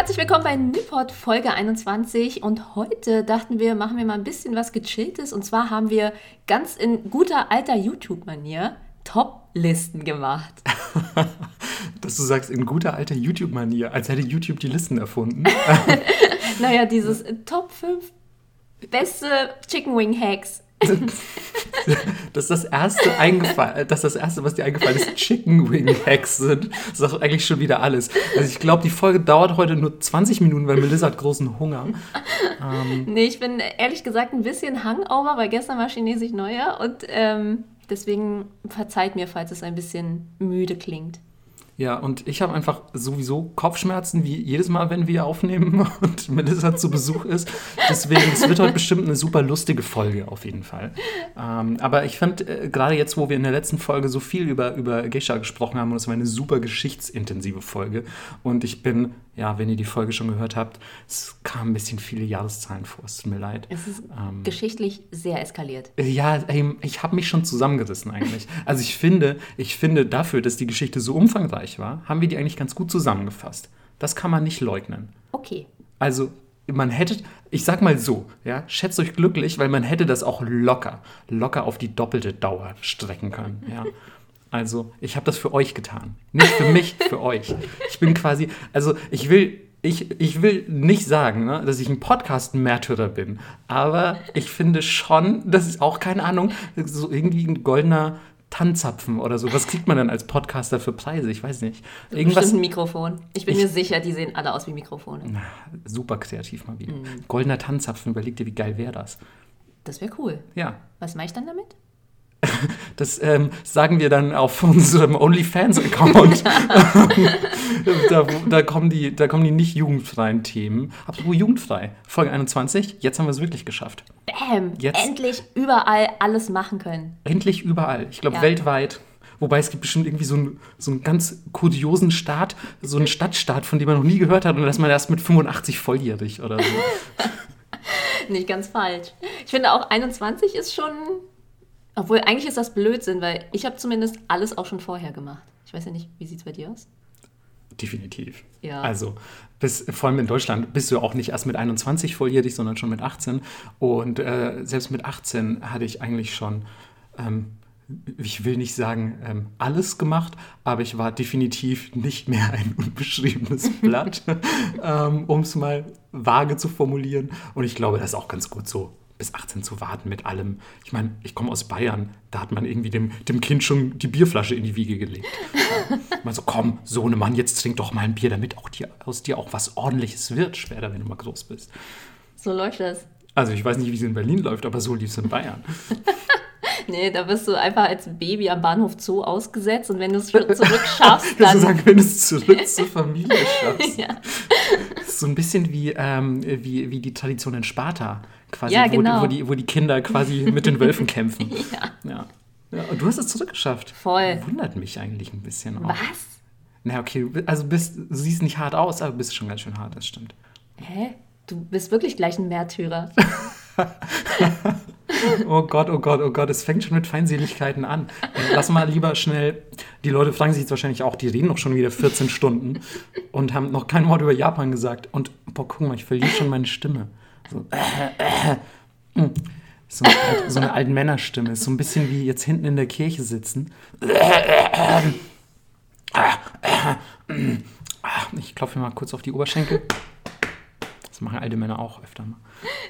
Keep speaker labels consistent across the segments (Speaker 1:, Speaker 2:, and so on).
Speaker 1: Herzlich willkommen bei Nipport Folge 21 und heute dachten wir, machen wir mal ein bisschen was Gechilltes und zwar haben wir ganz in guter alter YouTube-Manier Top-Listen gemacht.
Speaker 2: Dass du sagst, in guter alter YouTube-Manier, als hätte YouTube die Listen erfunden.
Speaker 1: Naja, dieses Top 5 beste Chicken Wing Hacks.
Speaker 2: Dass das erste, was dir eingefallen ist, Chicken Wing Hacks sind. Das ist doch eigentlich schon wieder alles. Also ich glaube, die Folge dauert heute nur 20 Minuten, weil Melissa hat großen Hunger.
Speaker 1: Nee, ich bin ehrlich gesagt ein bisschen Hangover, weil gestern war Chinesisch Neujahr und deswegen verzeiht mir, falls es ein bisschen müde klingt.
Speaker 2: Ja, und ich habe einfach sowieso Kopfschmerzen, wie jedes Mal, wenn wir aufnehmen und Melissa zu Besuch ist. Deswegen, es wird heute bestimmt eine super lustige Folge auf jeden Fall. Aber ich fand, gerade jetzt, wo wir in der letzten Folge so viel über Geisha gesprochen haben, und es war eine super geschichtsintensive Folge. Und ich bin, ja, wenn ihr die Folge schon gehört habt, es kamen ein bisschen viele Jahreszahlen vor, es tut mir leid.
Speaker 1: Es ist geschichtlich sehr eskaliert.
Speaker 2: Ja, ich habe mich schon zusammengerissen eigentlich. Also ich finde dafür, dass die Geschichte so umfangreich war, haben wir die eigentlich ganz gut zusammengefasst. Das kann man nicht leugnen.
Speaker 1: Okay.
Speaker 2: Also man hätte, ich sag mal so, ja, schätzt euch glücklich, weil man hätte das auch locker auf die doppelte Dauer strecken können, ja. Also ich habe das für euch getan. Nicht für mich, für euch. Ich bin quasi, also ich will nicht sagen, ne, dass ich ein Podcast-Märtyrer bin, aber ich finde schon, das ist auch, keine Ahnung, so irgendwie ein goldener Tannzapfen oder so. Was kriegt man dann als Podcaster für Preise? Ich weiß nicht.
Speaker 1: Irgendwas. Bestimmt ein Mikrofon. Ich bin mir sicher, die sehen alle aus wie Mikrofone.
Speaker 2: Na, super kreativ mal wieder. Goldener Tannzapfen, überleg dir, wie geil wäre das?
Speaker 1: Das wäre cool.
Speaker 2: Ja.
Speaker 1: Was mache ich dann damit?
Speaker 2: Das sagen wir dann auf unserem OnlyFans-Account. da kommen die nicht jugendfreien Themen. Apropos jugendfrei. Folge 21, jetzt haben wir es wirklich geschafft.
Speaker 1: Bäm! Endlich überall alles machen können.
Speaker 2: Endlich überall. Ich glaube, weltweit. Wobei es gibt bestimmt irgendwie so einen ganz kuriosen Staat, so einen Stadtstaat, von dem man noch nie gehört hat und da ist man erst mit 85 volljährig oder so.
Speaker 1: Nicht ganz falsch. Ich finde auch 21 ist schon... Obwohl, eigentlich ist das Blödsinn, weil ich habe zumindest alles auch schon vorher gemacht. Ich weiß ja nicht, wie sieht es bei dir aus?
Speaker 2: Definitiv.
Speaker 1: Ja.
Speaker 2: Also, vor allem in Deutschland bist du auch nicht erst mit 21 volljährig, sondern schon mit 18. Und selbst mit 18 hatte ich eigentlich schon, ich will nicht sagen, alles gemacht, aber ich war definitiv nicht mehr ein unbeschriebenes Blatt, um es mal vage zu formulieren. Und ich glaube, das ist auch ganz gut so, bis 18 zu warten mit allem. Ich meine, ich komme aus Bayern, da hat man irgendwie dem Kind schon die Bierflasche in die Wiege gelegt. Man so, komm, Sohnemann, jetzt trink doch mal ein Bier, damit aus dir auch was Ordentliches wird, später, wenn du mal groß bist.
Speaker 1: So läuft das.
Speaker 2: Also ich weiß nicht, wie es in Berlin läuft, aber so lief es in Bayern.
Speaker 1: Nee, da bist du einfach als Baby am Bahnhof Zoo ausgesetzt und wenn du es zurück schaffst, dann...
Speaker 2: Du sagst, wenn du es zurück zur Familie schaffst.
Speaker 1: Ja.
Speaker 2: Das ist so ein bisschen wie die Tradition in Sparta, quasi,
Speaker 1: ja, genau.
Speaker 2: wo die Kinder quasi mit den Wölfen kämpfen.
Speaker 1: Ja.
Speaker 2: Und du hast es zurückgeschafft.
Speaker 1: Voll.
Speaker 2: Wundert mich eigentlich ein bisschen auch.
Speaker 1: Was?
Speaker 2: Na okay, also du siehst nicht hart aus, aber bist schon ganz schön hart, das stimmt.
Speaker 1: Hä? Du bist wirklich gleich ein Märtyrer.
Speaker 2: Oh Gott, es fängt schon mit Feindseligkeiten an. Lass mal lieber schnell, die Leute fragen sich jetzt wahrscheinlich auch, die reden noch schon wieder 14 Stunden und haben noch kein Wort über Japan gesagt. Und, guck mal, ich verliere schon meine Stimme. So eine alten Männerstimme. Ist so ein bisschen wie jetzt hinten in der Kirche sitzen. Ich klopfe mal kurz auf die Oberschenkel. Das machen alte Männer auch öfter mal.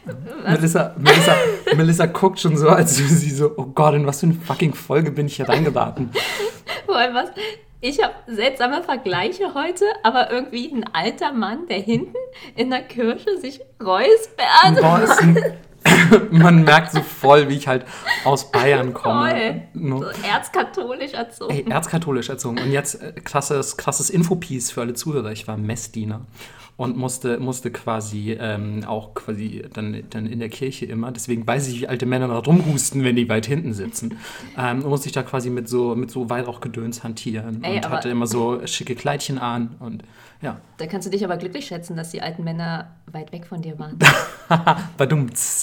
Speaker 2: Melissa guckt schon so, als wäre sie so, oh Gott, in was für eine fucking Folge bin ich hier reingeraten.
Speaker 1: Vor allem was? Ich habe seltsame Vergleiche heute, aber irgendwie ein alter Mann, der hinten in der Kirche sich räuspert.
Speaker 2: Man merkt so voll, wie ich halt aus Bayern komme.
Speaker 1: Voll. So erzkatholisch erzogen.
Speaker 2: Ey, erzkatholisch erzogen. Und jetzt krasses Infopiece für alle Zuhörer. Ich war Messdiener und musste quasi auch quasi dann in der Kirche immer. Deswegen weiß ich, wie alte Männer da rumhusten, wenn die weit hinten sitzen. Musste ich da quasi mit so Weihrauchgedöns hantieren.
Speaker 1: Ey,
Speaker 2: und hatte immer so schicke Kleidchen an und ja.
Speaker 1: Da kannst du dich aber glücklich schätzen, dass die alten Männer weit weg von dir waren.
Speaker 2: Badumts.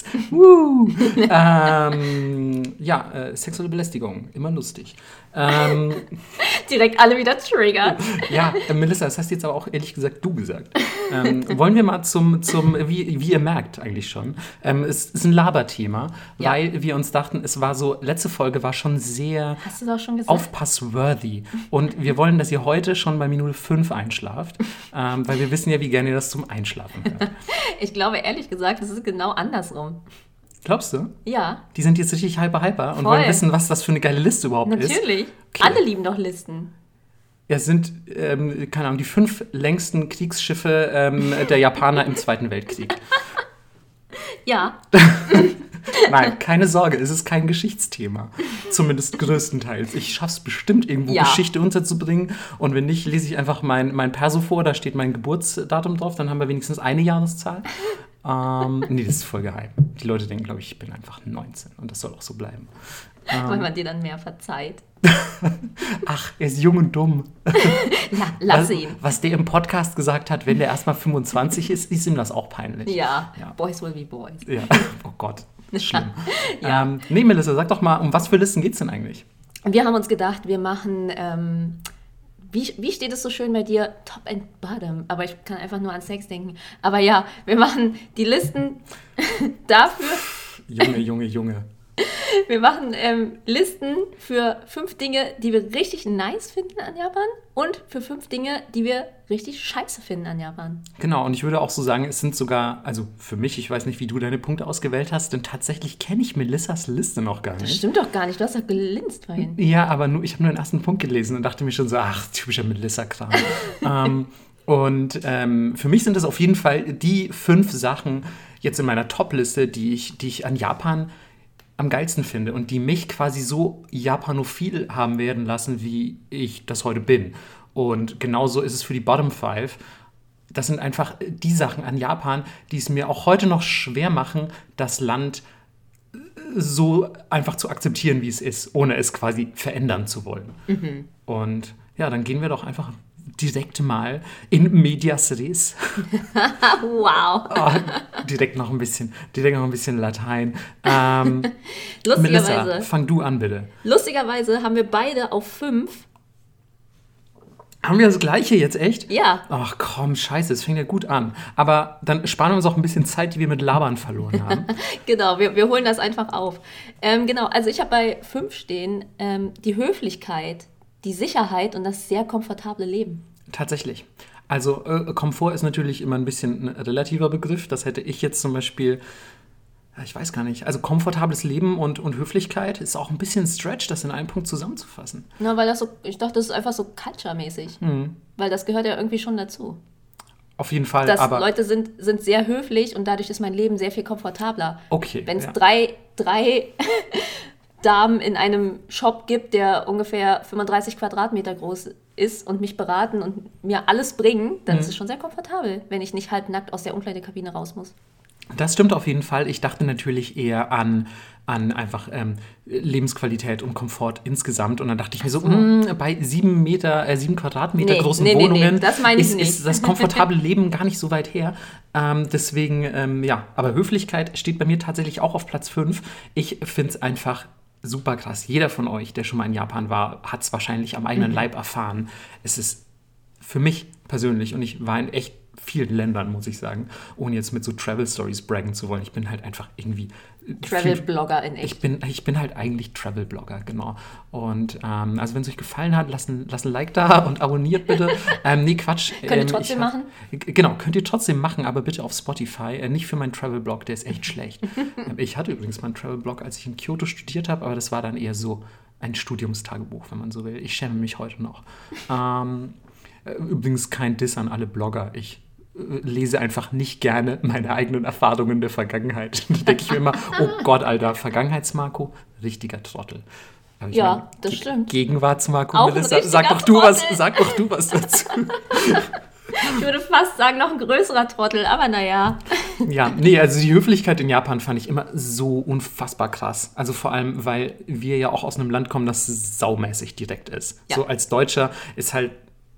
Speaker 2: Sexuelle Belästigung, immer lustig.
Speaker 1: Direkt alle wieder triggert.
Speaker 2: Ja, Melissa, das hast du jetzt aber auch ehrlich gesagt du gesagt. Wollen wir mal zum wie ihr merkt eigentlich schon, es ist ein Laberthema, weil wir uns dachten, es war so, letzte Folge war schon sehr
Speaker 1: Hast du das auch schon gesagt?
Speaker 2: aufpassworthy. Und wir wollen, dass ihr heute schon bei Minute 5 einschlaft, weil wir wissen ja, wie gerne ihr das zum Einschlafen hört.
Speaker 1: Ich glaube, ehrlich gesagt, es ist genau andersrum.
Speaker 2: Glaubst du?
Speaker 1: Ja.
Speaker 2: Die sind jetzt richtig hyper und wollen wissen, was das für eine geile Liste überhaupt ist.
Speaker 1: Natürlich.
Speaker 2: Okay.
Speaker 1: Alle lieben doch Listen.
Speaker 2: Es sind, keine Ahnung, die 5 längsten Kriegsschiffe der Japaner im Zweiten Weltkrieg.
Speaker 1: Ja.
Speaker 2: Nein, keine Sorge, es ist kein Geschichtsthema. Zumindest größtenteils. Ich schaff's bestimmt irgendwo Geschichte unterzubringen. Und wenn nicht, lese ich einfach mein Perso vor, da steht mein Geburtsdatum drauf, dann haben wir wenigstens eine Jahreszahl. Nee, das ist voll geheim. Die Leute denken, glaube ich bin einfach 19 und das soll auch so bleiben.
Speaker 1: Weil man dir dann mehr verzeiht.
Speaker 2: Ach, er ist jung und dumm.
Speaker 1: Lass ihn.
Speaker 2: Was der im Podcast gesagt hat, wenn der erstmal 25 ist ihm das auch peinlich.
Speaker 1: Ja, Boys will be boys.
Speaker 2: Ja, oh Gott, das ist schlimm. Nee, Melissa, sag doch mal, um was für Listen geht's denn eigentlich?
Speaker 1: Wir haben uns gedacht, wir machen, wie steht es so schön bei dir? Top and Bottom. Aber ich kann einfach nur an Sex denken. Aber ja, wir machen die Listen dafür.
Speaker 2: Junge.
Speaker 1: Wir machen Listen für 5 Dinge, die wir richtig nice finden an Japan und für 5 Dinge, die wir richtig scheiße finden an Japan.
Speaker 2: Genau, und ich würde auch so sagen, es sind sogar, also für mich, ich weiß nicht, wie du deine Punkte ausgewählt hast, denn tatsächlich kenne ich Melissas Liste noch gar nicht.
Speaker 1: Das stimmt doch gar nicht, du hast doch gelinst vorhin.
Speaker 2: Ja, aber ich habe nur den ersten Punkt gelesen und dachte mir schon so, ach, typischer Melissa-Kram. Für mich sind das auf jeden Fall die 5 Sachen jetzt in meiner Top-Liste, die ich an Japan am geilsten finde und die mich quasi so japanophil haben werden lassen, wie ich das heute bin. Und genauso ist es für die Bottom 5. Das sind einfach die Sachen an Japan, die es mir auch heute noch schwer machen, das Land so einfach zu akzeptieren, wie es ist, ohne es quasi verändern zu wollen. Mhm. Und ja, dann gehen wir doch einfach direkt mal in medias res.
Speaker 1: Wow.
Speaker 2: Direkt noch ein bisschen Latein.
Speaker 1: Lustigerweise.
Speaker 2: Melissa, fang du an, bitte.
Speaker 1: Lustigerweise haben wir beide auf 5.
Speaker 2: Haben wir das Gleiche jetzt, echt?
Speaker 1: Ja.
Speaker 2: Ach komm, scheiße, es fängt ja gut an. Aber dann sparen wir uns auch ein bisschen Zeit, die wir mit Labern verloren haben.
Speaker 1: Genau, wir holen das einfach auf. Genau, also ich habe bei 5 stehen die Höflichkeit, die Sicherheit und das sehr komfortable Leben.
Speaker 2: Tatsächlich. Also Komfort ist natürlich immer ein bisschen ein relativer Begriff. Das hätte ich jetzt zum Beispiel, ich weiß gar nicht, also komfortables Leben und Höflichkeit ist auch ein bisschen Stretch, das in einem Punkt zusammenzufassen.
Speaker 1: Na, weil ich dachte, das ist einfach so culture-mäßig. Mhm. Weil das gehört ja irgendwie schon dazu.
Speaker 2: Auf jeden Fall,
Speaker 1: aber Leute sind sehr höflich und dadurch ist mein Leben sehr viel komfortabler.
Speaker 2: Okay.
Speaker 1: Wenn es drei Damen in einem Shop gibt, der ungefähr 35 Quadratmeter groß ist und mich beraten und mir alles bringen, dann ist es schon sehr komfortabel, wenn ich nicht halbnackt aus der Umkleidekabine raus muss.
Speaker 2: Das stimmt auf jeden Fall. Ich dachte natürlich eher an einfach Lebensqualität und Komfort insgesamt. Und dann dachte ich mir so, bei 7 Quadratmeter großen Wohnungen
Speaker 1: das meine ich nicht.
Speaker 2: Ist das komfortable Leben gar nicht so weit her. Deswegen, aber Höflichkeit steht bei mir tatsächlich auch auf Platz 5. Ich finde es einfach super krass. Jeder von euch, der schon mal in Japan war, hat es wahrscheinlich am eigenen Leib erfahren. Es ist für mich persönlich, und ich war in echt vielen Ländern, muss ich sagen, ohne jetzt mit so Travel-Stories braggen zu wollen. Ich bin halt einfach irgendwie
Speaker 1: Travel-Blogger in echt.
Speaker 2: Ich bin halt eigentlich Travel-Blogger, genau. Und also wenn es euch gefallen hat, lasst ein Like da und abonniert bitte. Nee, Quatsch.
Speaker 1: Könnt ihr trotzdem machen?
Speaker 2: Genau, könnt ihr trotzdem machen, aber bitte auf Spotify. Nicht für meinen Travel-Blog, der ist echt schlecht. Ich hatte übrigens mal einen Travel-Blog, als ich in Kyoto studiert habe, aber das war dann eher so ein Studiumstagebuch, wenn man so will. Ich schäme mich heute noch. Übrigens kein Diss an alle Blogger. Ich lese einfach nicht gerne meine eigenen Erfahrungen der Vergangenheit. Da denke ich mir immer, oh Gott, Alter, Vergangenheitsmarco, richtiger Trottel.
Speaker 1: Ja, das stimmt.
Speaker 2: Gegenwartsmarco, Melissa, sag doch du was dazu.
Speaker 1: Ich würde fast sagen, noch ein größerer Trottel, aber naja.
Speaker 2: Ja, nee, also die Höflichkeit in Japan fand ich immer so unfassbar krass. Also vor allem, weil wir ja auch aus einem Land kommen, das saumäßig direkt ist. Ja. So als Deutscher ist halt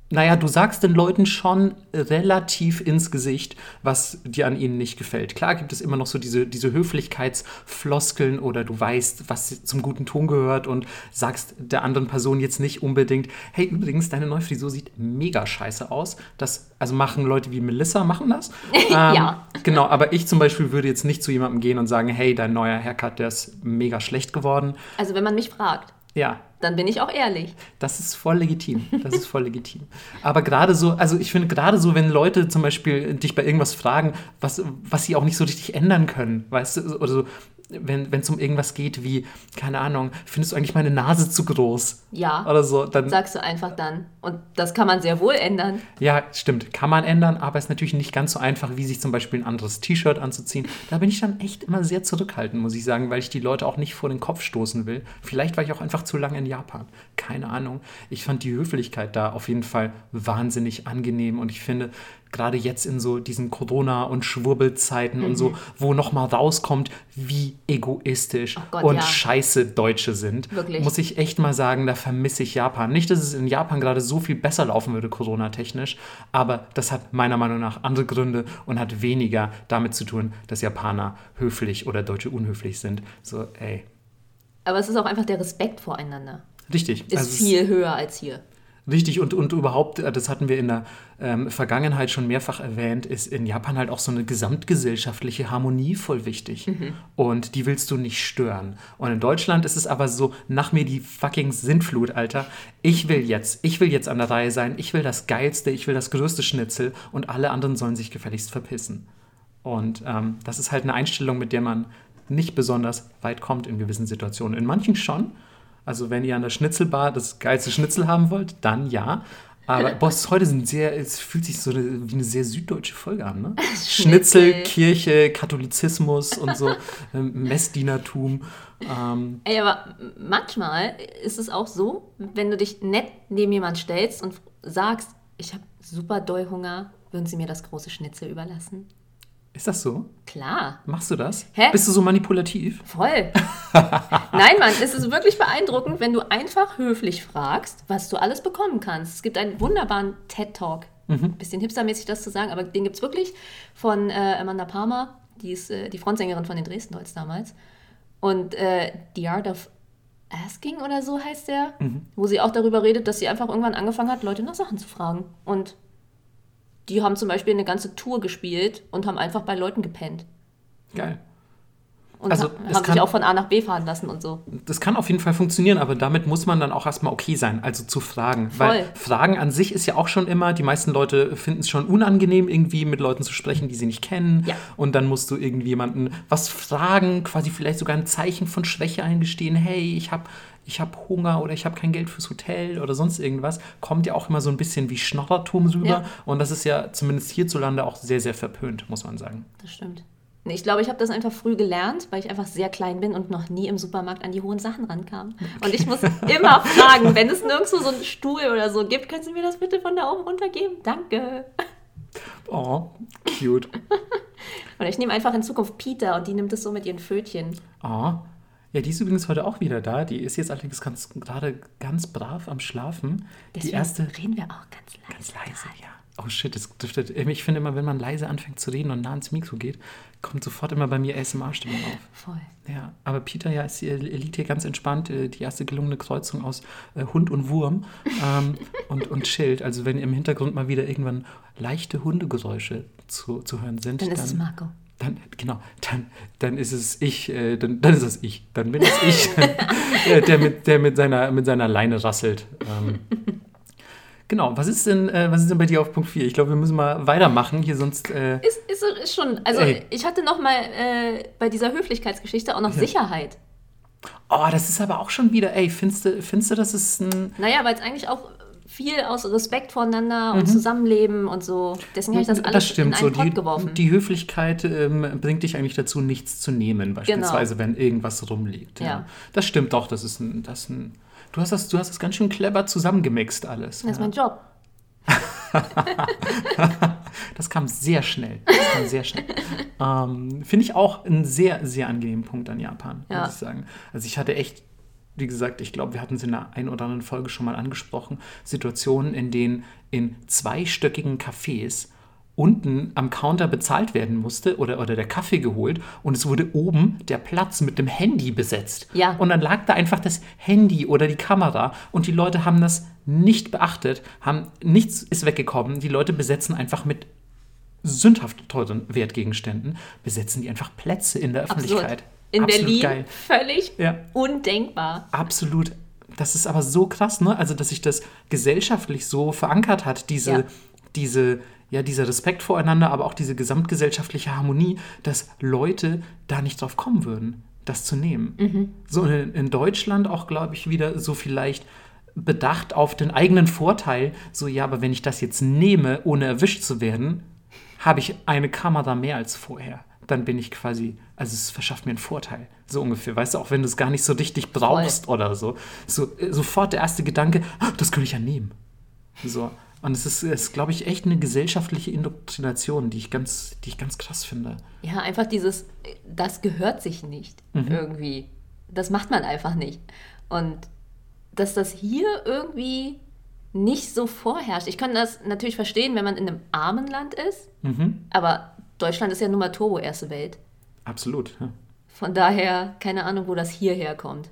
Speaker 2: Naja, du sagst den Leuten schon relativ ins Gesicht, was dir an ihnen nicht gefällt. Klar gibt es immer noch so diese Höflichkeitsfloskeln oder du weißt, was zum guten Ton gehört und sagst der anderen Person jetzt nicht unbedingt, hey, übrigens, deine neue Frisur sieht mega scheiße aus. Also machen Leute wie Melissa, machen das.
Speaker 1: Ja.
Speaker 2: Genau, aber ich zum Beispiel würde jetzt nicht zu jemandem gehen und sagen, hey, dein neuer Haircut, der ist mega schlecht geworden.
Speaker 1: Also wenn man mich fragt,
Speaker 2: Ja,
Speaker 1: dann bin ich auch ehrlich.
Speaker 2: das ist voll legitim. Das ist voll legitim. Aber gerade so, also ich finde gerade so, wenn Leute zum Beispiel dich bei irgendwas fragen, was sie auch nicht so richtig ändern können, weißt du, oder so, wenn es um irgendwas geht wie, keine Ahnung, findest du eigentlich meine Nase zu groß?
Speaker 1: Ja,
Speaker 2: Oder so, dann,
Speaker 1: sagst du einfach dann. Und das kann man sehr wohl ändern.
Speaker 2: ja, stimmt, kann man ändern, aber ist natürlich nicht ganz so einfach, wie sich zum Beispiel ein anderes T-Shirt anzuziehen. Da bin ich dann echt immer sehr zurückhaltend, muss ich sagen, weil ich die Leute auch nicht vor den Kopf stoßen will. Vielleicht war ich auch einfach zu lange in Japan. Keine Ahnung. Ich fand die Höflichkeit da auf jeden Fall wahnsinnig angenehm und ich finde, gerade jetzt in so diesen Corona- und Schwurbelzeiten und so, wo nochmal rauskommt, wie egoistisch
Speaker 1: Gott,
Speaker 2: und
Speaker 1: ja.
Speaker 2: scheiße Deutsche sind,
Speaker 1: Wirklich.
Speaker 2: muss ich echt mal sagen, da vermisse ich Japan. Nicht, dass es in Japan gerade so viel besser laufen würde, Corona-technisch, aber das hat meiner Meinung nach andere Gründe und hat weniger damit zu tun, dass Japaner höflich oder Deutsche unhöflich sind. So, ey,
Speaker 1: Aber es ist auch einfach der Respekt voreinander.
Speaker 2: richtig.
Speaker 1: Ist
Speaker 2: Also es
Speaker 1: viel höher als hier.
Speaker 2: Richtig, und überhaupt, das hatten wir in der Vergangenheit schon mehrfach erwähnt, ist in Japan halt auch so eine gesamtgesellschaftliche Harmonie voll wichtig. Und die willst du nicht stören. Und in Deutschland ist es aber so, nach mir die fucking Sintflut, Alter. Ich will jetzt an der Reihe sein, ich will das Geilste, ich will das größte Schnitzel und alle anderen sollen sich gefälligst verpissen. Und das ist halt eine Einstellung, mit der man nicht besonders weit kommt in gewissen Situationen. In manchen schon. Also wenn ihr an der Schnitzelbar das geilste Schnitzel haben wollt, dann ja. Aber Boss, heute es fühlt sich so wie eine sehr süddeutsche Folge an, ne? Schnitzel, Kirche, Katholizismus und so, Messdienertum.
Speaker 1: Ey, aber manchmal ist es auch so, wenn du dich nett neben jemand stellst und sagst, ich habe super doll Hunger, würden Sie mir das große Schnitzel überlassen?
Speaker 2: Ist das so?
Speaker 1: Klar.
Speaker 2: Machst du das?
Speaker 1: Hä?
Speaker 2: Bist du so manipulativ?
Speaker 1: Voll. Nein, Mann, es ist wirklich beeindruckend, wenn du einfach höflich fragst, was du alles bekommen kannst. Es gibt einen wunderbaren TED-Talk. Bisschen hipstermäßig das zu sagen, aber den gibt es wirklich von Amanda Palmer. Die ist die Frontsängerin von den Dresden Dolls damals. Und The Art of Asking oder so heißt der, wo sie auch darüber redet, dass sie einfach irgendwann angefangen hat, Leute nach Sachen zu fragen. Und die haben zum Beispiel eine ganze Tour gespielt und haben einfach bei Leuten gepennt.
Speaker 2: Geil.
Speaker 1: Und
Speaker 2: Also,
Speaker 1: haben sich auch von A nach B fahren lassen und so.
Speaker 2: Das kann auf jeden Fall funktionieren, aber damit muss man dann auch erstmal okay sein, also zu fragen.
Speaker 1: Voll.
Speaker 2: Weil Fragen an sich ist ja auch schon immer, die meisten Leute finden es schon unangenehm, irgendwie mit Leuten zu sprechen, die sie nicht kennen.
Speaker 1: Ja.
Speaker 2: Und dann musst du irgendwie jemanden was fragen, quasi vielleicht sogar ein Zeichen von Schwäche eingestehen. Hey, ich hab Hunger oder ich habe kein Geld fürs Hotel oder sonst irgendwas. Kommt ja auch immer so ein bisschen wie Schnorrertum rüber.
Speaker 1: Ja.
Speaker 2: Und das ist ja zumindest hierzulande auch sehr, sehr verpönt, muss man sagen.
Speaker 1: Das stimmt. Nee, ich glaube, ich habe das einfach früh gelernt, weil ich einfach sehr klein bin und noch nie im Supermarkt an die hohen Sachen rankam. Und ich muss immer fragen, wenn es nirgendwo so einen Stuhl oder so gibt, können Sie mir das bitte von da oben runtergeben? Danke.
Speaker 2: Oh, cute.
Speaker 1: Oder ich nehme einfach in Zukunft Peter und die nimmt es so mit ihren Pfötchen.
Speaker 2: Oh. Ja, die ist übrigens heute auch wieder da. Die ist jetzt allerdings gerade ganz brav am Schlafen.
Speaker 1: Deswegen
Speaker 2: die erste
Speaker 1: reden wir auch ganz leise.
Speaker 2: ganz leise, ja. Oh shit, das dürfte. Ich finde immer, wenn man leise anfängt zu reden und nah ins Mikro geht, kommt sofort immer bei mir ASMR-Stimmung auf.
Speaker 1: Voll.
Speaker 2: Ja, aber Peter liegt hier ganz entspannt. Die erste gelungene Kreuzung aus Hund und Wurm und chillt. Also wenn im Hintergrund mal wieder irgendwann leichte Hundegeräusche zu hören sind,
Speaker 1: Dann ist es Marco.
Speaker 2: Dann ist es ich, dann ist es ich. Dann bin es ich, der mit seiner Leine rasselt. Genau, was ist denn bei dir auf Punkt 4? Ich glaube, wir müssen mal weitermachen, hier sonst...
Speaker 1: Ist schon, also ich hatte noch mal bei dieser Höflichkeitsgeschichte auch noch Sicherheit.
Speaker 2: Oh, das ist aber auch schon wieder, findest du, das ist ein...
Speaker 1: Naja, weil es eigentlich auch viel aus Respekt voreinander und Zusammenleben und so. Deswegen habe ich das alles in einen Pott geworfen.
Speaker 2: Die Höflichkeit bringt dich eigentlich dazu, nichts zu nehmen, beispielsweise, wenn irgendwas rumliegt. Ja. Das stimmt doch, das ist ein du hast das ganz schön clever zusammengemixt alles.
Speaker 1: Das ist mein Job.
Speaker 2: Das kam sehr schnell. Finde ich auch einen sehr, sehr angenehmen Punkt an Japan, muss ich sagen. Also ich hatte echt wie gesagt, ich glaube, wir hatten es in der einen oder anderen Folge schon mal angesprochen, Situationen, in denen in zweistöckigen Cafés unten am Counter bezahlt werden musste oder der Kaffee geholt und es wurde oben der Platz mit dem Handy besetzt.
Speaker 1: Ja.
Speaker 2: Und dann lag da einfach das Handy oder die Kamera und die Leute haben das nicht beachtet, nichts ist weggekommen. Die Leute besetzen einfach mit sündhaft teuren Wertgegenständen, besetzen die einfach Plätze in der Öffentlichkeit.
Speaker 1: In
Speaker 2: Absolut
Speaker 1: Berlin
Speaker 2: geil.
Speaker 1: völlig undenkbar.
Speaker 2: Absolut. Das ist aber so krass, ne? Also, dass sich das gesellschaftlich so verankert hat, dieser Respekt voreinander, aber auch diese gesamtgesellschaftliche Harmonie, dass Leute da nicht drauf kommen würden, das zu nehmen. So in Deutschland auch, glaube ich, wieder so vielleicht bedacht auf den eigenen Vorteil, so ja, aber wenn ich das jetzt nehme, ohne erwischt zu werden, habe ich eine Kamera mehr als vorher. Dann bin ich quasi, also es verschafft mir einen Vorteil, so ungefähr. Weißt du, auch wenn du es gar nicht so richtig brauchst oder so. Sofort der erste Gedanke, das könnte ich ja nehmen. So. Und es ist, glaube ich, echt eine gesellschaftliche Indoktrination, die ich ganz krass finde.
Speaker 1: Ja, einfach das gehört sich nicht irgendwie. Das macht man einfach nicht. Und dass das hier irgendwie nicht so vorherrscht. Ich kann das natürlich verstehen, wenn man in einem armen Land ist, aber Deutschland ist ja nun mal Turbo erste Welt.
Speaker 2: Absolut, ja.
Speaker 1: Von daher, keine Ahnung, wo das hierher kommt.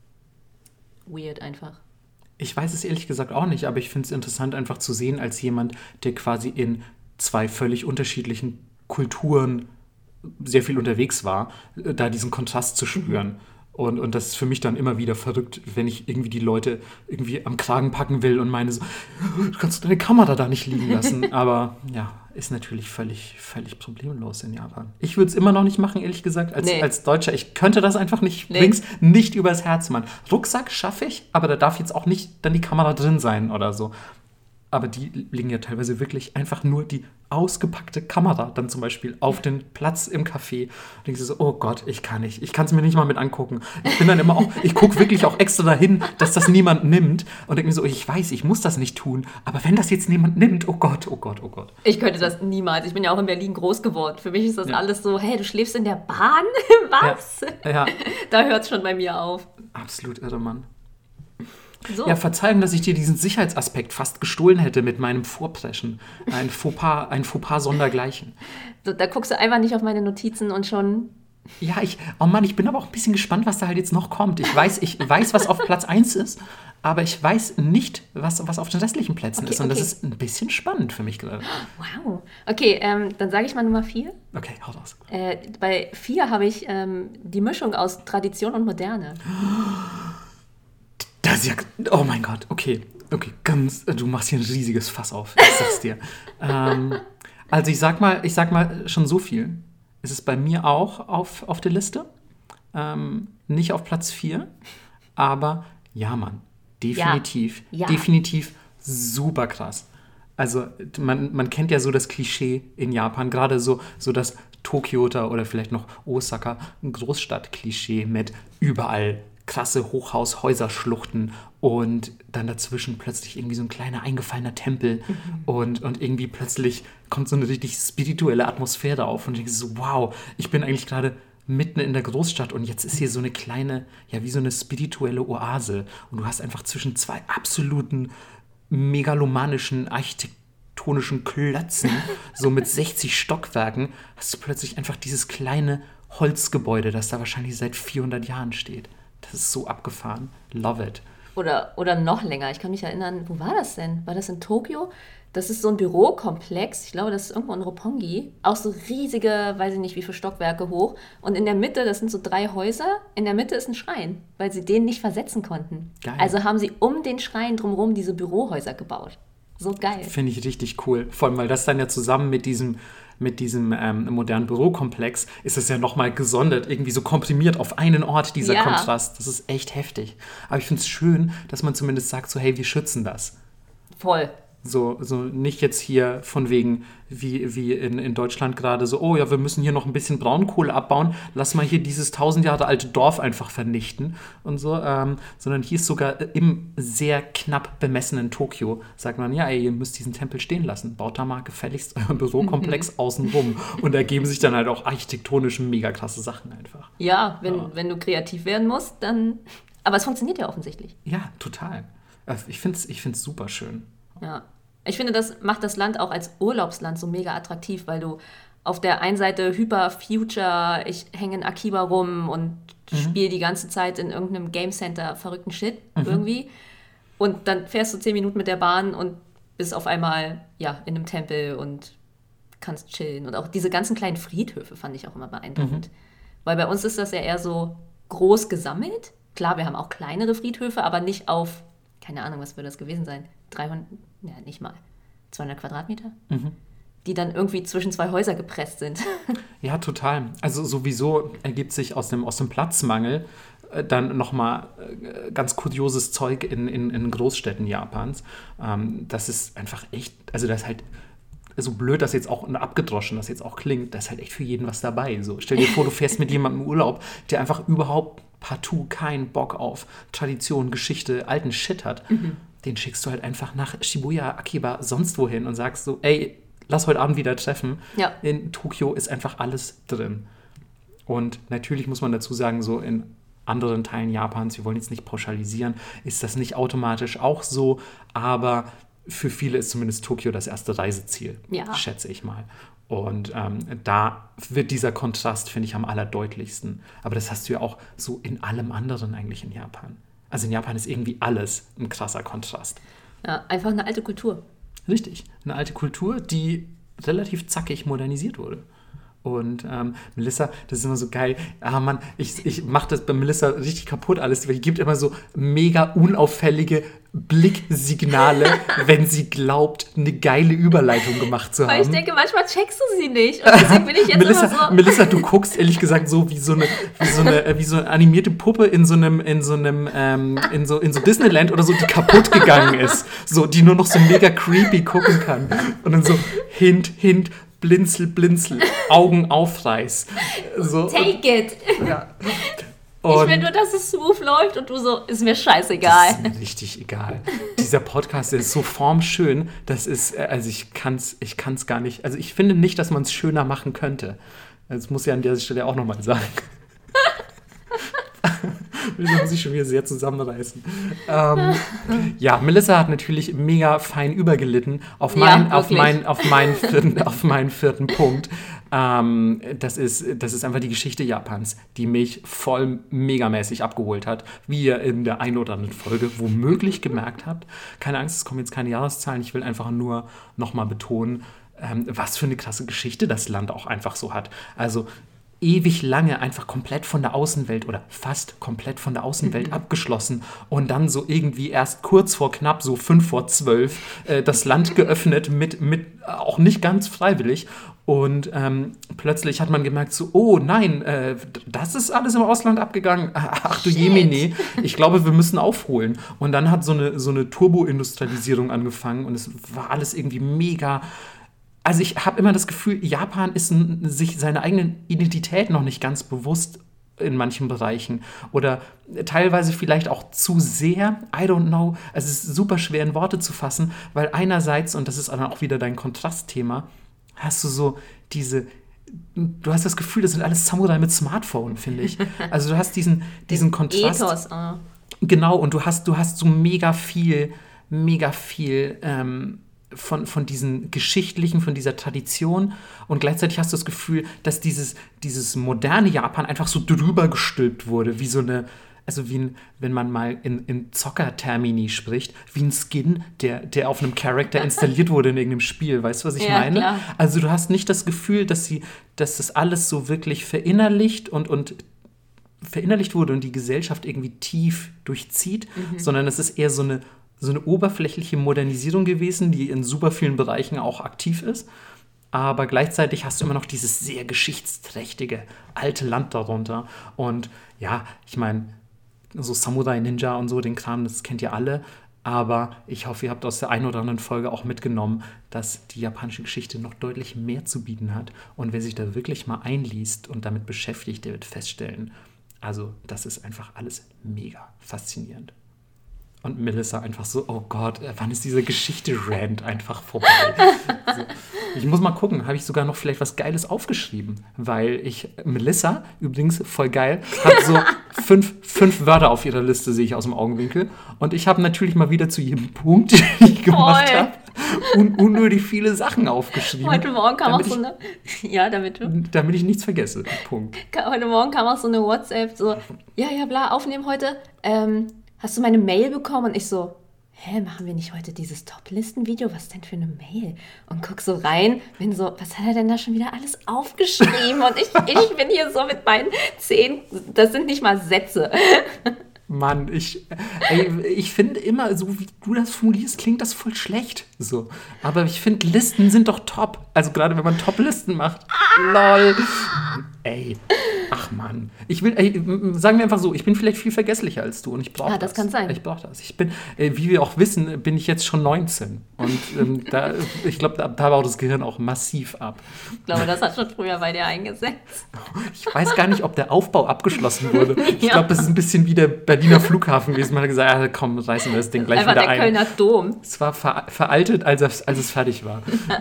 Speaker 1: Weird einfach.
Speaker 2: Ich weiß es ehrlich gesagt auch nicht, aber ich finde es interessant einfach zu sehen, als jemand, der quasi in zwei völlig unterschiedlichen Kulturen sehr viel unterwegs war, da diesen Kontrast zu spüren. Und das ist für mich dann immer wieder verrückt, wenn ich irgendwie die Leute irgendwie am Kragen packen will und meine so, du kannst deine Kamera da nicht liegen lassen. Aber ja, ist natürlich völlig problemlos in Japan. Ich würde es immer noch nicht machen, ehrlich gesagt, als Deutscher. Ich könnte das einfach nicht, bring's nicht übers Herz, Mann. Rucksack schaffe ich, aber da darf jetzt auch nicht dann die Kamera drin sein oder so. Aber die liegen ja teilweise wirklich einfach nur die ausgepackte Kamera dann zum Beispiel auf den Platz im Café. Und denkst du so, oh Gott, ich kann es mir nicht mal mit angucken. Ich bin dann immer auch, ich gucke wirklich auch extra dahin, dass das niemand nimmt und denke mir so, ich weiß, ich muss das nicht tun, aber wenn das jetzt niemand nimmt, oh Gott, oh Gott, oh Gott.
Speaker 1: Ich könnte das niemals. Ich bin ja auch in Berlin groß geworden. Für mich ist das alles so, hey, du schläfst in der Bahn? Was?
Speaker 2: Ja.
Speaker 1: Da hört es schon bei mir auf.
Speaker 2: Absolut irre, Mann.
Speaker 1: So.
Speaker 2: Ja, Verzeihung, dass ich dir diesen Sicherheitsaspekt fast gestohlen hätte mit meinem Vorpreschen. Ein Fauxpas sondergleichen.
Speaker 1: So, da guckst du einfach nicht auf meine Notizen und schon...
Speaker 2: Ja, ich bin aber auch ein bisschen gespannt, was da halt jetzt noch kommt. Ich weiß, was auf Platz 1 ist, aber ich weiß nicht, was auf den restlichen Plätzen ist. Und das ist ein bisschen spannend für mich gerade.
Speaker 1: Wow. Okay, dann sage ich mal Nummer 4.
Speaker 2: Okay, hau raus.
Speaker 1: Bei 4 habe ich die Mischung aus Tradition und Moderne.
Speaker 2: Das ist ja, oh mein Gott, okay, du machst hier ein riesiges Fass auf, ich sag's dir. Also ich sag mal schon so viel. Es ist bei mir auch auf der Liste, nicht auf Platz 4, aber ja, Mann, definitiv super krass. Also man kennt ja so das Klischee in Japan, gerade so das Tokio oder vielleicht noch Osaka, ein Großstadt-Klischee mit überall krasse Hochhaushäuserschluchten und dann dazwischen plötzlich irgendwie so ein kleiner eingefallener Tempel und irgendwie plötzlich kommt so eine richtig spirituelle Atmosphäre auf und ich denke so, wow, ich bin eigentlich gerade mitten in der Großstadt und jetzt ist hier so eine kleine, ja wie so eine spirituelle Oase und du hast einfach zwischen zwei absoluten megalomanischen architektonischen Klötzen, so mit 60 Stockwerken, hast du plötzlich einfach dieses kleine Holzgebäude, das da wahrscheinlich seit 400 Jahren steht. Das ist so abgefahren. Love it.
Speaker 1: Oder noch länger. Ich kann mich erinnern, wo war das denn? War das in Tokio? Das ist so ein Bürokomplex. Ich glaube, das ist irgendwo in Roppongi. Auch so riesige, weiß ich nicht, wie viele Stockwerke hoch. Und in der Mitte, das sind so 3 Häuser, in der Mitte ist ein Schrein, weil sie den nicht versetzen konnten.
Speaker 2: Geil.
Speaker 1: Also haben sie um den Schrein drumherum diese Bürohäuser gebaut. So geil.
Speaker 2: Finde ich richtig cool. Vor allem, weil das dann ja zusammen mit diesem modernen Bürokomplex ist es ja nochmal gesondert, irgendwie so komprimiert auf einen Ort, dieser Kontrast. Das ist echt heftig. Aber ich finde es schön, dass man zumindest sagt, so hey, wir schützen das.
Speaker 1: Voll.
Speaker 2: So nicht jetzt hier von wegen, wie in Deutschland gerade so, oh ja, wir müssen hier noch ein bisschen Braunkohle abbauen, lass mal hier dieses 1000 Jahre alte Dorf einfach vernichten und so, sondern hier ist sogar im sehr knapp bemessenen Tokio, sagt man, ja, ey, ihr müsst diesen Tempel stehen lassen, baut da mal gefälligst euren Bürokomplex außenrum und da ergeben sich dann halt auch architektonisch mega krasse Sachen einfach.
Speaker 1: Ja, wenn du kreativ werden musst, dann Aber es funktioniert ja offensichtlich.
Speaker 2: Ja, total. Ich find's super schön.
Speaker 1: Ja. Ich finde, das macht das Land auch als Urlaubsland so mega attraktiv, weil du auf der einen Seite Hyper-Future, ich hänge in Akiba rum und spiele die ganze Zeit in irgendeinem Game Center verrückten Shit irgendwie. Und dann fährst du 10 Minuten mit der Bahn und bist auf einmal in einem Tempel und kannst chillen. Und auch diese ganzen kleinen Friedhöfe fand ich auch immer beeindruckend. Weil bei uns ist das ja eher so groß gesammelt. Klar, wir haben auch kleinere Friedhöfe, aber nicht auf, keine Ahnung, was würde das gewesen sein? 300, nicht mal, 200 Quadratmeter? Die dann irgendwie zwischen 2 Häuser gepresst sind.
Speaker 2: Ja, total. Also sowieso ergibt sich aus dem Platzmangel dann nochmal ganz kurioses Zeug in Großstädten Japans. Das ist einfach echt, also das ist halt so blöd, dass jetzt auch abgedroschen das jetzt auch klingt, da ist halt echt für jeden was dabei. So, stell dir vor, du fährst mit jemandem im Urlaub, der einfach überhaupt partout keinen Bock auf Tradition, Geschichte, alten Shit hat. Den schickst du halt einfach nach Shibuya, Akiba, sonst wohin und sagst so, ey, lass heute Abend wieder treffen.
Speaker 1: Ja.
Speaker 2: In Tokio ist einfach alles drin. Und natürlich muss man dazu sagen, so in anderen Teilen Japans, wir wollen jetzt nicht pauschalisieren, ist das nicht automatisch auch so, aber für viele ist zumindest Tokio das erste Reiseziel, schätze ich mal. Und da wird dieser Kontrast, finde ich, am allerdeutlichsten. Aber das hast du ja auch so in allem anderen eigentlich in Japan. Also in Japan ist irgendwie alles ein krasser Kontrast.
Speaker 1: Ja, einfach eine alte Kultur.
Speaker 2: Richtig, eine alte Kultur, die relativ zackig modernisiert wurde. Und Melissa, das ist immer so geil. Mann, ich mache das bei Melissa richtig kaputt alles, weil die gibt immer so mega unauffällige Blicksignale, wenn sie glaubt, eine geile Überleitung gemacht zu haben.
Speaker 1: Weil ich denke, manchmal checkst du sie nicht. Und deswegen bin ich jetzt
Speaker 2: Melissa,
Speaker 1: immer so...
Speaker 2: Melissa, du guckst ehrlich gesagt so wie so eine animierte Puppe in so Disneyland oder so, die kaputt gegangen ist. So, die nur noch so mega creepy gucken kann. Und dann so Hint, Blinzel, Blinzel, Augen aufreiß. So.
Speaker 1: Take it.
Speaker 2: Ja.
Speaker 1: Ich will nur, dass es smooth läuft und du so, ist mir scheißegal.
Speaker 2: Das ist mir richtig egal. Dieser Podcast ist so formschön, das ist, also ich kann's gar nicht, also ich finde nicht, dass man es schöner machen könnte. Das muss ich an der Stelle auch nochmal sagen. Da muss ich schon wieder sehr zusammenreißen. Ja, Melissa hat natürlich mega fein übergelitten auf meinen vierten Punkt. Das ist einfach die Geschichte Japans, die mich voll megamäßig abgeholt hat, wie ihr in der einen oder anderen Folge womöglich gemerkt habt. Keine Angst, es kommen jetzt keine Jahreszahlen. Ich will einfach nur nochmal betonen, was für eine krasse Geschichte das Land auch einfach so hat. Also ewig lange einfach komplett von der Außenwelt oder fast komplett von der Außenwelt abgeschlossen und dann so irgendwie erst kurz vor knapp, so 11:55, das Land geöffnet mit auch nicht ganz freiwillig. Und plötzlich hat man gemerkt, so, oh nein, das ist alles im Ausland abgegangen. Ach du Jemine, ich glaube, wir müssen aufholen. Und dann hat so eine Turbo-Industrialisierung angefangen und es war alles irgendwie mega. Also ich habe immer das Gefühl, Japan ist sich seiner eigenen Identität noch nicht ganz bewusst in manchen Bereichen. Oder teilweise vielleicht auch zu sehr, I don't know. Es ist super schwer in Worte zu fassen, weil einerseits, und das ist dann auch wieder dein Kontrastthema, hast du so du hast das Gefühl, das sind alles Samurai mit Smartphone, finde ich. Also du hast diesen Kontrast.
Speaker 1: Ethos.
Speaker 2: Genau, und du hast so mega viel von diesen geschichtlichen, von dieser Tradition und gleichzeitig hast du das Gefühl, dass dieses moderne Japan einfach so drüber gestülpt wurde, wie so eine, also wenn man mal in Zocker-Termini spricht, wie ein Skin, der auf einem Charakter installiert wurde in irgendeinem Spiel. Weißt du, was ich meine?
Speaker 1: Klar.
Speaker 2: Also du hast nicht das Gefühl, dass das alles so wirklich verinnerlicht wurde und die Gesellschaft irgendwie tief durchzieht, sondern es ist eher so eine oberflächliche Modernisierung gewesen, die in super vielen Bereichen auch aktiv ist. Aber gleichzeitig hast du immer noch dieses sehr geschichtsträchtige alte Land darunter. Und ja, ich meine, so Samurai Ninja und so, den Kram, das kennt ihr alle. Aber ich hoffe, ihr habt aus der einen oder anderen Folge auch mitgenommen, dass die japanische Geschichte noch deutlich mehr zu bieten hat. Und wer sich da wirklich mal einliest und damit beschäftigt, der wird feststellen, also das ist einfach alles mega faszinierend. Und Melissa einfach so, oh Gott, wann ist diese Geschichte-Rant einfach vorbei? So. Ich muss mal gucken, habe ich sogar noch vielleicht was Geiles aufgeschrieben, weil Melissa, übrigens voll geil, hat so fünf Wörter auf ihrer Liste, sehe ich aus dem Augenwinkel. Und ich habe natürlich mal wieder zu jedem Punkt, den ich gemacht habe, unnötig viele Sachen aufgeschrieben.
Speaker 1: Heute Morgen kam auch so eine... Ja, damit
Speaker 2: ich nichts vergesse. Punkt.
Speaker 1: Heute Morgen kam auch so eine WhatsApp, so, ja, bla, aufnehmen heute. Hast du meine Mail bekommen? Und ich so... Machen wir nicht heute dieses Top-Listen-Video? Was denn für eine Mail? Und guck so rein, bin so, was hat er denn da schon wieder alles aufgeschrieben? Und ich bin hier so mit meinen 10, das sind nicht mal Sätze.
Speaker 2: Mann, ich finde immer, so wie du das formulierst, klingt das voll schlecht. So. Aber ich finde, Listen sind doch top. Also gerade wenn man Top-Listen macht. Lol. Ey. Ach Mann. Sagen wir einfach so, ich bin vielleicht viel vergesslicher als du und ich brauche das.
Speaker 1: Das kann sein.
Speaker 2: Ich brauche das. Ich bin, wie wir auch wissen, bin ich jetzt schon 19. Und ich glaube, da baut das Gehirn auch massiv ab.
Speaker 1: Ich glaube, das hat schon früher bei dir eingesetzt.
Speaker 2: Ich weiß gar nicht, ob der Aufbau abgeschlossen wurde. Ich glaube, das ist ein bisschen wie der Berliner Flughafen gewesen. Man hat gesagt, komm, reißen wir das Ding gleich wieder ein.
Speaker 1: Der Kölner Dom.
Speaker 2: Es war veraltet, als es fertig war.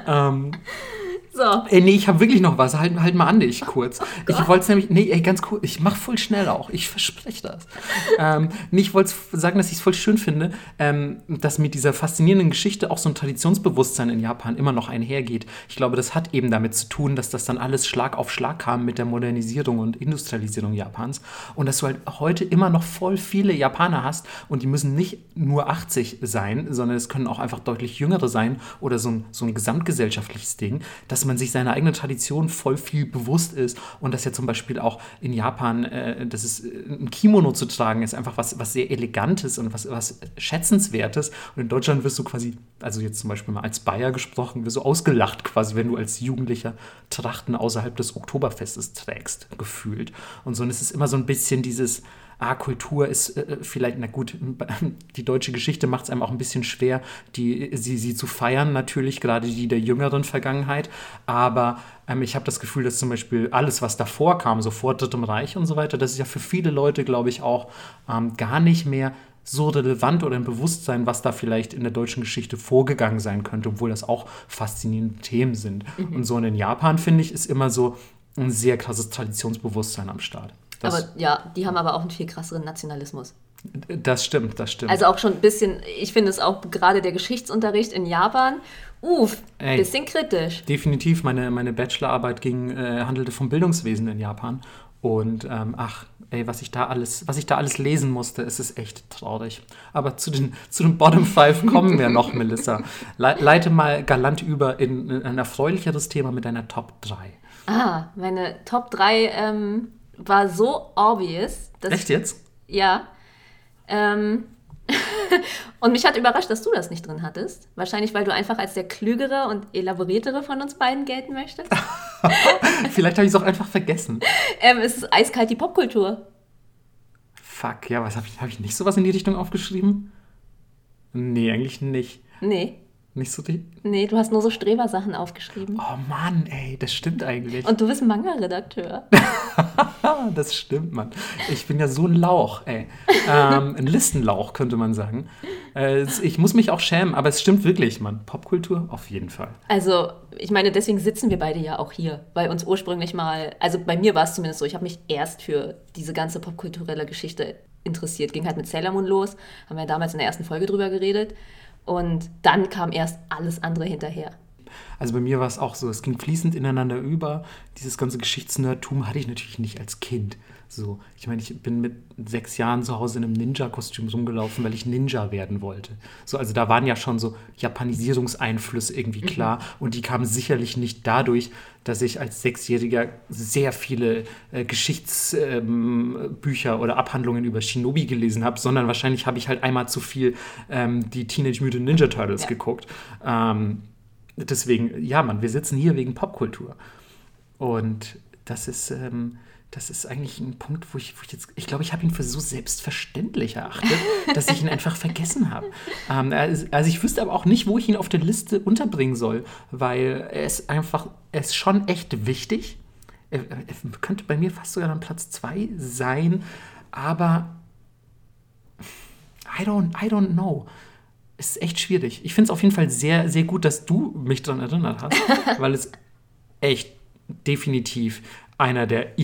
Speaker 1: So.
Speaker 2: Ich habe wirklich noch was. Halt mal an dich kurz. Ich wollte es nämlich, ganz cool. Ich mache voll schnell auch. Ich verspreche das. Ich wollte sagen, dass ich es voll schön finde, dass mit dieser faszinierenden Geschichte auch so ein Traditionsbewusstsein in Japan immer noch einhergeht. Ich glaube, das hat eben damit zu tun, dass das dann alles Schlag auf Schlag kam mit der Modernisierung und Industrialisierung Japans. Und dass du halt heute immer noch voll viele Japaner hast und die müssen nicht nur 80 sein, sondern es können auch einfach deutlich jüngere sein oder so ein gesamtgesellschaftliches Ding, dass man sich seiner eigenen Tradition voll viel bewusst ist und dass ja zum Beispiel auch in Japan, ein Kimono zu tragen ist einfach was sehr Elegantes und was Schätzenswertes. Und in Deutschland wirst du quasi, also jetzt zum Beispiel mal als Bayer gesprochen, wirst du ausgelacht quasi, wenn du als Jugendlicher Trachten außerhalb des Oktoberfestes trägst, gefühlt. Und so, und es ist immer so ein bisschen dieses... Kultur ist vielleicht, na gut, die deutsche Geschichte macht es einem auch ein bisschen schwer, sie zu feiern, natürlich, gerade die der jüngeren Vergangenheit. Aber ich habe das Gefühl, dass zum Beispiel alles, was davor kam, so vor Drittem Reich und so weiter, das ist ja für viele Leute, glaube ich, auch gar nicht mehr so relevant oder im Bewusstsein, was da vielleicht in der deutschen Geschichte vorgegangen sein könnte, obwohl das auch faszinierende Themen sind. Mhm. Und so in Japan, finde ich, ist immer so ein sehr krasses Traditionsbewusstsein am Start.
Speaker 1: Die haben aber auch einen viel krasseren Nationalismus.
Speaker 2: Das stimmt.
Speaker 1: Also auch schon ein bisschen, ich finde es auch gerade der Geschichtsunterricht in Japan, bisschen kritisch.
Speaker 2: Definitiv, meine Bachelorarbeit handelte vom Bildungswesen in Japan. Und was ich da alles lesen musste, es ist echt traurig. Aber zu den Bottom 5 kommen wir noch, Melissa. Leite mal galant über in ein erfreulicheres Thema mit deiner Top 3.
Speaker 1: Meine Top 3 war so obvious.
Speaker 2: Echt jetzt?
Speaker 1: Ja. Und mich hat überrascht, dass du das nicht drin hattest. Wahrscheinlich, weil du einfach als der klügere und elaboriertere von uns beiden gelten möchtest.
Speaker 2: Vielleicht habe ich es auch einfach vergessen.
Speaker 1: Es ist eiskalt die Popkultur.
Speaker 2: Fuck, ja, was hab ich nicht sowas in die Richtung aufgeschrieben? Nee, eigentlich nicht.
Speaker 1: Nee.
Speaker 2: Nicht so die?
Speaker 1: Nee, du hast nur so Strebersachen aufgeschrieben.
Speaker 2: Oh Mann, ey, das stimmt eigentlich.
Speaker 1: Und du bist Manga-Redakteur.
Speaker 2: Das stimmt, Mann. Ich bin ja so ein Lauch, ey. Ein Listenlauch, könnte man sagen. Ich muss mich auch schämen, aber es stimmt wirklich, Mann. Popkultur auf jeden Fall.
Speaker 1: Also, ich meine, deswegen sitzen wir beide ja auch hier, weil uns ursprünglich mal, also bei mir war es zumindest so, ich habe mich erst für diese ganze popkulturelle Geschichte interessiert. Ging halt mit Sailor Moon los, haben wir damals in der ersten Folge drüber geredet. Und dann kam erst alles andere hinterher.
Speaker 2: Also bei mir war es auch so, es ging fließend ineinander über. Dieses ganze Geschichtsnerdtum hatte ich natürlich nicht als Kind. So, ich meine, ich bin mit 6 Jahren zu Hause in einem Ninja-Kostüm rumgelaufen, weil ich Ninja werden wollte. So, also da waren ja schon so Japanisierungseinflüsse irgendwie klar. Und die kamen sicherlich nicht dadurch, dass ich als 6-Jähriger sehr viele Geschichtsbücher oder Abhandlungen über Shinobi gelesen habe, sondern wahrscheinlich habe ich halt einmal zu viel die Teenage Mutant Ninja Turtles geguckt. Deswegen, ja, Mann, wir sitzen hier wegen Popkultur. Und das ist eigentlich ein Punkt, wo ich glaube, ich habe ihn für so selbstverständlich erachtet, dass ich ihn einfach vergessen habe. Also ich wüsste aber auch nicht, wo ich ihn auf der Liste unterbringen soll, weil er ist schon echt wichtig. Er könnte bei mir fast sogar an Platz 2 sein, aber I don't know. ist echt schwierig. Ich finde es auf jeden Fall sehr, sehr gut, dass du mich daran erinnert hast, weil es echt definitiv einer der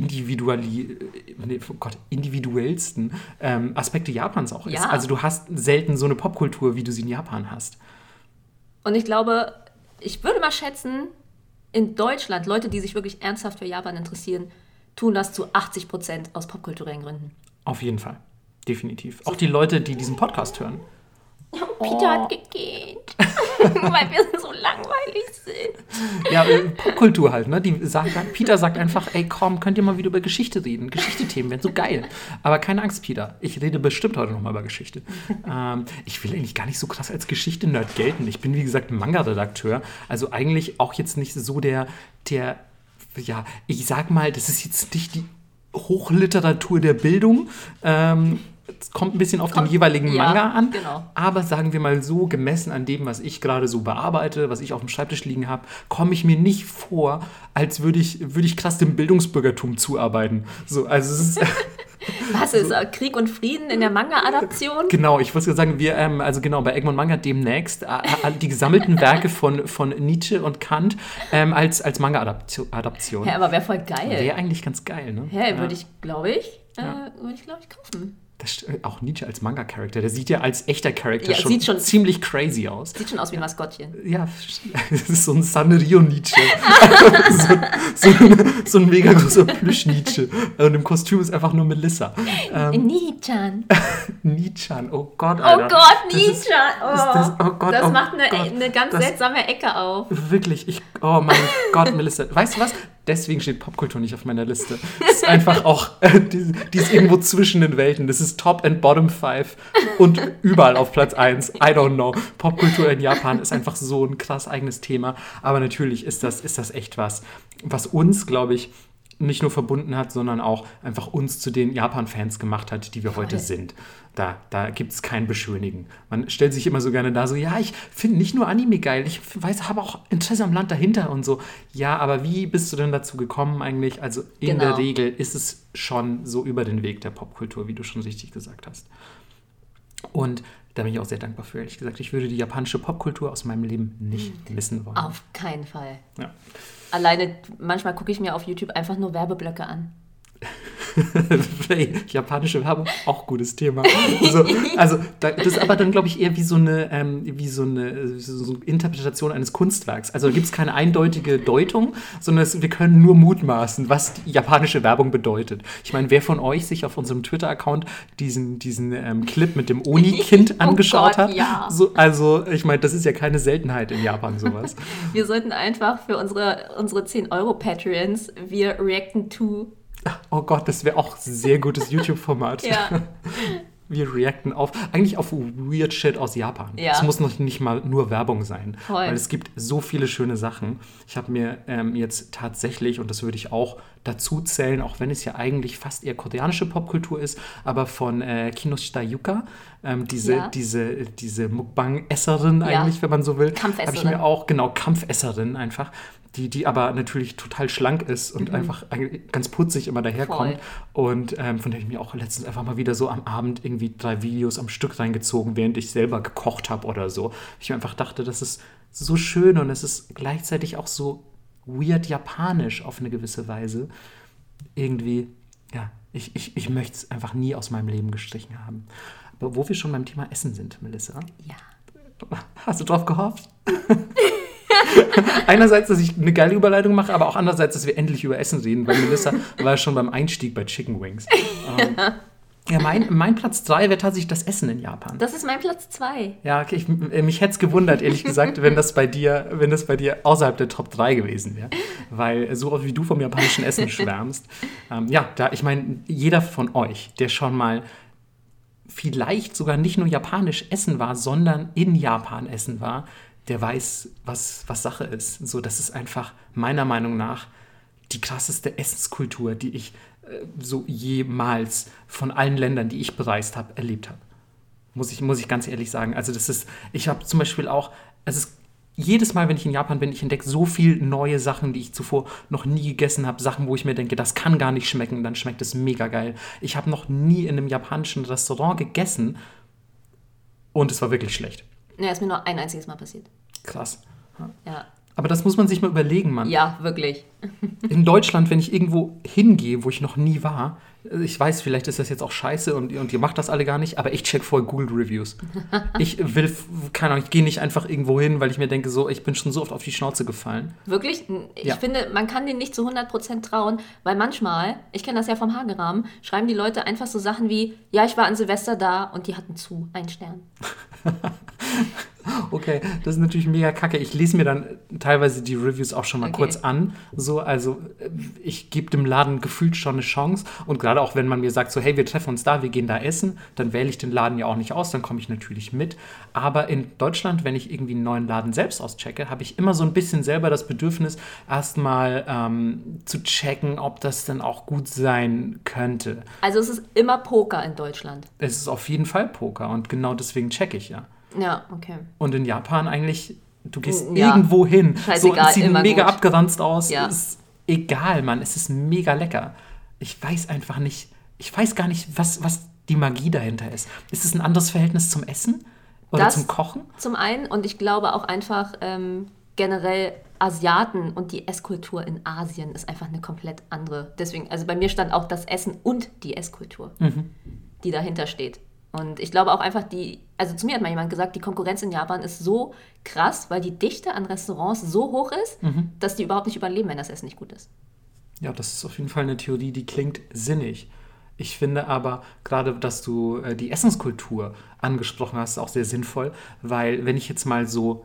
Speaker 2: individuellsten Aspekte Japans auch ist.
Speaker 1: Ja.
Speaker 2: Also du hast selten so eine Popkultur, wie du sie in Japan hast.
Speaker 1: Und ich glaube, ich würde mal schätzen, in Deutschland, Leute, die sich wirklich ernsthaft für Japan interessieren, tun das zu 80% aus popkulturellen Gründen.
Speaker 2: Auf jeden Fall. Definitiv. Auch die Leute, die diesen Podcast hören.
Speaker 1: Peter hat gegähnt, weil wir so langweilig sind.
Speaker 2: Ja, Popkultur halt, ne? Peter sagt einfach, ey komm, könnt ihr mal wieder über Geschichte reden? Geschichte-Themen wären so geil. Aber keine Angst, Peter. Ich rede bestimmt heute nochmal über Geschichte. Ich will eigentlich gar nicht so krass als Geschichte-Nerd gelten. Ich bin, wie gesagt, ein Manga-Redakteur. Also eigentlich auch jetzt nicht so der, ja, ich sag mal, das ist jetzt nicht die Hochliteratur der Bildung. Es kommt ein bisschen auf den jeweiligen Manga an,
Speaker 1: genau.
Speaker 2: Aber sagen wir mal so, gemessen an dem, was ich gerade so bearbeite, was ich auf dem Schreibtisch liegen habe, komme ich mir nicht vor, als würde ich krass dem Bildungsbürgertum zuarbeiten. So, also es ist...
Speaker 1: Was ist Krieg und Frieden in der Manga-Adaption?
Speaker 2: Genau, ich wollte sagen, bei Egmont Manga demnächst die gesammelten Werke von Nietzsche und Kant als Manga-Adaption.
Speaker 1: Ja, aber wäre voll geil.
Speaker 2: Wäre eigentlich ganz geil, ne?
Speaker 1: Ja, würde ich, glaube ich, kaufen.
Speaker 2: Auch Nietzsche als Manga-Charakter, der sieht ja als echter Charakter
Speaker 1: schon
Speaker 2: ziemlich crazy aus.
Speaker 1: Sieht schon aus wie ein Maskottchen.
Speaker 2: Ja, das ist so ein Sanrio-Nietzsche. so ein mega großer Plüsch-Nietzsche. Und im Kostüm ist einfach nur Melissa.
Speaker 1: Nichan.
Speaker 2: Nichan, oh Gott, Alter.
Speaker 1: Oh Gott, Nichan. Das macht eine ganz seltsame Ecke auf.
Speaker 2: Wirklich, oh mein Gott, Melissa. Weißt du was? Deswegen steht Popkultur nicht auf meiner Liste. Das ist einfach auch, die ist irgendwo zwischen den Welten. Das ist Top and Bottom 5 und überall auf Platz 1. I don't know. Popkultur in Japan ist einfach so ein krass eigenes Thema. Aber natürlich ist das echt was uns, glaube ich, nicht nur verbunden hat, sondern auch einfach uns zu den Japan-Fans gemacht hat, die wir heute sind. Da gibt es kein Beschönigen. Man stellt sich immer so gerne da so, ja, ich finde nicht nur Anime geil, ich habe auch Interesse am Land dahinter und so. Ja, aber wie bist du denn dazu gekommen eigentlich? Also in der Regel ist es schon so über den Weg der Popkultur, wie du schon richtig gesagt hast. Und da bin ich auch sehr dankbar für, ehrlich gesagt. Ich würde die japanische Popkultur aus meinem Leben nicht missen wollen.
Speaker 1: Auf keinen Fall.
Speaker 2: Ja.
Speaker 1: Alleine, manchmal gucke ich mir auf YouTube einfach nur Werbeblöcke an.
Speaker 2: Hey, japanische Werbung, auch gutes Thema. Das ist aber dann, glaube ich, eher wie so eine Interpretation eines Kunstwerks. Also da gibt es keine eindeutige Deutung, sondern wir können nur mutmaßen, was die japanische Werbung bedeutet. Ich meine, wer von euch sich auf unserem Twitter-Account diesen Clip mit dem Oni-Kind angeschaut hat?
Speaker 1: Ja.
Speaker 2: Also, ich meine, das ist ja keine Seltenheit in Japan, sowas.
Speaker 1: Wir sollten einfach für unsere 10 Euro Patreons, wir reacten to...
Speaker 2: Oh Gott, das wäre auch ein sehr gutes YouTube-Format.
Speaker 1: Ja.
Speaker 2: Wir reacten eigentlich auf weird Shit aus Japan.
Speaker 1: Ja.
Speaker 2: Es muss noch nicht mal nur Werbung sein.
Speaker 1: Voll.
Speaker 2: Weil es gibt so viele schöne Sachen. Ich habe mir jetzt tatsächlich, und das würde ich auch dazu zählen, auch wenn es ja eigentlich fast eher koreanische Popkultur ist, aber von Kinoshita Yuka, diese Mukbang-Esserin eigentlich, wenn man so will.
Speaker 1: Kampfesserin.
Speaker 2: Habe ich mir auch, Kampfesserin einfach. Die aber natürlich total schlank ist und einfach ganz putzig immer daherkommt. Voll. Und von der ich mir auch letztens einfach mal wieder so am Abend irgendwie 3 Videos am Stück reingezogen, während ich selber gekocht habe oder so. Ich mir einfach dachte, das ist so schön und es ist gleichzeitig auch so weird japanisch auf eine gewisse Weise. Irgendwie, ja, ich möchte es einfach nie aus meinem Leben gestrichen haben. Aber wo wir schon beim Thema Essen sind, Melissa.
Speaker 1: Ja.
Speaker 2: Hast du drauf gehofft? Einerseits, dass ich eine geile Überleitung mache, aber auch andererseits, dass wir endlich über Essen reden, weil Melissa war schon beim Einstieg bei Chicken Wings. Ja, mein Platz 3 wäre tatsächlich das Essen in Japan.
Speaker 1: Das ist mein Platz 2.
Speaker 2: Ja, okay, mich hätte es gewundert, ehrlich gesagt, wenn das bei dir außerhalb der Top 3 gewesen wäre. Weil so oft wie du vom japanischen Essen schwärmst. Ich meine, jeder von euch, der schon mal vielleicht sogar nicht nur japanisch essen war, sondern in Japan essen war, der weiß, was Sache ist. So, das ist einfach meiner Meinung nach die krasseste Essenskultur, die ich so jemals von allen Ländern, die ich bereist habe, erlebt habe. Muss ich ganz ehrlich sagen. Also ich habe zum Beispiel auch, jedes Mal, wenn ich in Japan bin, ich entdecke so viel neue Sachen, die ich zuvor noch nie gegessen habe. Sachen, wo ich mir denke, das kann gar nicht schmecken, dann schmeckt es mega geil. Ich habe noch nie in einem japanischen Restaurant gegessen und es war wirklich schlecht.
Speaker 1: Ja, ist mir nur ein einziges Mal passiert.
Speaker 2: Krass.
Speaker 1: Ja.
Speaker 2: Aber das muss man sich mal überlegen, Mann.
Speaker 1: Ja, wirklich.
Speaker 2: In Deutschland, wenn ich irgendwo hingehe, wo ich noch nie war, ich weiß, vielleicht ist das jetzt auch scheiße und ihr macht das alle gar nicht, aber ich check vorher Google Reviews. Ich will, keine Ahnung, ich gehe nicht einfach irgendwo hin, weil ich mir denke, so, ich bin schon so oft auf die Schnauze gefallen.
Speaker 1: Wirklich? Ich finde, man kann denen nicht zu 100% trauen, weil manchmal, ich kenne das ja vom Hagerahmen, schreiben die Leute einfach so Sachen wie, ja, ich war an Silvester da und die hatten zu, 1 Stern.
Speaker 2: Okay, das ist natürlich mega kacke. Ich lese mir dann teilweise die Reviews auch schon mal kurz an. So, also ich gebe dem Laden gefühlt schon eine Chance. Und gerade auch wenn man mir sagt, so hey, wir treffen uns da, wir gehen da essen, dann wähle ich den Laden ja auch nicht aus, dann komme ich natürlich mit. Aber in Deutschland, wenn ich irgendwie einen neuen Laden selbst auschecke, habe ich immer so ein bisschen selber das Bedürfnis, erstmal zu checken, ob das dann auch gut sein könnte.
Speaker 1: Also es ist immer Poker in Deutschland.
Speaker 2: Es ist auf jeden Fall Poker und genau deswegen checke ich ja.
Speaker 1: Ja, okay.
Speaker 2: Und in Japan eigentlich, du gehst irgendwo hin.
Speaker 1: Scheißegal,
Speaker 2: so, es sieht
Speaker 1: immer
Speaker 2: mega
Speaker 1: gut.
Speaker 2: abgeranzt aus.
Speaker 1: Ja.
Speaker 2: Ist egal, Mann. Es ist mega lecker. Ich weiß einfach nicht, ich weiß gar nicht, was die Magie dahinter ist. Ist es ein anderes Verhältnis zum Essen? Oder
Speaker 1: Das
Speaker 2: zum Kochen?
Speaker 1: Zum einen und ich glaube auch einfach generell Asiaten und die Esskultur in Asien ist einfach eine komplett andere. Deswegen, also bei mir stand auch das Essen und die Esskultur, die dahinter steht. Und ich glaube auch einfach also zu mir hat mal jemand gesagt, die Konkurrenz in Japan ist so krass, weil die Dichte an Restaurants so hoch ist, dass die überhaupt nicht überleben, wenn das Essen nicht gut ist.
Speaker 2: Ja, das ist auf jeden Fall eine Theorie, die klingt sinnig. Ich finde aber gerade, dass du die Essenskultur angesprochen hast, auch sehr sinnvoll, weil wenn ich jetzt mal so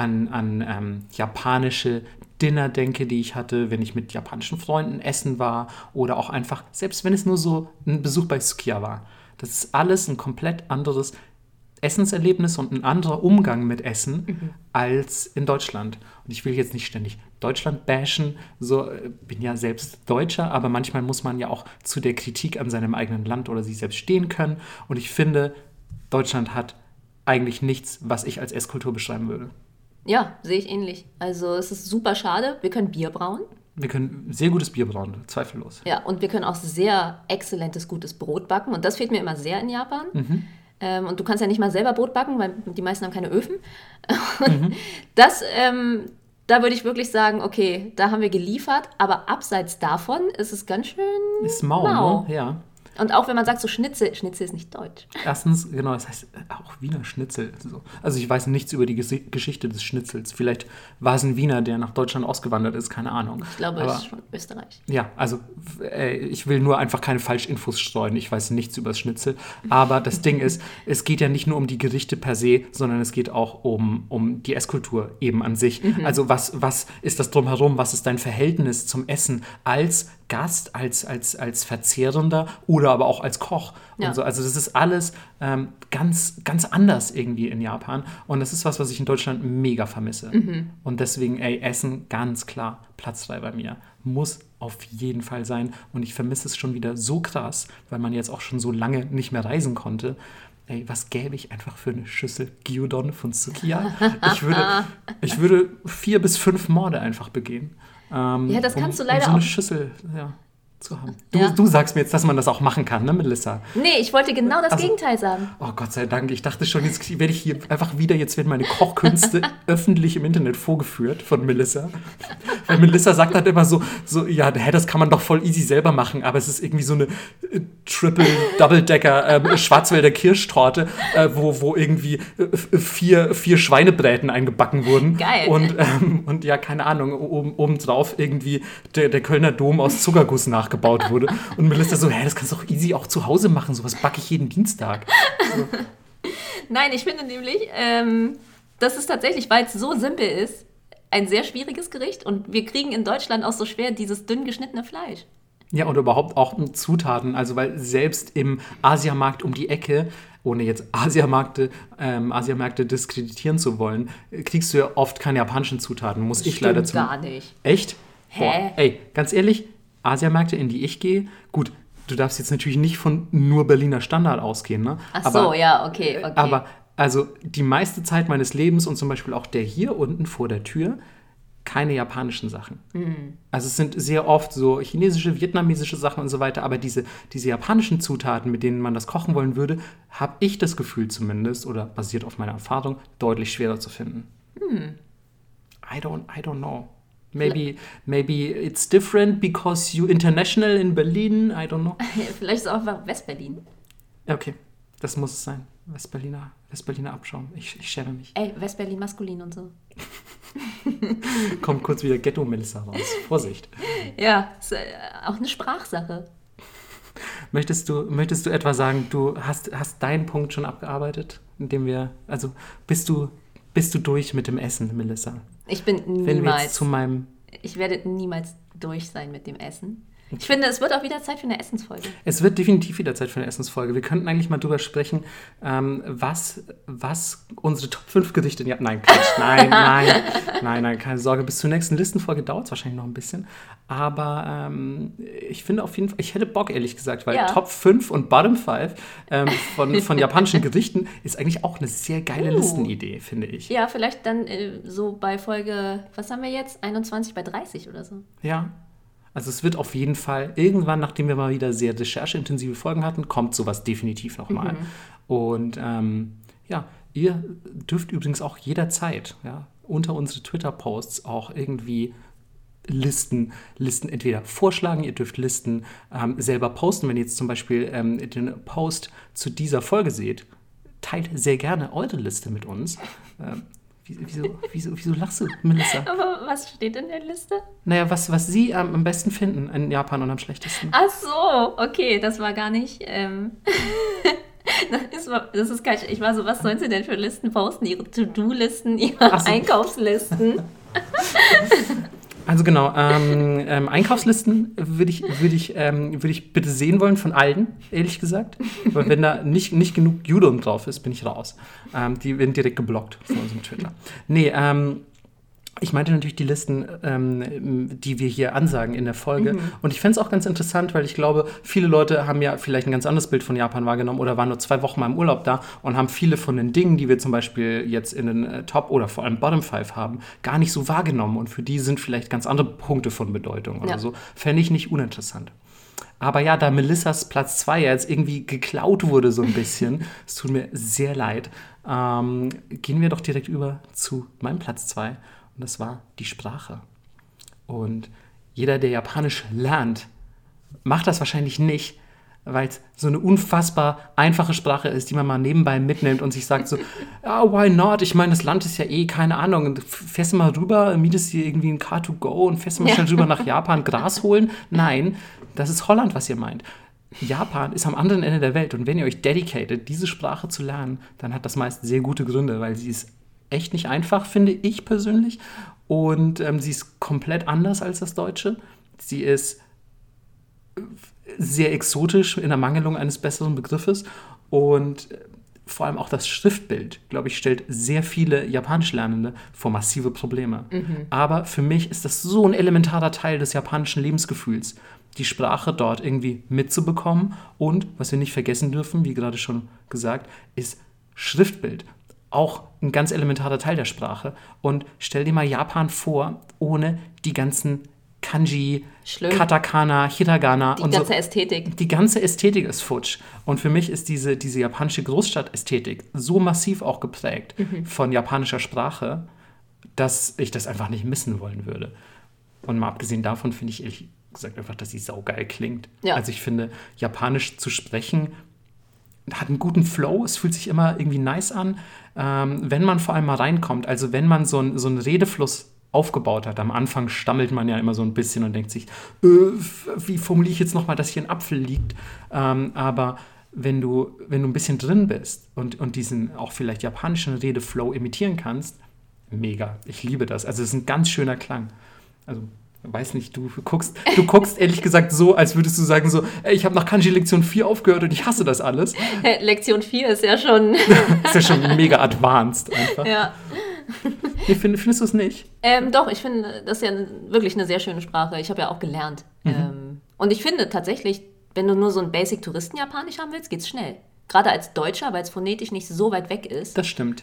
Speaker 2: an japanische Dinner denke, die ich hatte, wenn ich mit japanischen Freunden essen war oder auch einfach, selbst wenn es nur so ein Besuch bei Sukiya war, das ist alles ein komplett anderes Essenserlebnis und ein anderer Umgang mit Essen als in Deutschland. Und ich will jetzt nicht ständig Deutschland bashen, so bin ja selbst Deutscher, aber manchmal muss man ja auch zu der Kritik an seinem eigenen Land oder sich selbst stehen können. Und ich finde, Deutschland hat eigentlich nichts, was ich als Esskultur beschreiben würde.
Speaker 1: Ja, sehe ich ähnlich. Also es ist super schade. Wir können Bier brauen.
Speaker 2: Wir können sehr gutes Bier brauen, zweifellos.
Speaker 1: Ja, und wir können auch sehr exzellentes, gutes Brot backen. Und das fehlt mir immer sehr in Japan. Und du kannst ja nicht mal selber Brot backen, weil die meisten haben keine Öfen. Da würde ich wirklich sagen, okay, da haben wir geliefert. Aber abseits davon ist es ganz schön
Speaker 2: Ist mau. Ne? Ja.
Speaker 1: Und auch wenn man sagt, so Schnitzel ist nicht deutsch.
Speaker 2: Erstens, genau, das heißt auch Wiener Schnitzel. Also ich weiß nichts über die Geschichte des Schnitzels. Vielleicht war es ein Wiener, der nach Deutschland ausgewandert ist, keine Ahnung.
Speaker 1: Ich glaube, es ist schon Österreich.
Speaker 2: Ja, also ich will nur einfach keine Falschinfos streuen. Ich weiß nichts über das Schnitzel. Aber das Ding ist, es geht ja nicht nur um die Gerichte per se, sondern es geht auch um die Esskultur eben an sich. Also was ist das Drumherum? Was ist dein Verhältnis zum Essen als Gast, als Verzehrender oder aber auch als Koch.
Speaker 1: Ja.
Speaker 2: Und so. Also das ist alles ganz, ganz anders irgendwie in Japan. Und das ist was ich in Deutschland mega vermisse. Und deswegen, Essen, ganz klar, Platz 3 bei mir. Muss auf jeden Fall sein. Und ich vermisse es schon wieder so krass, weil man jetzt auch schon so lange nicht mehr reisen konnte. Was gäbe ich einfach für eine Schüssel Gyudon von Sukiya? Ich würde 4 bis 5 Morde einfach begehen.
Speaker 1: Ja, das kannst du leider
Speaker 2: so eine
Speaker 1: auch.
Speaker 2: Schüssel, zu haben. Du sagst mir jetzt, dass man das auch machen kann, ne, Melissa?
Speaker 1: Nee, ich wollte genau das Gegenteil sagen.
Speaker 2: Oh Gott sei Dank, ich dachte schon, jetzt werde ich hier einfach jetzt werden meine Kochkünste öffentlich im Internet vorgeführt von Melissa. Weil Melissa sagt dann immer so, ja, das kann man doch voll easy selber machen, aber es ist irgendwie so eine Double-Decker Schwarzwälder Kirschtorte, wo irgendwie 4 Schweinebräten eingebacken wurden.
Speaker 1: Geil.
Speaker 2: Und ja, keine Ahnung, obendrauf irgendwie der Kölner Dom aus Zuckerguss nachgebaut wurde. Und Melissa so, das kannst du doch easy auch zu Hause machen, sowas backe ich jeden Dienstag. So.
Speaker 1: Nein, ich finde nämlich, das ist tatsächlich, weil es so simpel ist, ein sehr schwieriges Gericht und wir kriegen in Deutschland auch so schwer dieses dünn geschnittene Fleisch.
Speaker 2: Ja, oder überhaupt auch Zutaten, also weil selbst im Asiamarkt um die Ecke, ohne jetzt Asiamärkte diskreditieren zu wollen, kriegst du ja oft keine japanischen Zutaten, muss ich leider zu.
Speaker 1: Gar nicht.
Speaker 2: Echt?
Speaker 1: Hä?
Speaker 2: Boah, ganz ehrlich, Asiamärkte, in die ich gehe, gut, du darfst jetzt natürlich nicht von nur Berliner Standard ausgehen, ne?
Speaker 1: Ach so, ja, okay.
Speaker 2: Aber also die meiste Zeit meines Lebens und zum Beispiel auch der hier unten vor der Tür, keine japanischen Sachen. Also es sind sehr oft so chinesische, vietnamesische Sachen und so weiter, aber diese japanischen Zutaten, mit denen man das kochen wollen würde, habe ich das Gefühl zumindest, oder basiert auf meiner Erfahrung, deutlich schwerer zu finden. I don't know. Maybe it's different because you international in Berlin, I don't know.
Speaker 1: Vielleicht ist es auch Westberlin.
Speaker 2: Okay, das muss es sein. Westberliner Abschaum. Ich schäme mich.
Speaker 1: Ey, Westberlin maskulin und so.
Speaker 2: Kommt kurz wieder Ghetto-Melissa raus. Vorsicht.
Speaker 1: Ja, ist auch eine Sprachsache.
Speaker 2: Möchtest du etwa sagen, du hast deinen Punkt schon abgearbeitet, indem bist du durch mit dem Essen, Melissa?
Speaker 1: Ich bin niemals.
Speaker 2: Wenn wir jetzt
Speaker 1: ich werde niemals durch sein mit dem Essen. Ich finde, es wird auch wieder Zeit für eine Essensfolge.
Speaker 2: Es wird definitiv wieder Zeit für eine Essensfolge. Wir könnten eigentlich mal drüber sprechen, was unsere Top 5 Gerichte... Ja, nein, Quatsch. Nein, keine Sorge. Bis zur nächsten Listenfolge dauert es wahrscheinlich noch ein bisschen. Aber ich finde auf jeden Fall... Ich hätte Bock, ehrlich gesagt, weil Top 5 und Bottom 5 von japanischen Gerichten ist eigentlich auch eine sehr geile Listenidee, finde ich.
Speaker 1: Ja, vielleicht dann so bei Folge... Was haben wir jetzt? 21 bei 30 oder so.
Speaker 2: Ja. Also es wird auf jeden Fall, irgendwann, nachdem wir mal wieder sehr rechercheintensive Folgen hatten, kommt sowas definitiv nochmal. Und ihr dürft übrigens auch jederzeit unter unsere Twitter-Posts auch irgendwie Listen entweder vorschlagen, ihr dürft Listen selber posten. Wenn ihr jetzt zum Beispiel den Post zu dieser Folge seht, teilt sehr gerne eure Liste mit uns. Wieso lachst du, Melissa?
Speaker 1: Aber was steht in der Liste?
Speaker 2: Naja, was Sie am besten finden in Japan und am schlechtesten.
Speaker 1: Ach so, okay, das war gar nicht... Das ist kein... Ich war so, was sollen Sie denn für Listen posten? Ihre To-Do-Listen, Ihre Einkaufslisten?
Speaker 2: Also genau, Einkaufslisten würde ich bitte sehen wollen von allen, ehrlich gesagt. Weil wenn da nicht genug Udon drauf ist, bin ich raus. Die werden direkt geblockt von unserem Twitter. Nee, ich meinte natürlich die Listen, die wir hier ansagen in der Folge. Und ich fände es auch ganz interessant, weil ich glaube, viele Leute haben ja vielleicht ein ganz anderes Bild von Japan wahrgenommen oder waren nur 2 Wochen mal im Urlaub da und haben viele von den Dingen, die wir zum Beispiel jetzt in den Top oder vor allem Bottom 5 haben, gar nicht so wahrgenommen. Und für die sind vielleicht ganz andere Punkte von Bedeutung oder so. Fände ich nicht uninteressant. Aber ja, da Melissas Platz 2 jetzt irgendwie geklaut wurde so ein bisschen, es tut mir sehr leid, gehen wir doch direkt über zu meinem Platz 2. Und das war die Sprache. Und jeder, der Japanisch lernt, macht das wahrscheinlich nicht, weil es so eine unfassbar einfache Sprache ist, die man mal nebenbei mitnimmt und sich sagt so, why not? Ich meine, das Land ist ja keine Ahnung. Fährst du mal rüber, mietest dir irgendwie ein Car2Go und fährst du mal schnell rüber nach Japan Gras holen? Nein, das ist Holland, was ihr meint. Japan ist am anderen Ende der Welt. Und wenn ihr euch dedicated, diese Sprache zu lernen, dann hat das meist sehr gute Gründe, weil sie ist echt nicht einfach, finde ich persönlich. Und sie ist komplett anders als das Deutsche. Sie ist sehr exotisch in der Mangelung eines besseren Begriffes. Und vor allem auch das Schriftbild, glaube ich, stellt sehr viele Japanischlernende vor massive Probleme. Aber für mich ist das so ein elementarer Teil des japanischen Lebensgefühls, die Sprache dort irgendwie mitzubekommen. Und, was wir nicht vergessen dürfen, wie gerade schon gesagt, ist Schriftbild. Auch ein ganz elementarer Teil der Sprache. Und stell dir mal Japan vor, ohne die ganzen Kanji, Katakana, Hiragana und so. Die ganze
Speaker 1: Ästhetik.
Speaker 2: Die ganze Ästhetik ist futsch. Und für mich ist diese japanische Großstadtästhetik so massiv auch geprägt von japanischer Sprache, dass ich das einfach nicht missen wollen würde. Und mal abgesehen davon finde ich ehrlich gesagt einfach, dass sie saugeil klingt. Ja. Also ich finde, Japanisch zu sprechen hat einen guten Flow, es fühlt sich immer irgendwie nice an, wenn man vor allem mal reinkommt. Also wenn man so einen Redefluss aufgebaut hat. Am Anfang stammelt man ja immer so ein bisschen und denkt sich, wie formuliere ich jetzt nochmal, dass hier ein Apfel liegt? Aber wenn du ein bisschen drin bist und diesen auch vielleicht japanischen Redeflow imitieren kannst, mega. Ich liebe das. Also es ist ein ganz schöner Klang. Also weiß nicht, du guckst ehrlich gesagt so, als würdest du sagen so, ich habe nach Kanji Lektion 4 aufgehört und ich hasse das alles.
Speaker 1: Lektion 4 ist ja schon...
Speaker 2: ist ja schon mega advanced einfach.
Speaker 1: Ja.
Speaker 2: Nee, findest du es nicht?
Speaker 1: Doch, ich finde, das ist ja wirklich eine sehr schöne Sprache. Ich habe ja auch gelernt. Und ich finde tatsächlich, wenn du nur so ein Basic-Touristen-Japanisch haben willst, geht's schnell. Gerade als Deutscher, weil es phonetisch nicht so weit weg ist.
Speaker 2: Das stimmt, ja.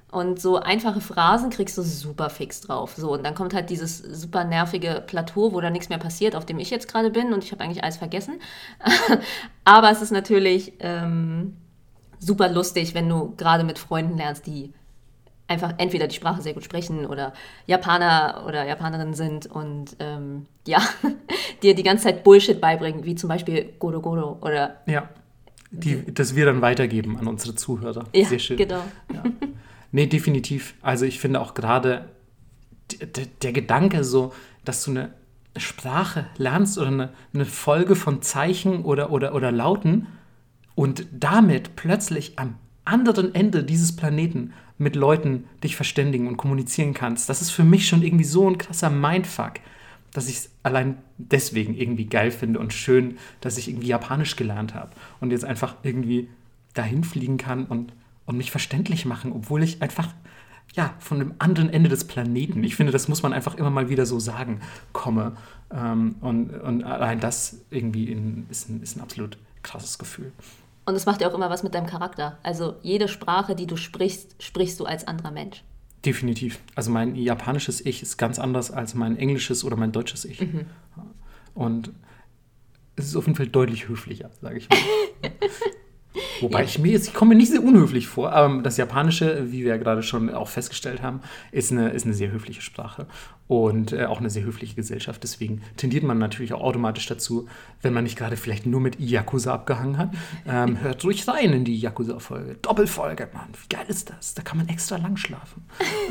Speaker 1: Und so einfache Phrasen kriegst du super fix drauf. So, und dann kommt halt dieses super nervige Plateau, wo da nichts mehr passiert, auf dem ich jetzt gerade bin und ich habe eigentlich alles vergessen. Aber es ist natürlich super lustig, wenn du gerade mit Freunden lernst, die einfach entweder die Sprache sehr gut sprechen oder Japaner oder Japanerinnen sind und dir die ganze Zeit Bullshit beibringen, wie zum Beispiel Goro Goro oder...
Speaker 2: Ja, das wir dann weitergeben an unsere Zuhörer.
Speaker 1: Ja,
Speaker 2: sehr schön.
Speaker 1: Genau.
Speaker 2: Ja. Nee, definitiv. Also ich finde auch gerade der Gedanke so, dass du eine Sprache lernst oder eine Folge von Zeichen oder Lauten und damit plötzlich am anderen Ende dieses Planeten mit Leuten dich verständigen und kommunizieren kannst. Das ist für mich schon irgendwie so ein krasser Mindfuck, dass ich es allein deswegen irgendwie geil finde und schön, dass ich irgendwie Japanisch gelernt habe und jetzt einfach irgendwie dahin fliegen kann und mich verständlich machen, obwohl ich einfach von dem anderen Ende des Planeten, ich finde, das muss man einfach immer mal wieder so sagen, komme. Und allein das irgendwie ist ein absolut krasses Gefühl.
Speaker 1: Und es macht ja auch immer was mit deinem Charakter. Also jede Sprache, die du sprichst, sprichst du als anderer Mensch.
Speaker 2: Definitiv. Also mein japanisches Ich ist ganz anders als mein englisches oder mein deutsches Ich. Mhm. Und es ist auf jeden Fall deutlich höflicher, sage ich mal. Wobei ich komme mir nicht sehr unhöflich vor, aber das Japanische, wie wir ja gerade schon auch festgestellt haben, ist eine sehr höfliche Sprache und auch eine sehr höfliche Gesellschaft. Deswegen tendiert man natürlich auch automatisch dazu, wenn man nicht gerade vielleicht nur mit Yakuza abgehangen hat, hört ruhig rein in die Yakuza-Folge. Doppelfolge, Mann, wie geil ist das? Da kann man extra lang schlafen.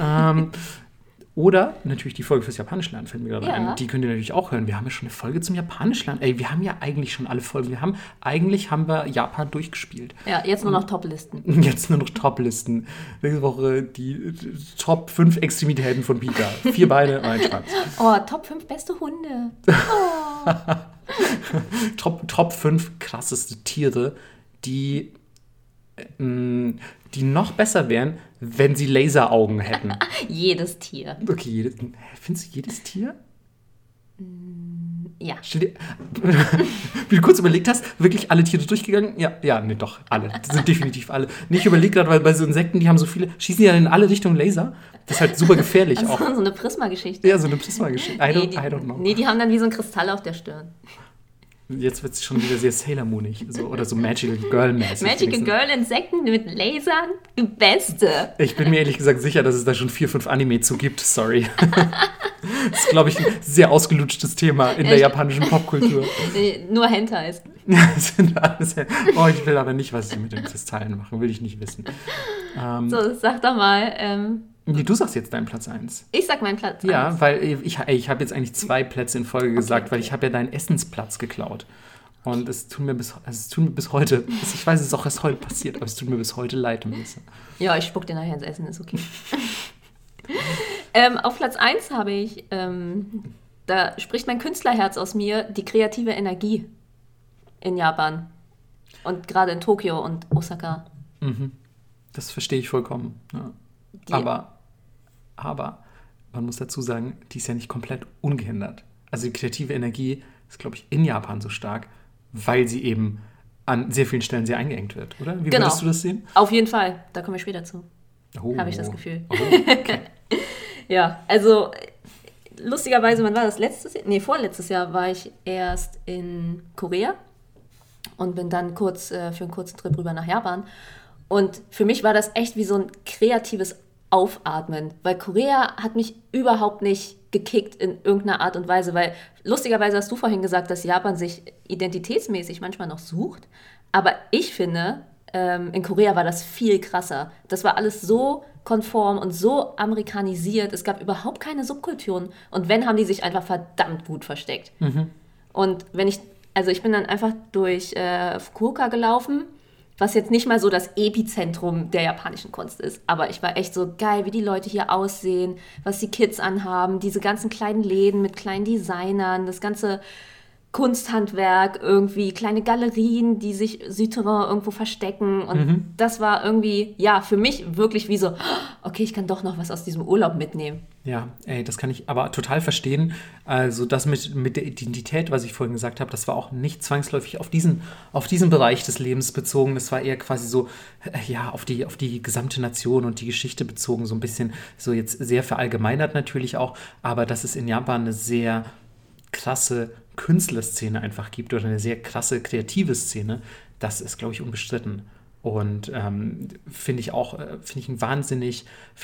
Speaker 2: Oder natürlich die Folge fürs Japanisch lernen, fällt mir gerade ein. Die könnt ihr natürlich auch hören. Wir haben ja schon eine Folge zum Japanisch lernen. Ey, wir haben ja eigentlich schon alle Folgen. Eigentlich haben wir Japan durchgespielt.
Speaker 1: Ja, jetzt nur noch Top-Listen.
Speaker 2: Jetzt nur noch Top-Listen. Nächste Woche die Top 5 Extremitäten von Pika. 4 Beine, ein Schwanz.
Speaker 1: Oh, Top 5 beste Hunde. Oh.
Speaker 2: Top 5 krasseste Tiere, die noch besser wären, wenn sie Laseraugen hätten.
Speaker 1: Jedes Tier.
Speaker 2: Okay, findest du jedes Tier?
Speaker 1: Ja.
Speaker 2: Wie du kurz überlegt hast, wirklich alle Tiere durchgegangen? Ja, nee, doch, alle. Das sind definitiv alle. Nee, ich überlege gerade, weil bei so Insekten, die haben so viele, schießen die dann in alle Richtungen Laser? Das ist halt super gefährlich auch.
Speaker 1: So eine Prisma-Geschichte.
Speaker 2: Ja, so eine Prisma-Geschichte. I don't know.
Speaker 1: Nee, die haben dann wie so ein Kristall auf der Stirn.
Speaker 2: Jetzt wird es schon wieder sehr Sailor Moonig oder so Magical Girl-mäßig.
Speaker 1: Magical Girl-Insekten mit Lasern, die Beste.
Speaker 2: Ich bin mir ehrlich gesagt sicher, dass es da schon 4, 5 Anime zu gibt. Sorry. Das ist, glaube ich, ein sehr ausgelutschtes Thema in der japanischen Popkultur.
Speaker 1: Nur Hentais.
Speaker 2: Ich will aber nicht, was sie mit den Kristallen machen. Will ich nicht wissen.
Speaker 1: So, sag doch mal...
Speaker 2: Nee, du sagst jetzt deinen Platz 1.
Speaker 1: Ich sag meinen Platz 1.
Speaker 2: Ja, weil ich habe jetzt eigentlich 2 Plätze in Folge gesagt, weil ich habe ja deinen Essensplatz geklaut. Und es tut mir bis heute, ich weiß, es ist auch erst heute passiert, aber es tut mir bis heute leid.
Speaker 1: Ja, ich spuck dir nachher ins Essen, ist okay. Auf Platz 1 habe ich, da spricht mein Künstlerherz aus mir, die kreative Energie in Japan. Und gerade in Tokio und Osaka.
Speaker 2: Mhm. Das verstehe ich vollkommen. Ja. Aber man muss dazu sagen, die ist ja nicht komplett ungehindert. Also die kreative Energie ist, glaube ich, in Japan so stark, weil sie eben an sehr vielen Stellen sehr eingeengt wird, oder? Wie würdest du das sehen?
Speaker 1: Auf jeden Fall. Da kommen wir später zu. Habe ich das Gefühl. Okay. Ja, also lustigerweise, wann war das? Vorletztes Jahr war ich erst in Korea und bin dann für einen kurzen Trip rüber nach Japan. Und für mich war das echt wie so ein kreatives Aufatmen, weil Korea hat mich überhaupt nicht gekickt in irgendeiner Art und Weise, weil lustigerweise hast du vorhin gesagt, dass Japan sich identitätsmäßig manchmal noch sucht, aber ich finde, in Korea war das viel krasser. Das war alles so konform und so amerikanisiert, es gab überhaupt keine Subkulturen und wenn, haben die sich einfach verdammt gut versteckt. Mhm. Und ich bin dann einfach durch Fukuoka gelaufen, was jetzt nicht mal so das Epizentrum der japanischen Kunst ist. Aber ich war echt so geil, wie die Leute hier aussehen, was die Kids anhaben, diese ganzen kleinen Läden mit kleinen Designern, das ganze Kunsthandwerk, irgendwie kleine Galerien, die sich Souterrain irgendwo verstecken. Und das war irgendwie, ja, für mich wirklich wie so, okay, ich kann doch noch was aus diesem Urlaub mitnehmen.
Speaker 2: Ja, das kann ich aber total verstehen. Also das mit der Identität, was ich vorhin gesagt habe, das war auch nicht zwangsläufig auf diesen Bereich des Lebens bezogen. Das war eher quasi so, auf die gesamte Nation und die Geschichte bezogen. So ein bisschen, so jetzt sehr verallgemeinert natürlich auch. Aber dass es in Japan eine sehr krasse Künstlerszene einfach gibt oder eine sehr krasse kreative Szene, das ist, glaube ich, unbestritten. Und finde ich einen wahnsinnig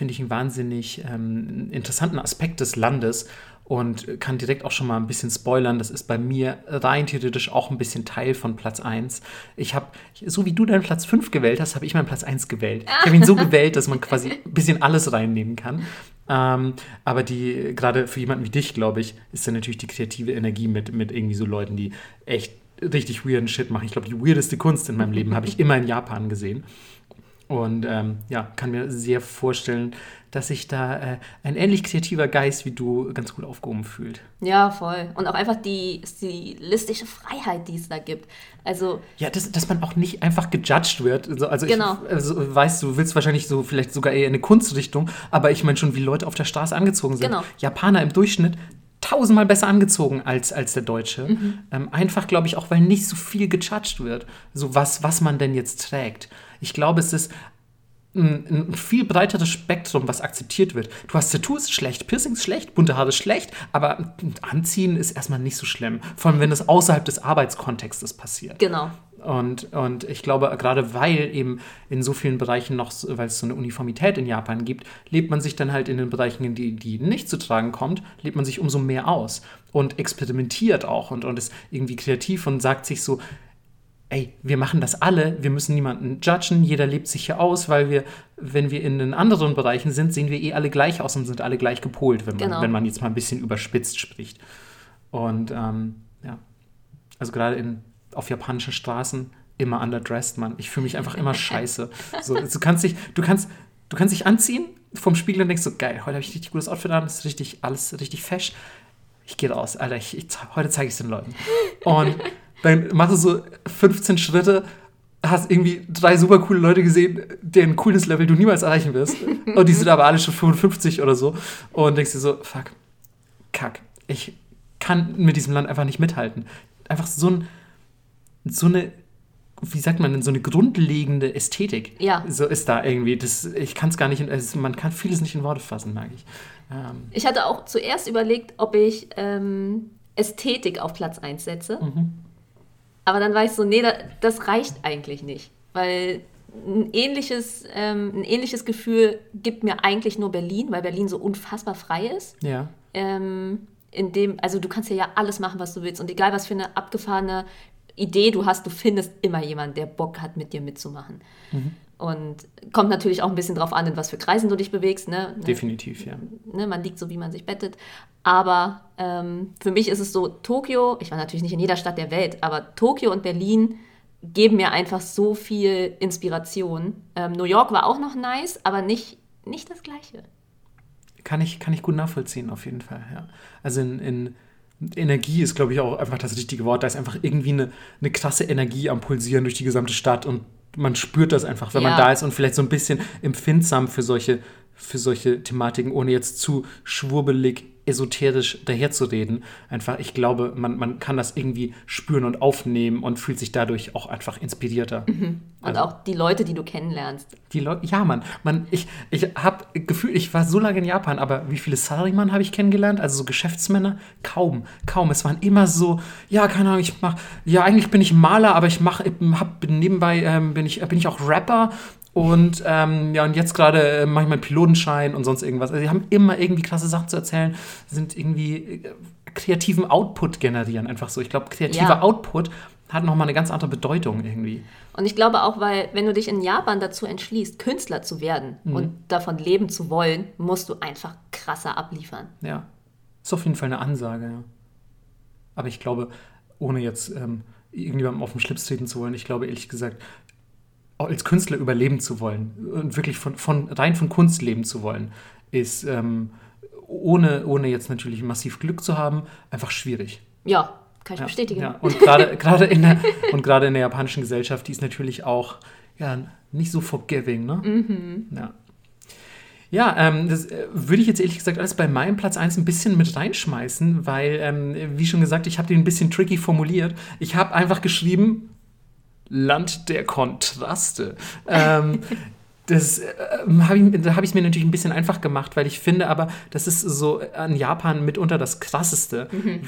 Speaker 2: interessanten Aspekt des Landes und kann direkt auch schon mal ein bisschen spoilern. Das ist bei mir rein theoretisch auch ein bisschen Teil von Platz 1. So wie du deinen Platz 5 gewählt hast, habe ich meinen Platz 1 gewählt. Ich habe ihn so gewählt, dass man quasi ein bisschen alles reinnehmen kann. Aber gerade für jemanden wie dich, glaube ich, ist dann natürlich die kreative Energie mit irgendwie so Leuten, die echt richtig weirden Shit machen. Ich glaube, die weirdeste Kunst in meinem Leben habe ich immer in Japan gesehen. Und kann mir sehr vorstellen, dass sich da ein ähnlich kreativer Geist wie du ganz gut aufgehoben fühlt.
Speaker 1: Ja, voll. Und auch einfach die stilistische Freiheit, die es da gibt. Also
Speaker 2: ja, dass man auch nicht einfach gejudged wird. Also
Speaker 1: genau.
Speaker 2: Weißt du, willst wahrscheinlich so vielleicht sogar eher in eine Kunstrichtung, aber ich meine schon, wie Leute auf der Straße angezogen sind.
Speaker 1: Genau.
Speaker 2: Japaner im Durchschnitt 1000-mal besser angezogen als der Deutsche. Einfach, glaube ich, auch, weil nicht so viel gejudged wird. So was man denn jetzt trägt. Ich glaube, es ist ein viel breiteres Spektrum, was akzeptiert wird. Du hast Tattoos, schlecht, Piercings, schlecht, bunte Haare, schlecht, aber Anziehen ist erstmal nicht so schlimm. Vor allem, wenn es außerhalb des Arbeitskontextes passiert.
Speaker 1: Genau.
Speaker 2: Und ich glaube, gerade weil eben in so vielen Bereichen noch, weil es so eine Uniformität in Japan gibt, lebt man sich dann halt in den Bereichen, in die nicht zu tragen kommt, lebt man sich umso mehr aus und experimentiert auch und ist irgendwie kreativ und sagt sich so, ey, wir machen das alle, wir müssen niemanden judgen, jeder lebt sich hier aus, weil wenn wir in den anderen Bereichen sind, sehen wir alle gleich aus und sind alle gleich gepolt, wenn man jetzt mal ein bisschen überspitzt spricht. Und also gerade auf japanischen Straßen immer underdressed, Mann. Ich fühle mich einfach immer scheiße. So, du kannst dich anziehen vom Spiegel und denkst so, geil, heute habe ich ein richtig gutes Outfit an, ist alles richtig fesch. Ich gehe raus, Alter, heute zeige ich es den Leuten. Und dann machst du so 15 Schritte, hast irgendwie 3 super coole Leute gesehen, deren Coolness-Level du niemals erreichen wirst. Und die sind aber alle schon 55 oder so. Und denkst dir so, fuck, kack, ich kann mit diesem Land einfach nicht mithalten. Einfach so eine, wie sagt man denn, so eine grundlegende Ästhetik.
Speaker 1: Ja.
Speaker 2: So ist da irgendwie. Ich kann es gar nicht, man kann vieles nicht in Worte fassen, merke ich.
Speaker 1: Ich hatte auch zuerst überlegt, ob ich Ästhetik auf Platz 1 setze. Aber dann war ich so, nee, das reicht eigentlich nicht. Weil ein ähnliches Gefühl gibt mir eigentlich nur Berlin, weil Berlin so unfassbar frei ist.
Speaker 2: Ja.
Speaker 1: Also du kannst ja alles machen, was du willst. Und egal, was für eine abgefahrene Idee du hast, du findest immer jemanden, der Bock hat, mit dir mitzumachen. Und kommt natürlich auch ein bisschen drauf an, in was für Kreisen du dich bewegst. Ne?
Speaker 2: Definitiv, ja.
Speaker 1: Ne? Man liegt so, wie man sich bettet. Aber für mich ist es so, Tokio, ich war natürlich nicht in jeder Stadt der Welt, aber Tokio und Berlin geben mir einfach so viel Inspiration. New York war auch noch nice, aber nicht das Gleiche.
Speaker 2: Kann ich gut nachvollziehen, auf jeden Fall, ja. Also in Energie ist, glaube ich, auch einfach das richtige Wort. Da ist einfach irgendwie eine krasse Energie am Pulsieren durch die gesamte Stadt und man spürt das einfach, wenn man da ist und vielleicht so ein bisschen empfindsam für solche Thematiken, ohne jetzt zu schwurbelig, esoterisch daherzureden. Einfach, ich glaube, man kann das irgendwie spüren und aufnehmen und fühlt sich dadurch auch einfach inspirierter.
Speaker 1: Und also, auch die Leute, die du kennenlernst.
Speaker 2: Ja, Mann. Ich habe Gefühl, ich war so lange in Japan, aber wie viele Salaryman habe ich kennengelernt? Also so Geschäftsmänner? Kaum. Es waren immer so, ja, keine Ahnung, eigentlich bin ich Maler, aber nebenbei bin ich auch Rapper. Und und jetzt gerade mache ich meinen Pilotenschein und sonst irgendwas. Also die haben immer irgendwie krasse Sachen zu erzählen, sind irgendwie kreativen Output generieren, einfach so. Ich glaube, kreativer Output hat nochmal eine ganz andere Bedeutung irgendwie.
Speaker 1: Und ich glaube auch, weil wenn du dich in Japan dazu entschließt, Künstler zu werden und davon leben zu wollen, musst du einfach krasser abliefern.
Speaker 2: Ja, ist auf jeden Fall eine Ansage, ja. Aber ich glaube, ohne jetzt irgendjemandem auf den Schlips treten zu wollen, ich glaube ehrlich gesagt, auch als Künstler überleben zu wollen und wirklich rein von Kunst leben zu wollen, ist ohne jetzt natürlich massiv Glück zu haben, einfach schwierig.
Speaker 1: Ja, Kann ich bestätigen.
Speaker 2: Ja. Und gerade in der japanischen Gesellschaft, die ist natürlich auch nicht so forgiving, ne?
Speaker 1: Mhm.
Speaker 2: Ja. Ja, das würde ich jetzt ehrlich gesagt alles bei meinem Platz 1 ein bisschen mit reinschmeißen, weil, wie schon gesagt, ich habe den ein bisschen tricky formuliert. Ich habe einfach geschrieben, Land der Kontraste. Da habe ich es mir natürlich ein bisschen einfach gemacht, weil ich finde aber, das ist so an Japan mitunter das Krasseste,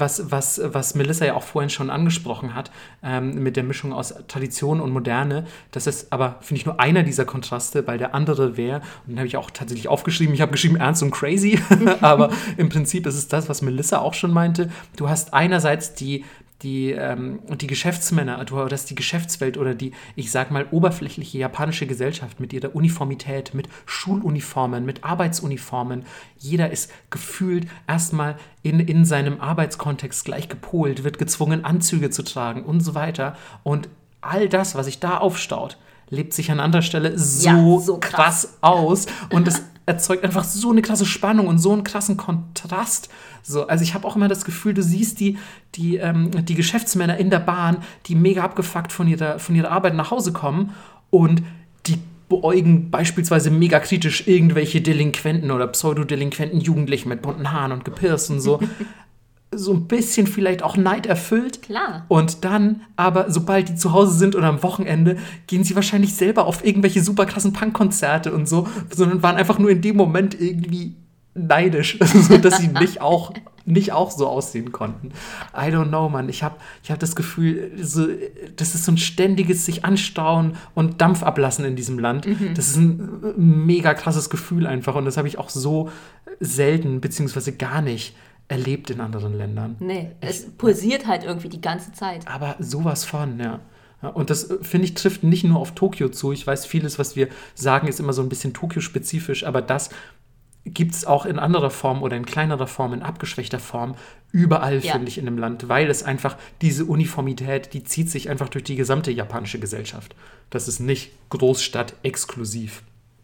Speaker 2: was Melissa ja auch vorhin schon angesprochen hat, mit der Mischung aus Tradition und Moderne. Das ist aber, finde ich, nur einer dieser Kontraste, weil der andere wäre, und den habe ich auch tatsächlich aufgeschrieben, ich habe geschrieben ernst und crazy, aber im Prinzip ist es das, was Melissa auch schon meinte. Du hast einerseits die Geschäftsmänner, oder die Geschäftswelt oder die, ich sag mal, oberflächliche japanische Gesellschaft mit ihrer Uniformität, mit Schuluniformen, mit Arbeitsuniformen. Jeder ist gefühlt erstmal in seinem Arbeitskontext gleich gepolt, wird gezwungen, Anzüge zu tragen und so weiter. Und all das, was sich da aufstaut, lebt sich an anderer Stelle so krass aus. Und es erzeugt einfach so eine krasse Spannung und so einen krassen Kontrast. So, also ich habe auch immer das Gefühl, du siehst die Geschäftsmänner in der Bahn, die mega abgefuckt von ihrer Arbeit nach Hause kommen und die beäugen beispielsweise mega kritisch irgendwelche Delinquenten oder Pseudodelinquenten Jugendlichen mit bunten Haaren und Gepirst und so. So ein bisschen vielleicht auch Neid erfüllt.
Speaker 1: Klar.
Speaker 2: Und dann aber, sobald die zu Hause sind oder am Wochenende, gehen sie wahrscheinlich selber auf irgendwelche super krassen Punkkonzerte und so, sondern waren einfach nur in dem Moment irgendwie neidisch, sodass sie nicht auch so aussehen konnten. I don't know, Mann. Ich hab das Gefühl, das ist so ein ständiges sich anstauen und Dampf ablassen in diesem Land. Das ist ein mega krasses Gefühl einfach und das habe ich auch so selten, beziehungsweise gar nicht erlebt in anderen Ländern.
Speaker 1: Nee, es pulsiert halt irgendwie die ganze Zeit.
Speaker 2: Aber sowas von, ja. Und das, finde ich, trifft nicht nur auf Tokio zu. Ich weiß, vieles, was wir sagen, ist immer so ein bisschen Tokio-spezifisch, aber das gibt es auch in anderer Form oder in kleinerer Form, in abgeschwächter Form, überall, finde ich, in dem Land, weil es einfach diese Uniformität, die zieht sich einfach durch die gesamte japanische Gesellschaft. Das ist nicht Großstadt exklusiv.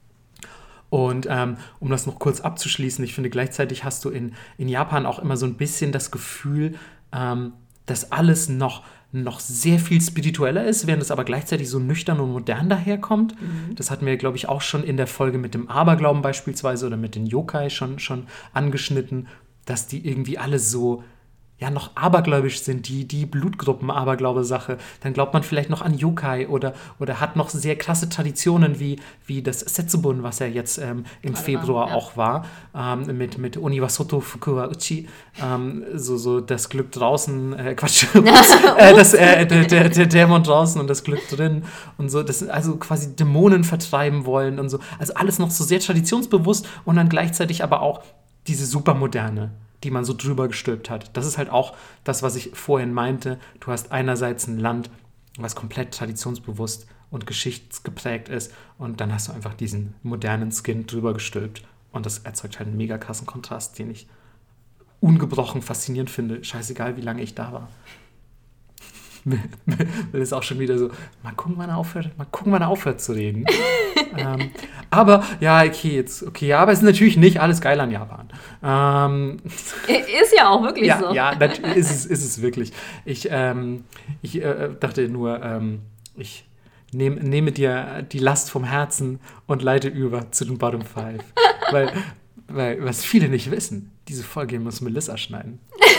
Speaker 2: Und um das noch kurz abzuschließen, ich finde, gleichzeitig hast du in Japan auch immer so ein bisschen das Gefühl, dass alles noch sehr viel spiritueller ist, während es aber gleichzeitig so nüchtern und modern daherkommt. Das hatten wir, glaube ich, auch schon in der Folge mit dem Aberglauben beispielsweise oder mit den Yokai schon angeschnitten, dass die irgendwie alle so noch abergläubisch sind, die Blutgruppen-Aberglaube-Sache, dann glaubt man vielleicht noch an Yokai oder hat noch sehr krasse Traditionen wie das Setsubun, was ja jetzt im Februar auch war, mit Oniwasoto Fukuwa Uchi, so das Glück draußen, der Dämon draußen und das Glück drin und so, das also quasi Dämonen vertreiben wollen und so, also alles noch so sehr traditionsbewusst und dann gleichzeitig aber auch diese supermoderne, die man so drüber gestülpt hat. Das ist halt auch das, was ich vorhin meinte. Du hast einerseits ein Land, was komplett traditionsbewusst und geschichtsgeprägt ist und dann hast du einfach diesen modernen Skin drüber gestülpt und das erzeugt halt einen mega krassen Kontrast, den ich ungebrochen faszinierend finde. Scheißegal, wie lange ich da war. Das ist auch schon wieder so, mal gucken, wann er aufhört zu reden. Aber, ja, okay, aber es ist natürlich nicht alles geil an Japan.
Speaker 1: Ist ja auch wirklich so.
Speaker 2: Ja, ist es wirklich. Ich dachte nur, ich nehme dir die Last vom Herzen und leite über zu den Bottom 5. Weil, was viele nicht wissen, diese Folge muss Melissa schneiden.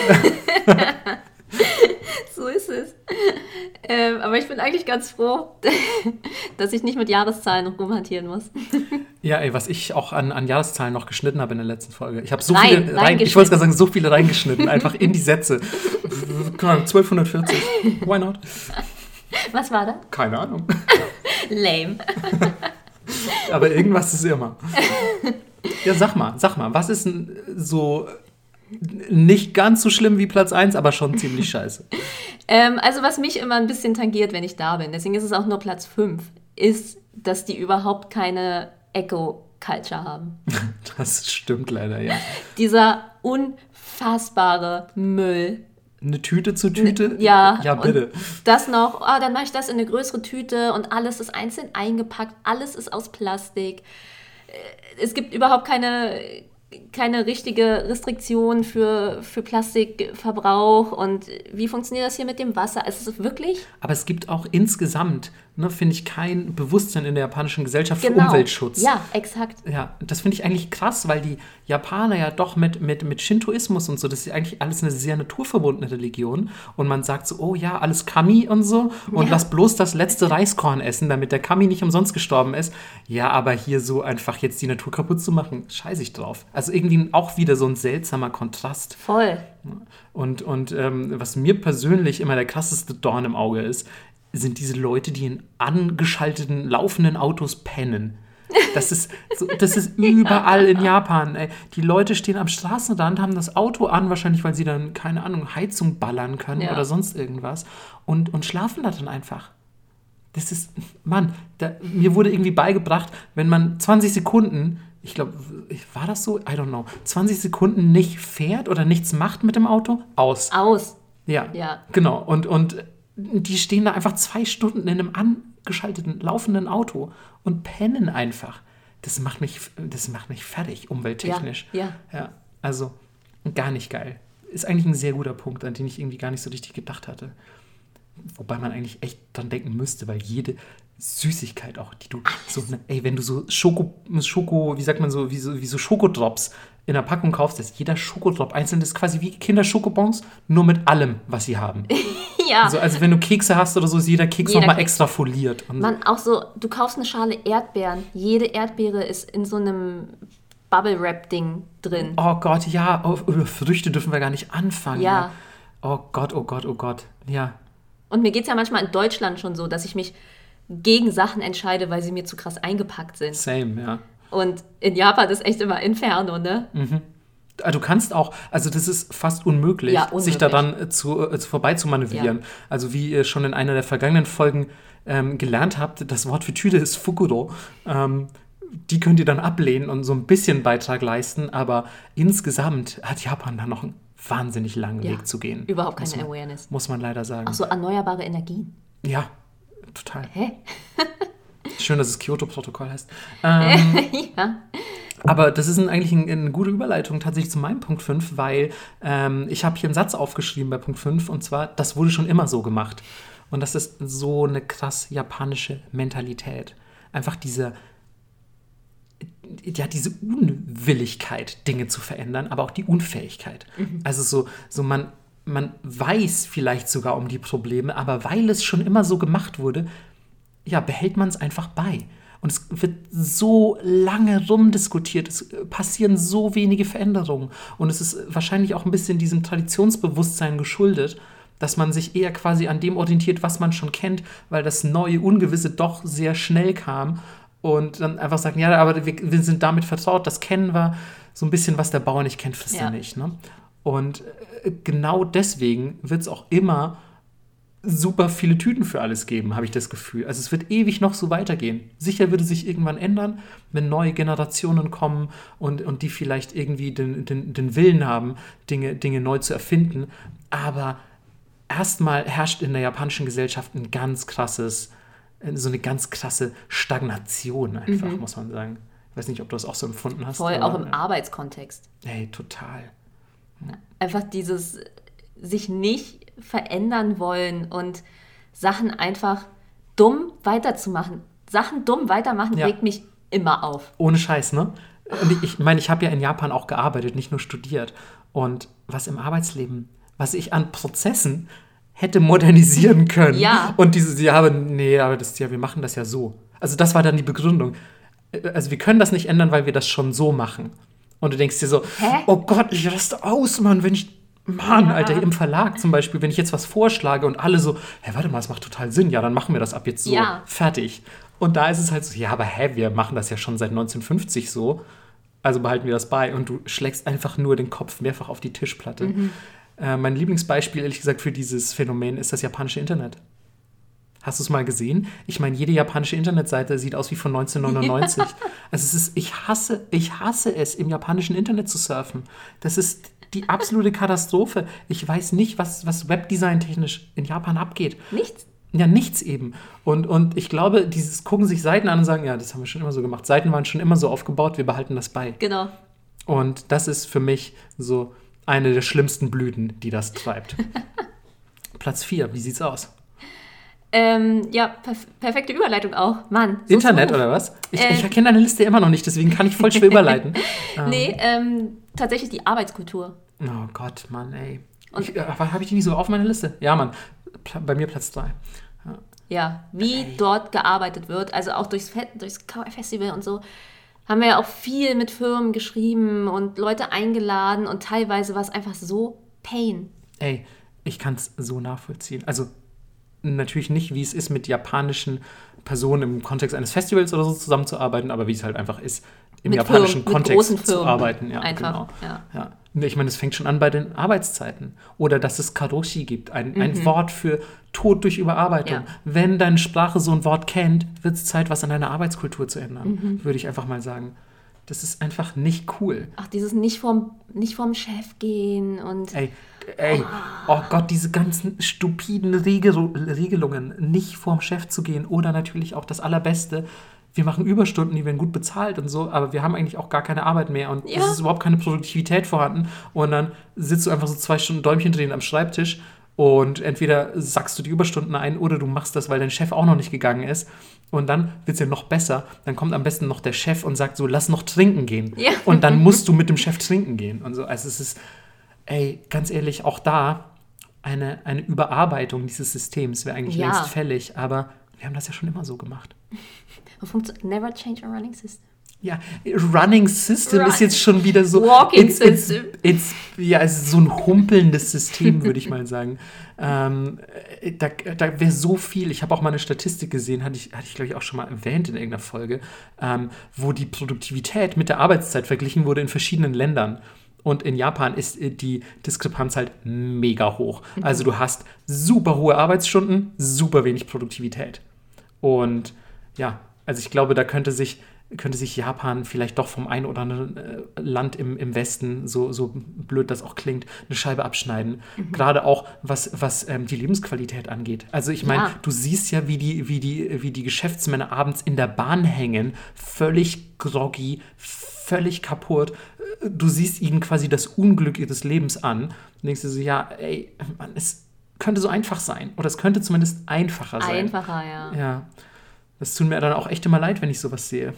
Speaker 1: So ist es. Aber ich bin eigentlich ganz froh, dass ich nicht mit Jahreszahlen rumhantieren muss.
Speaker 2: Ja, was ich auch an Jahreszahlen noch geschnitten habe in der letzten Folge. Ich habe so viele ich wollte gerade sagen, so viele reingeschnitten, einfach in die Sätze. 1240, why not?
Speaker 1: Was war da?
Speaker 2: Keine Ahnung.
Speaker 1: Lame.
Speaker 2: Aber irgendwas ist immer. Ja, sag mal, was ist denn so nicht ganz so schlimm wie Platz 1, aber schon ziemlich scheiße?
Speaker 1: Also was mich immer ein bisschen tangiert, wenn ich da bin, deswegen ist es auch nur Platz 5, ist, dass die überhaupt keine Eco-Culture haben.
Speaker 2: Das stimmt leider, ja.
Speaker 1: Dieser unfassbare Müll.
Speaker 2: Eine Tüte zu Tüte?
Speaker 1: Ja.
Speaker 2: Ja, bitte.
Speaker 1: Und das noch, dann mache ich das in eine größere Tüte und alles ist einzeln eingepackt, alles ist aus Plastik. Es gibt überhaupt keine keine richtige Restriktion für Plastikverbrauch und wie funktioniert das hier mit dem Wasser? Es ist wirklich...
Speaker 2: Aber es gibt auch insgesamt, finde ich, kein Bewusstsein in der japanischen Gesellschaft für Umweltschutz.
Speaker 1: Ja, exakt.
Speaker 2: Ja, das finde ich eigentlich krass, weil die Japaner ja doch mit Shintoismus und so, das ist ja eigentlich alles eine sehr naturverbundene Religion und man sagt so, oh ja, alles Kami und so und lass bloß das letzte Reiskorn essen, damit der Kami nicht umsonst gestorben ist. Ja, aber hier so einfach jetzt die Natur kaputt zu machen, scheiße ich drauf. Also irgendwie auch wieder so ein seltsamer Kontrast.
Speaker 1: Voll.
Speaker 2: Und was mir persönlich immer der krasseste Dorn im Auge ist, sind diese Leute, die in angeschalteten, laufenden Autos pennen. Das ist überall in Japan. Ey. Die Leute stehen am Straßenrand, haben das Auto an, wahrscheinlich, weil sie dann, keine Ahnung, Heizung ballern können oder sonst irgendwas und schlafen da dann einfach. Das ist, Mann, mir wurde irgendwie beigebracht, wenn man 20 Sekunden, ich glaube, war das so? I don't know. 20 Sekunden nicht fährt oder nichts macht mit dem Auto, aus. Ja. Genau. Und die stehen da einfach 2 Stunden in einem angeschalteten, laufenden Auto und pennen einfach. Das macht mich fertig, umwelttechnisch.
Speaker 1: Ja.
Speaker 2: Also, gar nicht geil. Ist eigentlich ein sehr guter Punkt, an den ich irgendwie gar nicht so richtig gedacht hatte. Wobei man eigentlich echt dran denken müsste, weil jede Süßigkeit auch, die du wenn du so Schoko, wie sagt man so, wie so Schokodrops in der Packung kaufst, ist jeder Schokodrop einzeln, das ist quasi wie Kinderschokobons, nur mit allem, was sie haben.
Speaker 1: Ja.
Speaker 2: Also wenn du Kekse hast oder so, ist jeder Keks nochmal extra foliert. Und
Speaker 1: auch so, du kaufst eine Schale Erdbeeren, jede Erdbeere ist in so einem Bubble-Wrap-Ding drin.
Speaker 2: Oh Gott, ja, über Früchte dürfen wir gar nicht anfangen.
Speaker 1: Ja.
Speaker 2: Oh Gott, ja.
Speaker 1: Und mir geht es ja manchmal in Deutschland schon so, dass ich mich gegen Sachen entscheide, weil sie mir zu krass eingepackt sind.
Speaker 2: Same, ja.
Speaker 1: Und in Japan ist echt immer Inferno, ne?
Speaker 2: Mhm. Du kannst auch, also das ist fast unmöglich, sich da dann vorbei zu manövrieren. Ja. Also wie ihr schon in einer der vergangenen Folgen gelernt habt, das Wort für Tüte ist Fukuro. Die könnt ihr dann ablehnen und so ein bisschen Beitrag leisten, aber insgesamt hat Japan da noch einen wahnsinnig langen Weg zu gehen.
Speaker 1: Überhaupt keine Awareness.
Speaker 2: Muss man leider sagen.
Speaker 1: Ach so, erneuerbare Energien.
Speaker 2: Ja, total.
Speaker 1: Hä?
Speaker 2: Schön, dass es Kyoto-Protokoll heißt.
Speaker 1: Ja.
Speaker 2: Aber das ist eigentlich eine gute Überleitung tatsächlich zu meinem Punkt 5, weil ich habe hier einen Satz aufgeschrieben bei Punkt 5 und zwar, das wurde schon immer so gemacht. Und das ist so eine krass japanische Mentalität. Einfach diese Unwilligkeit, Dinge zu verändern, aber auch die Unfähigkeit. Mhm. Also so man weiß vielleicht sogar um die Probleme, aber weil es schon immer so gemacht wurde, ja, behält man es einfach bei. Und es wird so lange rumdiskutiert, es passieren so wenige Veränderungen. Und es ist wahrscheinlich auch ein bisschen diesem Traditionsbewusstsein geschuldet, dass man sich eher quasi an dem orientiert, was man schon kennt, weil das neue Ungewisse doch sehr schnell kam. Und dann einfach sagen, ja, aber wir sind damit vertraut, das kennen wir. So ein bisschen, was der Bauer nicht kennt, frisst er nicht. Ne? Und genau deswegen wird es auch immer super viele Tüten für alles geben, habe ich das Gefühl. Also es wird ewig noch so weitergehen. Sicher würde sich irgendwann ändern, wenn neue Generationen kommen und die vielleicht irgendwie den Willen haben, Dinge neu zu erfinden. Aber erstmal herrscht in der japanischen Gesellschaft so eine ganz krasse Stagnation einfach, muss man sagen. Ich weiß nicht, ob du das auch so empfunden hast.
Speaker 1: Voll, auch im Arbeitskontext.
Speaker 2: Hey, total.
Speaker 1: Einfach dieses sich nicht verändern wollen und Sachen einfach dumm weiterzumachen. Sachen dumm weitermachen regt mich immer auf.
Speaker 2: Ohne Scheiß, ne? Und ich meine, ich habe ja in Japan auch gearbeitet, nicht nur studiert. Und was im Arbeitsleben, was ich an Prozessen hätte modernisieren können.
Speaker 1: Ja.
Speaker 2: Und wir machen das ja so. Also das war dann die Begründung. Also wir können das nicht ändern, weil wir das schon so machen. Und du denkst dir so, oh Gott, ich raste aus, Mann, Alter, im Verlag zum Beispiel, wenn ich jetzt was vorschlage und alle so, warte mal, das macht total Sinn, ja, dann machen wir das ab jetzt so, fertig. Und da ist es halt so, ja, aber wir machen das ja schon seit 1950 so, also behalten wir das bei und du schlägst einfach nur den Kopf mehrfach auf die Tischplatte. Mhm. Mein Lieblingsbeispiel, ehrlich gesagt, für dieses Phänomen ist das japanische Internet. Hast du es mal gesehen? Ich meine, jede japanische Internetseite sieht aus wie von 1999. Also ich hasse es, im japanischen Internet zu surfen. Das ist die absolute Katastrophe. Ich weiß nicht, was Webdesign-technisch in Japan abgeht.
Speaker 1: Nichts?
Speaker 2: Ja, nichts eben. Und ich glaube, gucken sich Seiten an und sagen, ja, das haben wir schon immer so gemacht. Seiten waren schon immer so aufgebaut, wir behalten das bei.
Speaker 1: Genau.
Speaker 2: Und das ist für mich so eine der schlimmsten Blüten, die das treibt. Platz 4, wie sieht's aus?
Speaker 1: Perfekte Überleitung auch. Mann. So
Speaker 2: Internet oder was? Ich erkenne deine Liste immer noch nicht, deswegen kann ich voll schwer überleiten.
Speaker 1: Tatsächlich die Arbeitskultur.
Speaker 2: Oh Gott, Mann, ey. Habe ich die nicht so auf meiner Liste? Ja, Mann. Bei mir Platz 3.
Speaker 1: Ja, wie dort gearbeitet wird, also auch durchs Festival und so, haben wir ja auch viel mit Firmen geschrieben und Leute eingeladen und teilweise war es einfach so Pain.
Speaker 2: Ey, ich kann es so nachvollziehen. Also natürlich nicht, wie es ist, mit japanischen Personen im Kontext eines Festivals oder so zusammenzuarbeiten, aber wie es halt einfach ist, im
Speaker 1: mit
Speaker 2: japanischen
Speaker 1: Firmen,
Speaker 2: Kontext zu arbeiten. Ja,
Speaker 1: einfach,
Speaker 2: genau. Ja. Ich meine, es fängt schon an bei den Arbeitszeiten. Oder dass es Karoshi gibt, ein Wort für Tod durch Überarbeitung. Ja. Wenn deine Sprache so ein Wort kennt, wird es Zeit, was an deiner Arbeitskultur zu ändern, würde ich einfach mal sagen. Das ist einfach nicht cool.
Speaker 1: Ach, dieses nicht vorm Chef gehen und...
Speaker 2: Oh Gott, diese ganzen stupiden Regelungen, nicht vorm Chef zu gehen. Oder natürlich auch das Allerbeste, wir machen Überstunden, die werden gut bezahlt und so, aber wir haben eigentlich auch gar keine Arbeit mehr und es ist überhaupt keine Produktivität vorhanden. Und dann sitzt du einfach so 2 Stunden Däumchen drehen am Schreibtisch und entweder sackst du die Überstunden ein oder du machst das, weil dein Chef auch noch nicht gegangen ist. Und dann wird es ja noch besser. Dann kommt am besten noch der Chef und sagt so, lass noch trinken gehen. Ja. Und dann musst du mit dem Chef trinken gehen. Und so. Also es ist, ganz ehrlich, auch da eine Überarbeitung dieses Systems wäre eigentlich längst fällig. Aber wir haben das ja schon immer so gemacht.
Speaker 1: Never change a running system.
Speaker 2: Ja, Running System ist jetzt schon wieder so...
Speaker 1: Walking System.
Speaker 2: Es ist so ein humpelndes System, würde ich mal sagen. Da wäre so viel... Ich habe auch mal eine Statistik gesehen, hatte ich glaube ich, auch schon mal erwähnt in irgendeiner Folge, wo die Produktivität mit der Arbeitszeit verglichen wurde in verschiedenen Ländern. Und in Japan ist die Diskrepanz halt mega hoch. Also du hast super hohe Arbeitsstunden, super wenig Produktivität. Und ja, also ich glaube, da könnte sich Japan vielleicht doch vom einen oder anderen Land im Westen, so blöd das auch klingt, eine Scheibe abschneiden. Gerade auch, was die Lebensqualität angeht. Also ich meine, du siehst ja, wie die Geschäftsmänner abends in der Bahn hängen, völlig groggy, völlig kaputt. Du siehst ihnen quasi das Unglück ihres Lebens an. Und denkst du so, ja, ey, Mann, es könnte so einfach sein. Oder es könnte zumindest einfacher sein.
Speaker 1: Einfacher, ja.
Speaker 2: Ja. Das tut mir dann auch echt immer leid, wenn ich sowas sehe.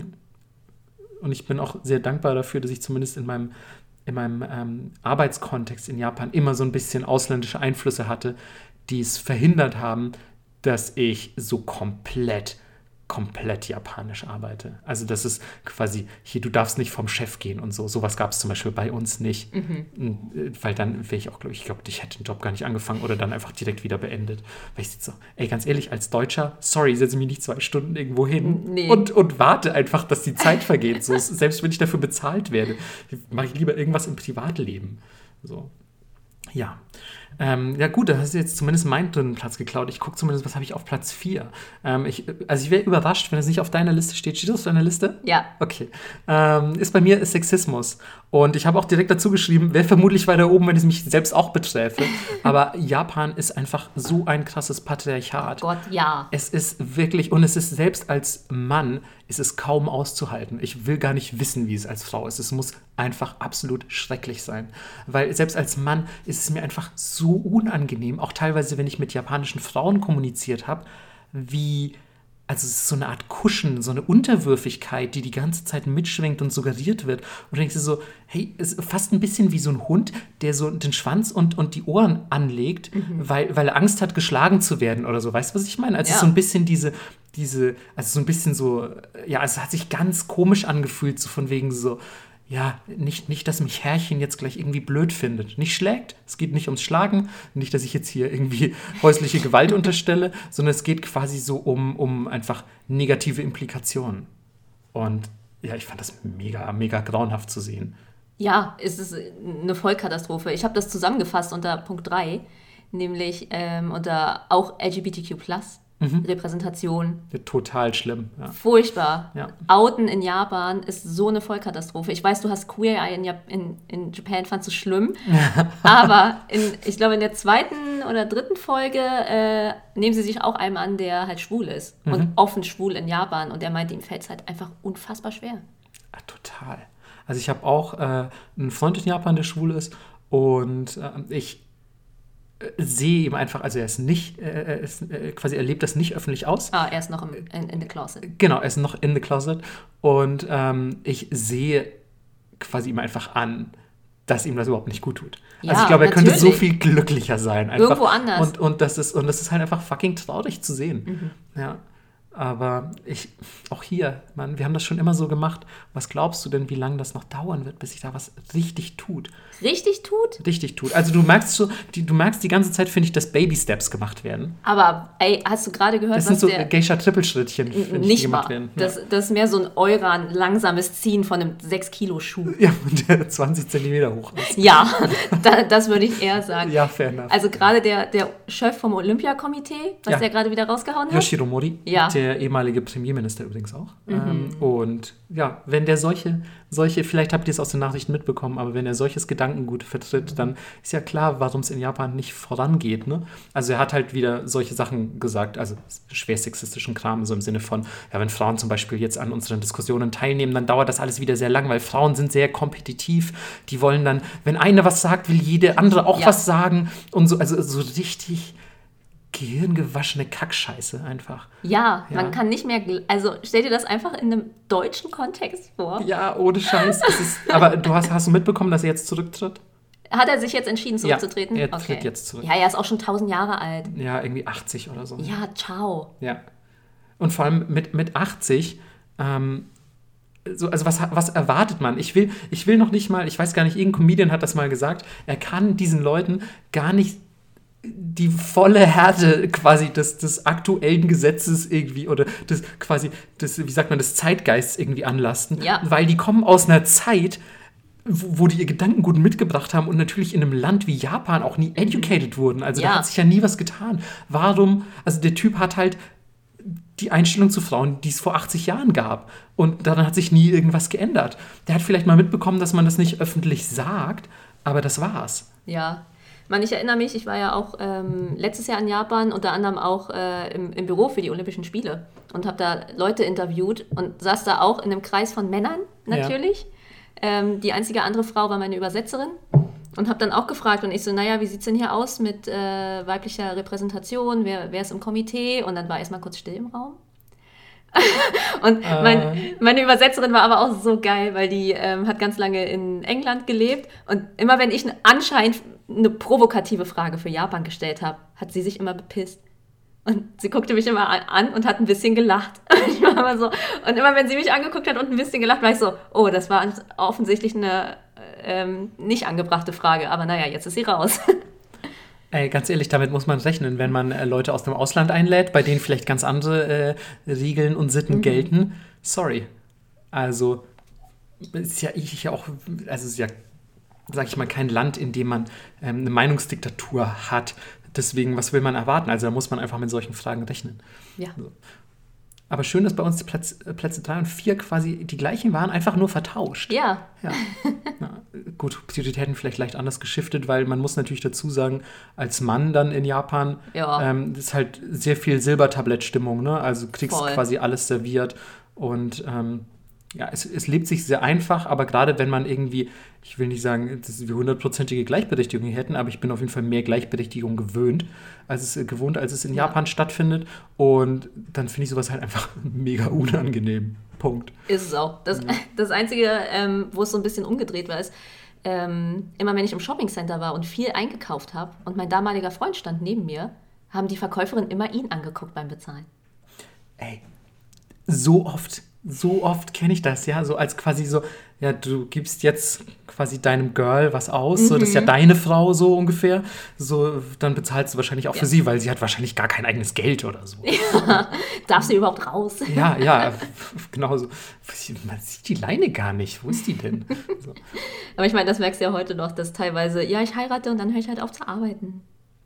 Speaker 2: Und ich bin auch sehr dankbar dafür, dass ich zumindest in meinem Arbeitskontext in Japan immer so ein bisschen ausländische Einflüsse hatte, die es verhindert haben, dass ich so komplett japanisch arbeite. Also das ist quasi, hier, du darfst nicht vom Chef gehen und so. Sowas gab es zum Beispiel bei uns nicht. Weil dann wäre ich auch, ich glaube, ich hätte den Job gar nicht angefangen oder dann einfach direkt wieder beendet. Weil ich so, ganz ehrlich, als Deutscher, sorry, setze mich nicht 2 Stunden irgendwo hin und warte einfach, dass die Zeit vergeht. So, selbst wenn ich dafür bezahlt werde, mache ich lieber irgendwas im Privatleben. So. Ja. Ja gut, da hast du jetzt zumindest meinen dritten Platz geklaut. Ich gucke zumindest, was habe ich auf Platz 4. Ich wäre überrascht, wenn es nicht auf deiner Liste steht. Steht das auf deiner Liste?
Speaker 1: Ja.
Speaker 2: Okay. Ist bei mir Sexismus. Und ich habe auch direkt dazu geschrieben, wäre vermutlich weiter oben, wenn es mich selbst auch beträfe. Aber Japan ist einfach so ein krasses Patriarchat.
Speaker 1: Oh Gott, ja.
Speaker 2: Es ist wirklich, und es ist selbst als Mann, ist es kaum auszuhalten. Ich will gar nicht wissen, wie es als Frau ist. Es muss einfach absolut schrecklich sein. Weil selbst als Mann ist es mir einfach so unangenehm, auch teilweise, wenn ich mit japanischen Frauen kommuniziert habe, also es ist so eine Art Kuschen, so eine Unterwürfigkeit, die ganze Zeit mitschwingt und suggeriert wird. Und du denkst dir so, hey, es ist fast ein bisschen wie so ein Hund, der so den Schwanz und die Ohren anlegt, weil er Angst hat, geschlagen zu werden oder so. Weißt du, was ich meine? Also es ist so ein bisschen also so ein bisschen so, ja, es hat sich ganz komisch angefühlt, so von wegen so, ja, nicht, dass mich Herrchen jetzt gleich irgendwie blöd findet. Nicht schlägt, es geht nicht ums Schlagen, nicht, dass ich jetzt hier irgendwie häusliche Gewalt unterstelle, sondern es geht quasi so um einfach negative Implikationen. Und ja, ich fand das mega, mega grauenhaft zu sehen.
Speaker 1: Ja, es ist eine Vollkatastrophe. Ich habe das zusammengefasst unter Punkt 3, nämlich unter auch LGBTQ+. Repräsentation.
Speaker 2: Total schlimm. Ja.
Speaker 1: Furchtbar.
Speaker 2: Ja.
Speaker 1: Outen in Japan ist so eine Vollkatastrophe. Ich weiß, du hast Queer Eye in Japan, fandst du schlimm. Aber ich glaube, in der 2. oder 3. Folge nehmen sie sich auch einem an, der halt schwul ist. Und offen schwul in Japan. Und der meinte, ihm fällt es halt einfach unfassbar schwer.
Speaker 2: Ja, total. Also ich habe auch einen Freund in Japan, der schwul ist und ich sehe ihm einfach, also er ist nicht, er lebt das nicht öffentlich aus.
Speaker 1: Er ist noch in the closet.
Speaker 2: Genau, er ist noch in the closet und ich sehe quasi ihm einfach an, dass ihm das überhaupt nicht gut tut.
Speaker 1: Ja,
Speaker 2: also ich glaube, er
Speaker 1: natürlich.
Speaker 2: könnte so viel glücklicher sein. Einfach.
Speaker 1: Irgendwo anders.
Speaker 2: Und das ist halt einfach fucking traurig zu sehen. Ja. Aber auch hier, Mann, wir haben das schon immer so gemacht. Was glaubst du denn, wie lange das noch dauern wird, bis sich da was richtig tut?
Speaker 1: Richtig tut?
Speaker 2: Richtig tut. Also du merkst die ganze Zeit, finde ich, dass Baby-Steps gemacht werden.
Speaker 1: Aber, ey, hast du gerade gehört,
Speaker 2: das sind so Geisha-Trippelschrittchen,
Speaker 1: die
Speaker 2: gemacht werden. Ja.
Speaker 1: Das ist mehr so ein Euran, langsames Ziehen von einem 6-Kilo-Schuh.
Speaker 2: Ja, und der 20 Zentimeter hoch ist.
Speaker 1: Ja, das würde ich eher sagen.
Speaker 2: Ja, fair enough.
Speaker 1: Also gerade der Chef vom Olympiakomitee, was der gerade wieder rausgehauen hat.
Speaker 2: Yoshiro Mori,
Speaker 1: ja.
Speaker 2: Der ehemalige Premierminister übrigens auch. Und ja, wenn der solche, vielleicht habt ihr es aus den Nachrichten mitbekommen, aber wenn er solches Gedankengut vertritt, dann ist ja klar, warum es in Japan nicht vorangeht. Ne? Also er hat halt wieder solche Sachen gesagt, also schwer sexistischen Kram, so im Sinne von, ja, wenn Frauen zum Beispiel jetzt an unseren Diskussionen teilnehmen, dann dauert das alles wieder sehr lang, weil Frauen sind sehr kompetitiv, die wollen dann, wenn eine was sagt, will jede andere auch was sagen und so, also so richtig gehirngewaschene Kackscheiße einfach.
Speaker 1: Ja, man kann nicht mehr, also stell dir das einfach in einem deutschen Kontext vor.
Speaker 2: Ja, ohne Scheiß. Aber hast du mitbekommen, dass er jetzt zurücktritt?
Speaker 1: Hat er sich jetzt entschieden zurückzutreten?
Speaker 2: Ja, er tritt jetzt zurück.
Speaker 1: Ja, er ist auch schon 1000 Jahre alt.
Speaker 2: Ja, irgendwie 80 oder so.
Speaker 1: Ja, ciao.
Speaker 2: Ja. Und vor allem mit 80, also was erwartet man? Ich will noch nicht mal, ich weiß gar nicht, irgendein Comedian hat das mal gesagt, er kann diesen Leuten gar nicht die volle Härte quasi des aktuellen Gesetzes irgendwie oder wie sagt man, des Zeitgeists irgendwie anlasten, weil die kommen aus einer Zeit, wo die ihr Gedankengut mitgebracht haben und natürlich in einem Land wie Japan auch nie educated wurden. Also da hat sich ja nie was getan. Warum? Also der Typ hat halt die Einstellung zu Frauen, die es vor 80 Jahren gab. Und daran hat sich nie irgendwas geändert. Der hat vielleicht mal mitbekommen, dass man das nicht öffentlich sagt, aber das war's.
Speaker 1: Ja. Ich erinnere mich, ich war ja auch letztes Jahr in Japan, unter anderem auch im Büro für die Olympischen Spiele und habe da Leute interviewt und saß da auch in einem Kreis von Männern natürlich. Ja. Die einzige andere Frau war meine Übersetzerin und habe dann auch gefragt und ich so, naja, wie sieht es denn hier aus mit weiblicher Repräsentation, wer ist im Komitee? Und dann war erstmal kurz still im Raum. Und meine Übersetzerin war aber auch so geil, weil die hat ganz lange in England gelebt und immer wenn ich anscheinend eine provokative Frage für Japan gestellt habe, hat sie sich immer bepisst. Und sie guckte mich immer an und hat ein bisschen gelacht. Ich war immer so, und immer wenn sie mich angeguckt hat und ein bisschen gelacht, war ich so, oh, das war offensichtlich eine nicht angebrachte Frage, aber naja, jetzt ist sie raus.
Speaker 2: Ey, ganz ehrlich, damit muss man rechnen, wenn man Leute aus dem Ausland einlädt, bei denen vielleicht ganz andere Regeln und Sitten gelten. Sorry. Also, ist ja sag ich mal, kein Land, in dem man eine Meinungsdiktatur hat. Deswegen, was will man erwarten? Also da muss man einfach mit solchen Fragen rechnen.
Speaker 1: Ja.
Speaker 2: So. Aber schön, dass bei uns die Plätze 3 und 4 quasi die gleichen waren, einfach nur vertauscht.
Speaker 1: Ja.
Speaker 2: Na, gut, Prioritäten vielleicht leicht anders geschiftet, weil man muss natürlich dazu sagen, als Mann dann in Japan ist halt sehr viel Silbertablett-Stimmung, ne? Also du kriegst quasi alles serviert und es lebt sich sehr einfach, aber gerade wenn man irgendwie, ich will nicht sagen, dass wir 100%ige Gleichberechtigung hätten, aber ich bin auf jeden Fall mehr Gleichberechtigung gewohnt, als es in Japan stattfindet. Und dann finde ich sowas halt einfach mega unangenehm. Punkt.
Speaker 1: Ist es auch. Das Einzige, wo es so ein bisschen umgedreht war, ist, immer wenn ich im Shoppingcenter war und viel eingekauft habe und mein damaliger Freund stand neben mir, haben die Verkäuferinnen immer ihn angeguckt beim Bezahlen.
Speaker 2: Ey, so oft kenne ich das, ja, so als quasi so, ja, du gibst jetzt quasi deinem Girl was aus, so, das ist ja deine Frau so ungefähr, so, dann bezahlst du wahrscheinlich auch für sie, weil sie hat wahrscheinlich gar kein eigenes Geld oder so.
Speaker 1: Ja, darf sie überhaupt raus?
Speaker 2: Ja, genau so. Man sieht die Leine gar nicht, wo ist die denn? So.
Speaker 1: Aber ich meine, das merkst du ja heute noch, dass teilweise, ja, ich heirate und dann höre ich halt auf zu arbeiten.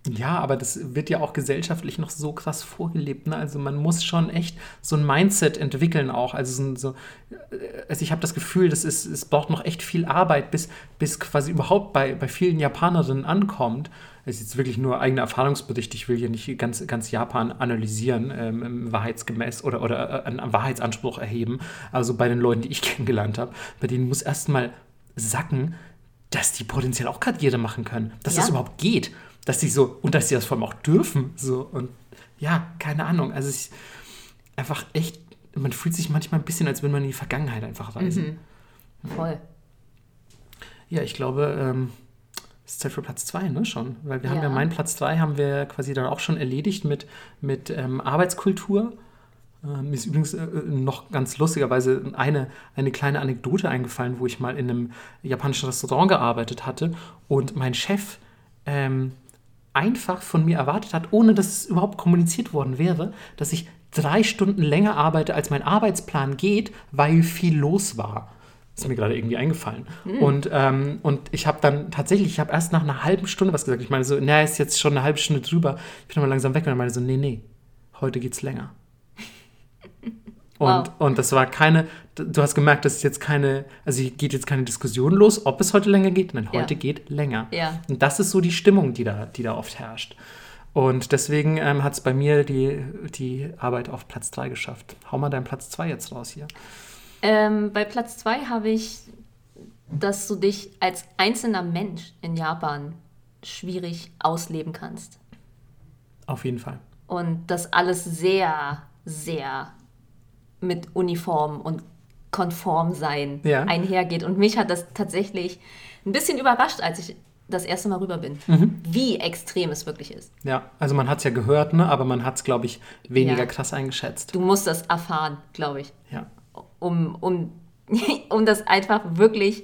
Speaker 2: Ja, aber das wird ja auch gesellschaftlich noch so krass vorgelebt. Ne? Also man muss schon echt so ein Mindset entwickeln auch. Also ich habe das Gefühl, es braucht noch echt viel Arbeit, bis quasi überhaupt bei vielen Japanerinnen ankommt. Das ist jetzt wirklich nur eigener Erfahrungsbericht. Ich will hier nicht ganz Japan analysieren, wahrheitsgemäß oder einen Wahrheitsanspruch erheben. Also bei den Leuten, die ich kennengelernt habe, bei denen muss erstmal sacken, dass die potenziell auch Karriere machen können. Dass das überhaupt geht. Dass sie das vor allem auch dürfen. So. Und ja, keine Ahnung. Also einfach echt, man fühlt sich manchmal ein bisschen, als würde man in die Vergangenheit einfach reisen.
Speaker 1: Voll.
Speaker 2: Ja, ich glaube, es ist Zeit für Platz 2, ne, schon. Weil wir haben ja meinen Platz 3 haben wir quasi dann auch schon erledigt mit Arbeitskultur. Mir ist übrigens noch ganz lustigerweise eine kleine Anekdote eingefallen, wo ich mal in einem japanischen Restaurant gearbeitet hatte und mein Chef einfach von mir erwartet hat, ohne dass es überhaupt kommuniziert worden wäre, dass ich 3 Stunden länger arbeite, als mein Arbeitsplan geht, weil viel los war. Das ist mir gerade irgendwie eingefallen. Und ich habe dann tatsächlich, erst nach einer halben Stunde was gesagt. Ich meine so, ist jetzt schon eine halbe Stunde drüber. Ich bin dann mal langsam weg und dann meine so, nee, heute geht's länger. Und das war du hast gemerkt, das ist jetzt hier geht jetzt keine Diskussion los, ob es heute länger geht. Nein, heute geht länger.
Speaker 1: Ja.
Speaker 2: Und das ist so die Stimmung, die da oft herrscht. Und deswegen hat es bei mir die Arbeit auf Platz 3 geschafft. Hau mal deinen Platz 2 jetzt raus hier.
Speaker 1: Bei Platz 2 habe ich, dass du dich als einzelner Mensch in Japan schwierig ausleben kannst.
Speaker 2: Auf jeden Fall.
Speaker 1: Und das alles sehr, sehr mit Uniform und Konformsein einhergeht. Und mich hat das tatsächlich ein bisschen überrascht, als ich das erste Mal rüber bin, wie extrem es wirklich ist.
Speaker 2: Ja, also man hat es ja gehört, ne? Aber man hat es, glaube ich, weniger krass eingeschätzt.
Speaker 1: Du musst das erfahren, glaube ich.
Speaker 2: Ja.
Speaker 1: Um das einfach wirklich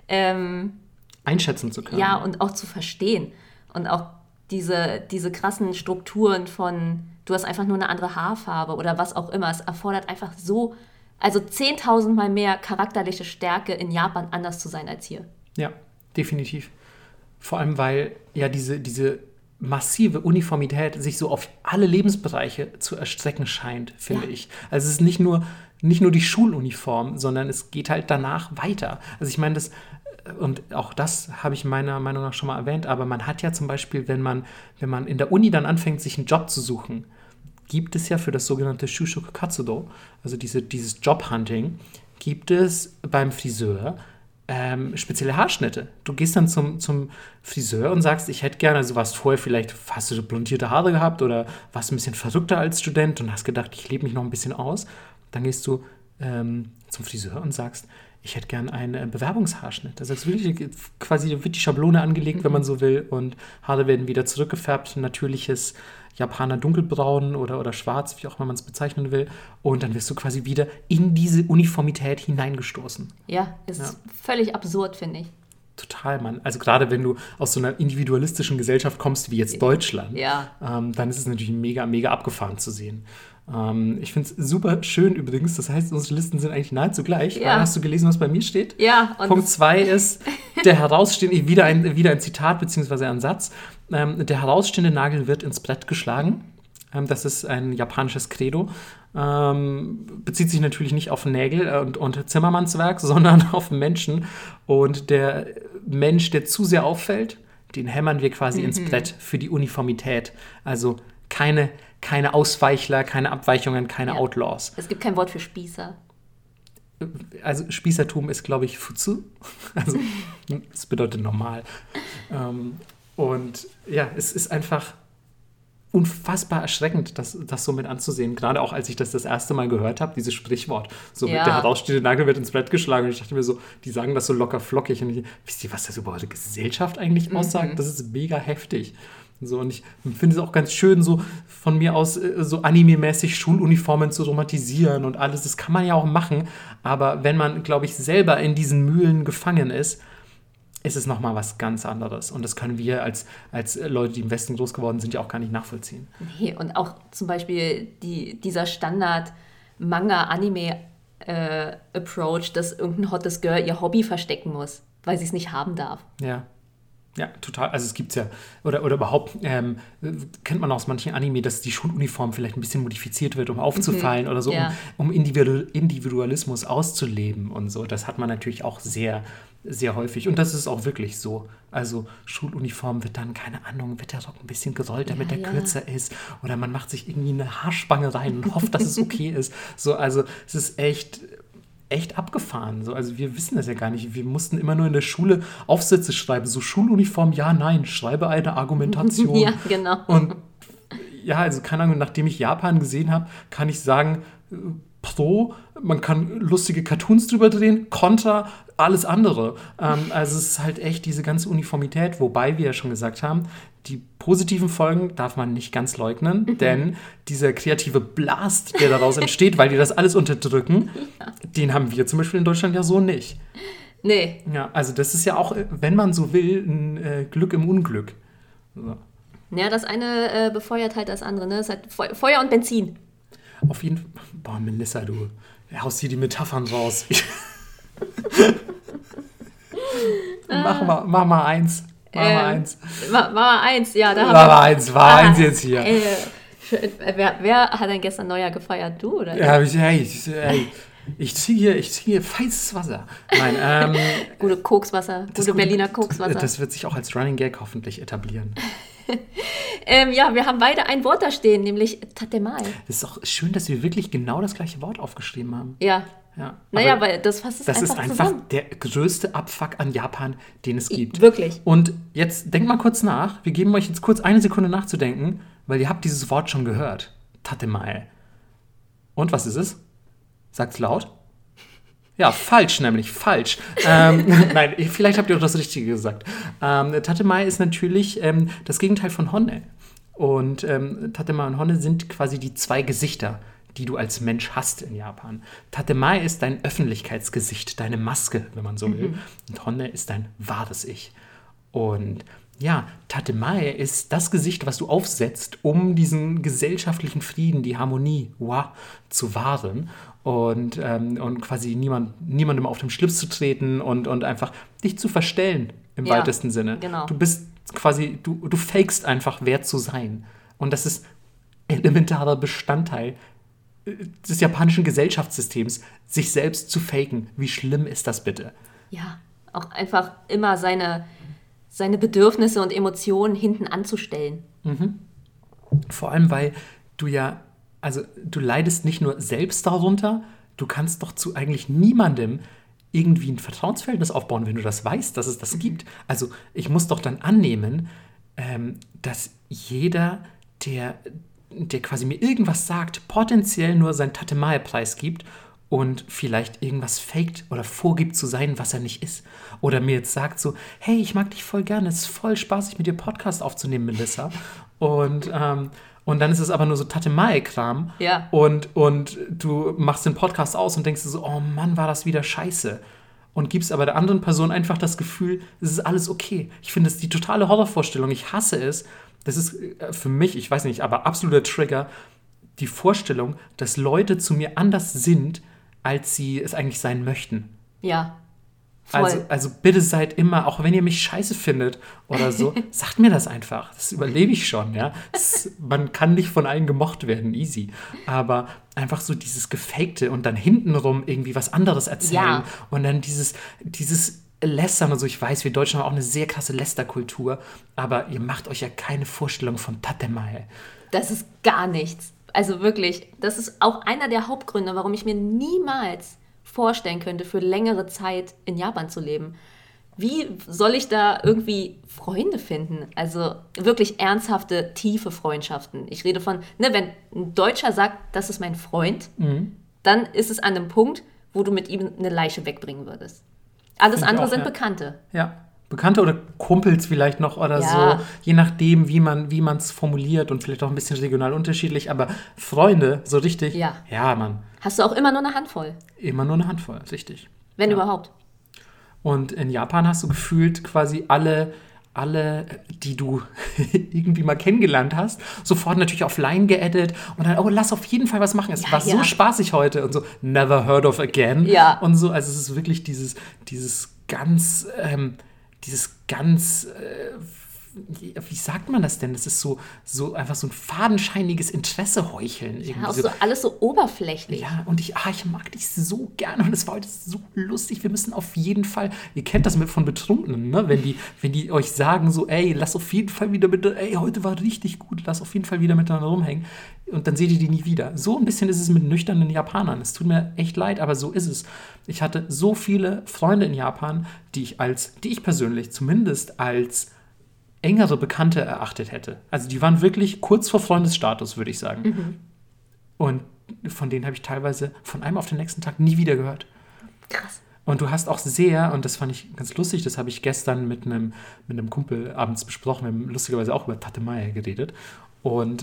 Speaker 2: einschätzen zu können.
Speaker 1: Ja, und auch zu verstehen. Und auch diese krassen Strukturen von, du hast einfach nur eine andere Haarfarbe oder was auch immer. Es erfordert einfach 10.000 Mal mehr charakterliche Stärke in Japan anders zu sein als hier.
Speaker 2: Ja, definitiv. Vor allem, weil ja diese massive Uniformität sich so auf alle Lebensbereiche zu erstrecken scheint, finde ich. Also es ist nicht nur die Schuluniform, sondern es geht halt danach weiter. Also ich meine, und auch das habe ich meiner Meinung nach schon mal erwähnt, aber man hat ja zum Beispiel, wenn man in der Uni dann anfängt, sich einen Job zu suchen, gibt es ja für das sogenannte Shushoku Katsudo, also dieses Jobhunting, gibt es beim Friseur spezielle Haarschnitte. Du gehst dann zum Friseur und sagst, ich hätte gerne, also warst vorher vielleicht, hast du blondierte Haare gehabt oder warst ein bisschen verrückter als Student und hast gedacht, ich lebe mich noch ein bisschen aus. Dann gehst du zum Friseur und sagst, ich hätte gern einen Bewerbungshaarschnitt. Das ist wirklich quasi, wird die Schablone angelegt, wenn man so will, und Haare werden wieder zurückgefärbt, natürliches Japaner dunkelbraun oder schwarz, wie auch immer man es bezeichnen will. Und dann wirst du quasi wieder in diese Uniformität hineingestoßen.
Speaker 1: Ja, ist völlig absurd, finde ich.
Speaker 2: Total, Mann. Also gerade wenn du aus so einer individualistischen Gesellschaft kommst, wie jetzt Deutschland, dann ist es natürlich mega, mega abgefahren zu sehen. Ich finde es super schön übrigens. Das heißt, unsere Listen sind eigentlich nahezu gleich.
Speaker 1: Ja.
Speaker 2: Hast du gelesen, was bei mir steht?
Speaker 1: Ja.
Speaker 2: Punkt 2 ist, der herausstehende, wieder ein Zitat bzw. ein Satz, der herausstehende Nagel wird ins Brett geschlagen. Das ist ein japanisches Credo. Bezieht sich natürlich nicht auf Nägel und Zimmermannswerk, sondern auf Menschen. Und der Mensch, der zu sehr auffällt, den hämmern wir quasi ins Brett für die Uniformität. Also keine Ausweichler, keine Abweichungen, keine Outlaws.
Speaker 1: Es gibt kein Wort für Spießer.
Speaker 2: Also Spießertum ist, glaube ich, Futsu. Also das bedeutet normal. Und ja, es ist einfach unfassbar erschreckend, das so mit anzusehen. Gerade auch, als ich das erste Mal gehört habe, dieses Sprichwort. So mit der herausstehende Nagel wird ins Brett geschlagen. Und ich dachte mir so, die sagen das so locker flockig. Und wisst ihr, was das über eure Gesellschaft eigentlich aussagt? Das ist mega heftig. So, und ich finde es auch ganz schön, so von mir aus so anime-mäßig Schuluniformen zu romantisieren und alles. Das kann man ja auch machen. Aber wenn man, glaube ich, selber in diesen Mühlen gefangen ist es nochmal was ganz anderes. Und das können wir als Leute, die im Westen groß geworden sind, ja auch gar nicht nachvollziehen.
Speaker 1: Nee, und auch zum Beispiel dieser Standard-Manga-Anime-Approach, dass irgendein hottes Girl ihr Hobby verstecken muss, weil sie es nicht haben darf.
Speaker 2: Ja, Ja, total. Also es gibt ja, oder überhaupt, kennt man aus manchen Anime, dass die Schuluniform vielleicht ein bisschen modifiziert wird, um aufzufallen oder so,
Speaker 1: Ja.
Speaker 2: um Individualismus auszuleben und so. Das hat man natürlich auch sehr, sehr häufig. Und das ist auch wirklich so. Also Schuluniform wird dann, keine Ahnung, wird der Rock ein bisschen gerollt, damit der kürzer ist. Oder man macht sich irgendwie eine Haarspange rein und hofft, dass es okay ist. So, also es ist echt abgefahren. So, also wir wissen das ja gar nicht. Wir mussten immer nur in der Schule Aufsätze schreiben. So Schuluniform, ja, nein, schreibe eine Argumentation.
Speaker 1: Ja, genau.
Speaker 2: Und ja, also keine Ahnung, nachdem ich Japan gesehen habe, kann ich sagen, pro, man kann lustige Cartoons drüber drehen, contra, alles andere. Also es ist halt echt diese ganze Uniformität, wobei wir ja schon gesagt haben, die positiven Folgen darf man nicht ganz leugnen, denn dieser kreative Blast, der daraus entsteht, weil die das alles unterdrücken, den haben wir zum Beispiel in Deutschland ja so nicht.
Speaker 1: Nee.
Speaker 2: Ja, also das ist ja auch, wenn man so will, ein Glück im Unglück. So.
Speaker 1: Ja, das eine befeuert halt das andere, ne? Es hat Feuer und Benzin.
Speaker 2: Auf jeden Fall. Boah, Melissa, du haust hier die Metaphern raus. Mach mal eins.
Speaker 1: War mal eins, ja. Da
Speaker 2: War eins jetzt hier.
Speaker 1: Wer hat denn gestern Neujahr gefeiert? Du oder ich?
Speaker 2: Ja, ich ziehe hier feistes Wasser. Nein,
Speaker 1: Gute Kokswasser, gute Berliner Kokswasser.
Speaker 2: Das wird sich auch als Running Gag hoffentlich etablieren.
Speaker 1: Ja, wir haben beide ein Wort da stehen, nämlich Tatemae.
Speaker 2: Es ist auch schön, dass wir wirklich genau das gleiche Wort aufgeschrieben haben.
Speaker 1: Ja. Naja, weil das fasst es
Speaker 2: das
Speaker 1: einfach
Speaker 2: ist
Speaker 1: zusammen.
Speaker 2: einfach der größte Abfuck an Japan, den es gibt.
Speaker 1: Wirklich.
Speaker 2: Und jetzt denkt mal kurz nach. Wir geben euch jetzt kurz eine Sekunde nachzudenken, weil ihr habt dieses Wort schon gehört. Tatemae. Und was ist es? Sagt's laut. Ja, falsch nämlich, falsch. Nein, vielleicht habt ihr auch das Richtige gesagt. Tatemae ist natürlich das Gegenteil von Honne. Und Tatemae und Honne sind quasi die zwei Gesichter, die du als Mensch hast in Japan. Tatemae ist dein Öffentlichkeitsgesicht, deine Maske, wenn man so will. Und Honne ist dein wahres Ich. Und ja, Tatemae ist das Gesicht, was du aufsetzt, um diesen gesellschaftlichen Frieden, die Harmonie zu wahren und quasi niemandem auf den Schlips zu treten und einfach dich zu verstellen im weitesten Sinne.
Speaker 1: Genau.
Speaker 2: Du bist quasi, du fakest einfach, wer zu sein. Und das ist elementarer Bestandteil des japanischen Gesellschaftssystems, sich selbst zu faken. Wie schlimm ist das bitte?
Speaker 1: Ja, auch einfach immer seine Bedürfnisse und Emotionen hinten anzustellen.
Speaker 2: Vor allem, weil du du leidest nicht nur selbst darunter, du kannst doch zu eigentlich niemandem irgendwie ein Vertrauensverhältnis aufbauen, wenn du das weißt, dass es das gibt. Also ich muss doch dann annehmen, dass jeder, der quasi mir irgendwas sagt, potenziell nur seinen Tatemae-Preis gibt und vielleicht irgendwas faked oder vorgibt zu sein, was er nicht ist. Oder mir jetzt sagt so, hey, ich mag dich voll gerne, es ist voll spaßig, mit dir Podcast aufzunehmen, Melissa. Und dann ist es aber nur so Tatemae-Kram.
Speaker 1: Ja.
Speaker 2: Und du machst den Podcast aus und denkst dir so, oh Mann, war das wieder scheiße. Und gibst aber der anderen Person einfach das Gefühl, es ist alles okay. Ich finde, das ist die totale Horrorvorstellung. Ich hasse es. Das ist für mich, ich weiß nicht, aber absoluter Trigger, die Vorstellung, dass Leute zu mir anders sind, als sie es eigentlich sein möchten.
Speaker 1: Ja, voll.
Speaker 2: Also bitte seid immer, auch wenn ihr mich scheiße findet oder so, sagt mir das einfach. Das überlebe ich schon, ja. Man kann nicht von allen gemocht werden, easy. Aber einfach so dieses Gefakte und dann hintenrum irgendwie was anderes erzählen. Und dann dieses Lästern und so. Ich weiß, wir Deutschen haben auch eine sehr krasse Lästerkultur, aber ihr macht euch ja keine Vorstellung von Tatemae.
Speaker 1: Das ist gar nichts. Also wirklich, das ist auch einer der Hauptgründe, warum ich mir niemals vorstellen könnte, für längere Zeit in Japan zu leben. Wie soll ich da irgendwie Freunde finden? Also wirklich ernsthafte, tiefe Freundschaften. Ich rede von, wenn ein Deutscher sagt, das ist mein Freund, dann ist es an einem Punkt, wo du mit ihm eine Leiche wegbringen würdest. Alles andere sind Bekannte.
Speaker 2: Ja, Bekannte oder Kumpels vielleicht noch oder so. Je nachdem, wie man es formuliert und vielleicht auch ein bisschen regional unterschiedlich. Aber Freunde, so richtig, ja, Mann.
Speaker 1: Hast du auch immer nur eine Handvoll?
Speaker 2: Immer nur eine Handvoll, richtig.
Speaker 1: Wenn überhaupt.
Speaker 2: Und in Japan hast du gefühlt quasi alle, die du irgendwie mal kennengelernt hast, sofort natürlich auf Line geaddet und dann, lass auf jeden Fall was machen. Es war so spaßig heute und so, never heard of again.
Speaker 1: Ja.
Speaker 2: Und so, also es ist wirklich dieses ganz dieses ganz, wie sagt man das denn? Das ist so einfach so ein fadenscheiniges Interesse heucheln.
Speaker 1: Ja, auch so alles so oberflächlich.
Speaker 2: Ja, und ich mag dich so gerne und es war heute so lustig. Wir müssen auf jeden Fall, ihr kennt das von Betrunkenen, ne? Wenn die euch sagen so, ey, lass auf jeden Fall wieder heute war richtig gut, lass auf jeden Fall wieder miteinander rumhängen. Und dann seht ihr die nie wieder. So ein bisschen ist es mit nüchternen Japanern. Es tut mir echt leid, aber so ist es. Ich hatte so viele Freunde in Japan, die ich persönlich zumindest als engere Bekannte erachtet hätte. Also die waren wirklich kurz vor Freundesstatus, würde ich sagen. Mhm. Und von denen habe ich teilweise von einem auf den nächsten Tag nie wieder gehört.
Speaker 1: Krass.
Speaker 2: Und du hast auch und das fand ich ganz lustig, das habe ich gestern mit einem Kumpel abends besprochen, wir haben lustigerweise auch über Tatemae geredet. Und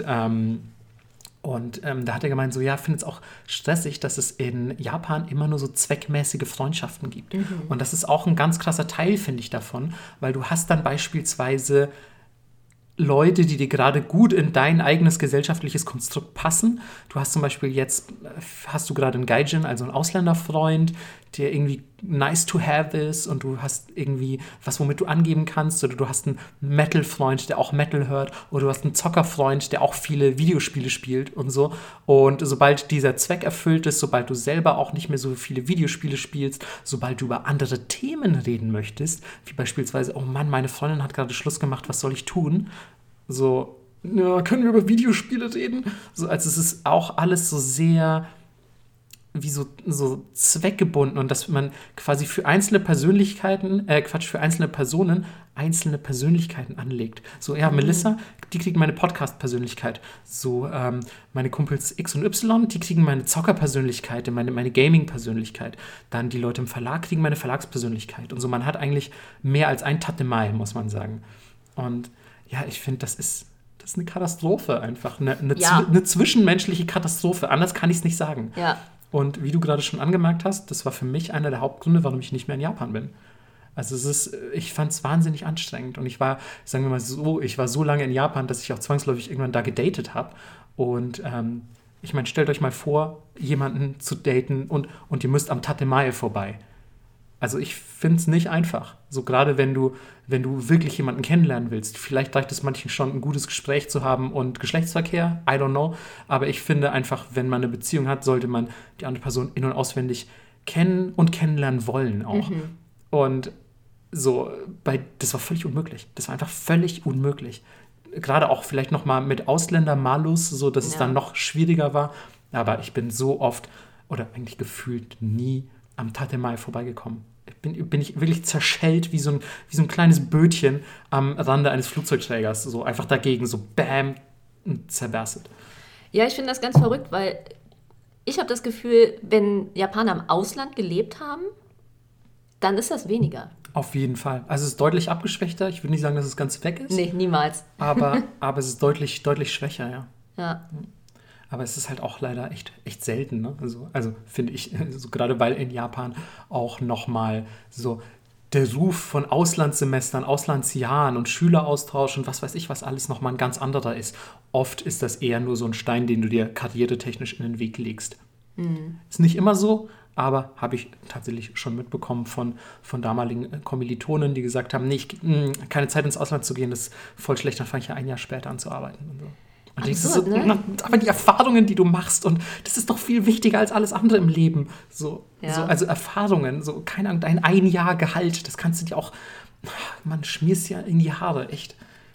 Speaker 2: da hat er gemeint, so ja, findet es auch stressig, dass es in Japan immer nur so zweckmäßige Freundschaften gibt. Mhm. Und das ist auch ein ganz krasser Teil, finde ich, davon, weil du hast dann beispielsweise Leute, die dir gerade gut in dein eigenes gesellschaftliches Konstrukt passen. Du hast zum Beispiel hast du gerade einen Gaijin, also einen Ausländerfreund, der irgendwie nice to have ist und du hast irgendwie was, womit du angeben kannst, oder du hast einen Metal-Freund, der auch Metal hört, oder du hast einen Zockerfreund, der auch viele Videospiele spielt und so. Und sobald dieser Zweck erfüllt ist, sobald du selber auch nicht mehr so viele Videospiele spielst, sobald du über andere Themen reden möchtest, wie beispielsweise, oh Mann, meine Freundin hat gerade Schluss gemacht, was soll ich tun? So, ja, können wir über Videospiele reden? So, also es ist auch alles so sehr wie so zweckgebunden und dass man quasi für einzelne Personen einzelne Persönlichkeiten anlegt. So, ja, Melissa, die kriegen meine Podcast-Persönlichkeit. So, meine Kumpels X und Y, die kriegen meine Zocker-Persönlichkeit, meine Gaming-Persönlichkeit. Dann die Leute im Verlag kriegen meine Verlagspersönlichkeit. Und so, man hat eigentlich mehr als ein Tatemae, muss man sagen. Und ja, ich finde, das ist eine Katastrophe einfach. Eine zwischenmenschliche Katastrophe. Anders kann ich es nicht sagen.
Speaker 1: Ja.
Speaker 2: Und wie du gerade schon angemerkt hast, das war für mich einer der Hauptgründe, warum ich nicht mehr in Japan bin. Also ich fand es wahnsinnig anstrengend. Und ich war so lange in Japan, dass ich auch zwangsläufig irgendwann da gedatet habe. Und ich meine, stellt euch mal vor, jemanden zu daten und ihr müsst am Tatemae vorbei. Also ich finde es nicht einfach. So gerade wenn du wirklich jemanden kennenlernen willst. Vielleicht reicht es manchen schon, ein gutes Gespräch zu haben und Geschlechtsverkehr. I don't know. Aber ich finde einfach, wenn man eine Beziehung hat, sollte man die andere Person in- und auswendig kennen und kennenlernen wollen auch. Mhm. Und so, das war völlig unmöglich. Das war einfach völlig unmöglich. Gerade auch vielleicht noch mal mit Ausländer-Malus, so dass es dann noch schwieriger war. Aber ich bin so oft oder eigentlich gefühlt nie am Tatemae vorbeigekommen. Bin ich wirklich zerschellt wie so ein kleines Bötchen am Rande eines Flugzeugträgers. So einfach dagegen, so bam, zerberstet.
Speaker 1: Ja, ich finde das ganz verrückt, weil ich habe das Gefühl, wenn Japaner im Ausland gelebt haben, dann ist das weniger.
Speaker 2: Auf jeden Fall. Also es ist deutlich abgeschwächter. Ich würde nicht sagen, dass es ganz weg ist.
Speaker 1: Nee, niemals.
Speaker 2: Aber es ist deutlich, deutlich schwächer, ja.
Speaker 1: Ja.
Speaker 2: Aber es ist halt auch leider echt selten, ne? Also finde ich, so gerade weil in Japan auch nochmal so der Ruf von Auslandssemestern, Auslandsjahren und Schüleraustausch und was weiß ich was alles nochmal ein ganz anderer ist. Oft ist das eher nur so ein Stein, den du dir karrieretechnisch in den Weg legst. Mhm. Ist nicht immer so, aber habe ich tatsächlich schon mitbekommen von damaligen Kommilitonen, die gesagt haben, nee, keine Zeit ins Ausland zu gehen, das ist voll schlecht, dann fange ich ja ein Jahr später an zu arbeiten und so. Und
Speaker 1: absurd, ne?
Speaker 2: Aber die Erfahrungen, die du machst, und das ist doch viel wichtiger als alles andere im Leben. Also Erfahrungen, so, keine Ahnung, dein ein Jahr Gehalt, das kannst du dir auch, man schmierst ja in die Haare, echt.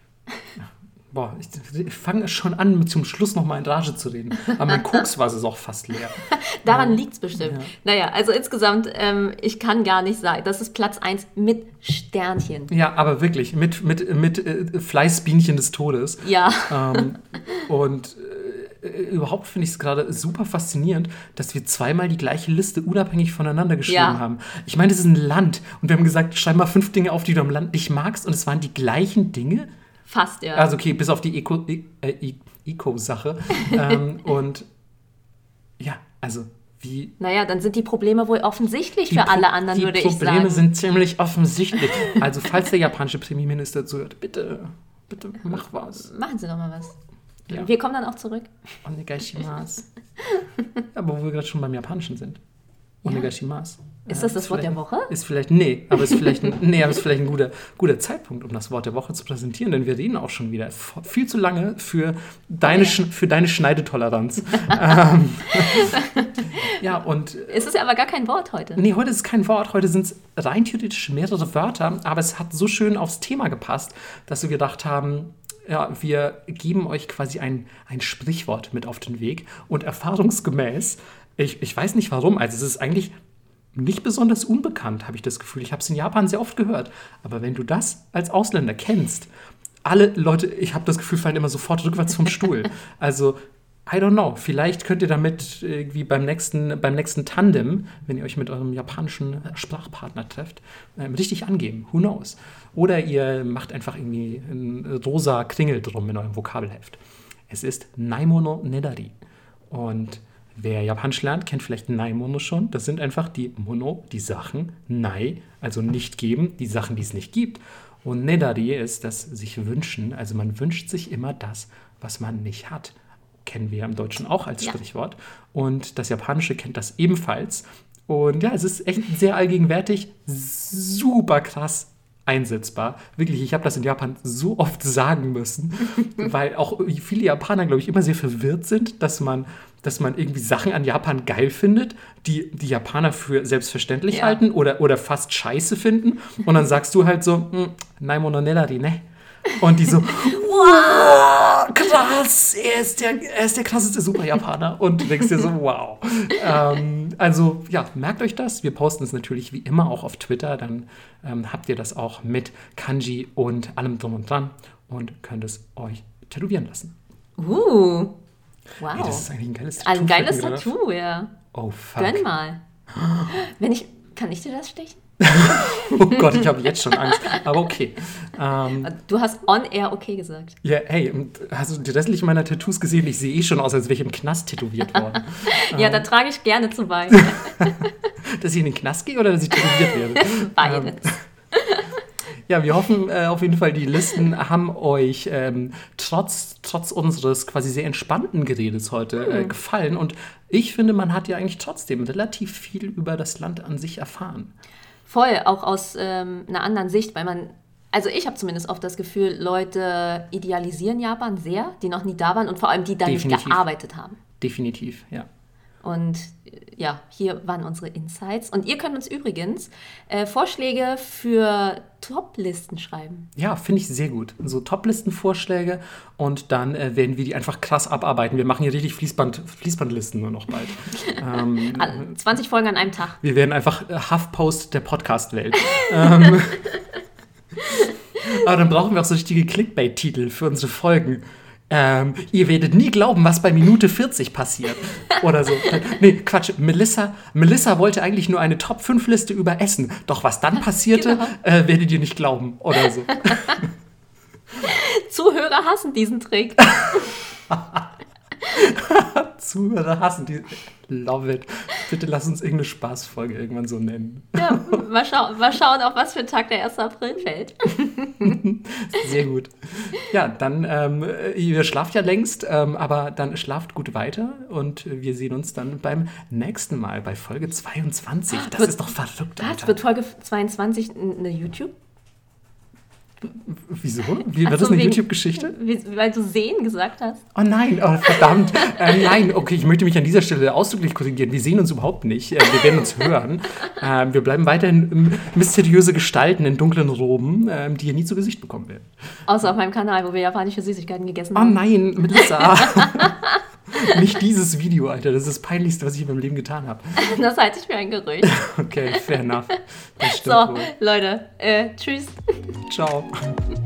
Speaker 2: Boah, ich fange schon an, zum Schluss noch mal in Rage zu reden. Aber mein Koks war es auch fast leer.
Speaker 1: Daran liegt es bestimmt. Ja. Naja, also insgesamt, ich kann gar nicht sagen, das ist Platz 1 mit Sternchen.
Speaker 2: Ja, aber wirklich, mit Fleißbienchen des Todes.
Speaker 1: Ja.
Speaker 2: Und überhaupt finde ich es gerade super faszinierend, dass wir zweimal die gleiche Liste unabhängig voneinander geschrieben haben. Ich meine, das ist ein Land. Und wir haben gesagt, schreib mal 5 Dinge auf, die du am Land nicht magst. Und es waren die gleichen Dinge.
Speaker 1: Fast, ja.
Speaker 2: Also okay, bis auf die Eco-Sache. Und ja, also wie...
Speaker 1: Naja, dann sind die Probleme wohl offensichtlich für alle anderen, würde ich sagen.
Speaker 2: Die Probleme sind ziemlich offensichtlich. Also falls der japanische Premierminister zuhört, bitte mach was.
Speaker 1: Machen Sie doch mal was.
Speaker 2: Ja.
Speaker 1: Wir kommen dann auch zurück.
Speaker 2: Onegaishimasu. Aber wo wir gerade schon beim Japanischen sind. Onegaishimasu.
Speaker 1: Ist das Wort der Woche?
Speaker 2: Ist vielleicht ein guter Zeitpunkt, um das Wort der Woche zu präsentieren, denn wir reden auch schon wieder viel zu lange für deine Schneidetoleranz. Ja, und...
Speaker 1: Es ist aber gar kein Wort heute.
Speaker 2: Nee, heute ist es kein Wort. Heute sind es rein theoretisch mehrere Wörter, aber es hat so schön aufs Thema gepasst, dass wir gedacht haben, ja, wir geben euch quasi ein Sprichwort mit auf den Weg und erfahrungsgemäß, ich weiß nicht warum, also es ist eigentlich nicht besonders unbekannt, habe ich das Gefühl. Ich habe es in Japan sehr oft gehört. Aber wenn du das als Ausländer kennst, alle Leute, ich habe das Gefühl, fallen immer sofort rückwärts vom Stuhl. Also, I don't know, vielleicht könnt ihr damit irgendwie beim nächsten Tandem, wenn ihr euch mit eurem japanischen Sprachpartner trefft, richtig angeben. Who knows? Oder ihr macht einfach irgendwie einen rosa Kringel drum in eurem Vokabelheft. Es ist Naimono Nedari. Und wer Japanisch lernt, kennt vielleicht Nai-Mono schon. Das sind einfach die Mono, die Sachen, Nai, also nicht geben, die Sachen, die es nicht gibt. Und Nedari ist das sich wünschen. Also man wünscht sich immer das, was man nicht hat. Kennen wir im Deutschen auch als Sprichwort. Und das Japanische kennt das ebenfalls. Und ja, es ist echt sehr allgegenwärtig, super krass einsetzbar. Wirklich, ich habe das in Japan so oft sagen müssen, weil auch viele Japaner, glaube ich, immer sehr verwirrt sind, dass man irgendwie Sachen an Japan geil findet, die Japaner für selbstverständlich halten oder fast scheiße finden. Und dann sagst du halt so, Naimono Nedari, ne? Und die so, wow, krass, er ist der krasseste Super-Japaner. Und du denkst dir so, wow. Also, ja, merkt euch das. Wir posten es natürlich wie immer auch auf Twitter. Dann habt ihr das auch mit Kanji und allem drum und dran und könnt es euch tätowieren lassen.
Speaker 1: Wow.
Speaker 2: Hey, das ist eigentlich ein geiles Tattoo.
Speaker 1: Ein geiles Tattoo, ja.
Speaker 2: Oh, fuck.
Speaker 1: Gönn mal. Kann ich dir das stechen?
Speaker 2: Oh Gott, ich habe jetzt schon Angst. Aber okay.
Speaker 1: Du hast on-air okay gesagt.
Speaker 2: Ja, hey, hast du die restlichen meiner Tattoos gesehen? Ich sehe schon aus, als wäre ich im Knast tätowiert worden.
Speaker 1: Ja, da trage ich gerne zu bei.
Speaker 2: Dass ich in den Knast gehe oder dass ich tätowiert werde?
Speaker 1: Beides.
Speaker 2: Ja, wir hoffen auf jeden Fall, die Listen haben euch trotz unseres quasi sehr entspannten Geredes heute gefallen. Und ich finde, man hat ja eigentlich trotzdem relativ viel über das Land an sich erfahren.
Speaker 1: Voll, auch aus einer anderen Sicht, weil ich habe zumindest oft das Gefühl, Leute idealisieren Japan sehr, die noch nie da waren und vor allem die da nicht gearbeitet haben.
Speaker 2: Definitiv, ja.
Speaker 1: Und ja, hier waren unsere Insights. Und ihr könnt uns übrigens Vorschläge für Top-Listen schreiben.
Speaker 2: Ja, finde ich sehr gut. So Top-Listen-Vorschläge und dann werden wir die einfach krass abarbeiten. Wir machen hier richtig Fließbandlisten nur noch bald.
Speaker 1: 20 Folgen an einem Tag.
Speaker 2: Wir werden einfach HuffPost der Podcast-Welt. Aber dann brauchen wir auch so richtige Clickbait-Titel für unsere Folgen. Ihr werdet nie glauben, was bei Minute 40 passiert. Oder so. Nee, Quatsch. Melissa wollte eigentlich nur eine Top-5-Liste über Essen. Doch was dann passierte, werdet ihr nicht glauben. Oder so.
Speaker 1: Zuhörer hassen diesen Trick.
Speaker 2: Zuhörer hassen die. Love it. Bitte lass uns irgendeine Spaßfolge irgendwann so nennen.
Speaker 1: Ja, mal schauen, auf was für ein Tag der 1. April fällt.
Speaker 2: Sehr gut. Ja, dann, ihr schlaft ja längst, aber dann schlaft gut weiter und wir sehen uns dann beim nächsten Mal bei Folge 22. Das ist doch verrückt, Alter.
Speaker 1: Wird Folge 22 eine YouTube?
Speaker 2: Wieso? War das eine YouTube-Geschichte?
Speaker 1: Weil du sehen gesagt hast.
Speaker 2: Oh nein, oh verdammt. Nein, okay, ich möchte mich an dieser Stelle ausdrücklich korrigieren. Wir sehen uns überhaupt nicht. Wir werden uns hören. Wir bleiben weiterhin mysteriöse Gestalten in dunklen Roben, die ihr nie zu Gesicht bekommen werdet.
Speaker 1: Außer auf meinem Kanal, wo wir japanische Süßigkeiten gegessen haben.
Speaker 2: Oh nein, Melissa. Nicht dieses Video, Alter. Das ist das Peinlichste, was ich in meinem Leben getan habe.
Speaker 1: Das halte ich für ein Gerücht.
Speaker 2: Okay, fair enough. Das stimmt
Speaker 1: so,
Speaker 2: wohl.
Speaker 1: Leute, tschüss.
Speaker 2: Ciao.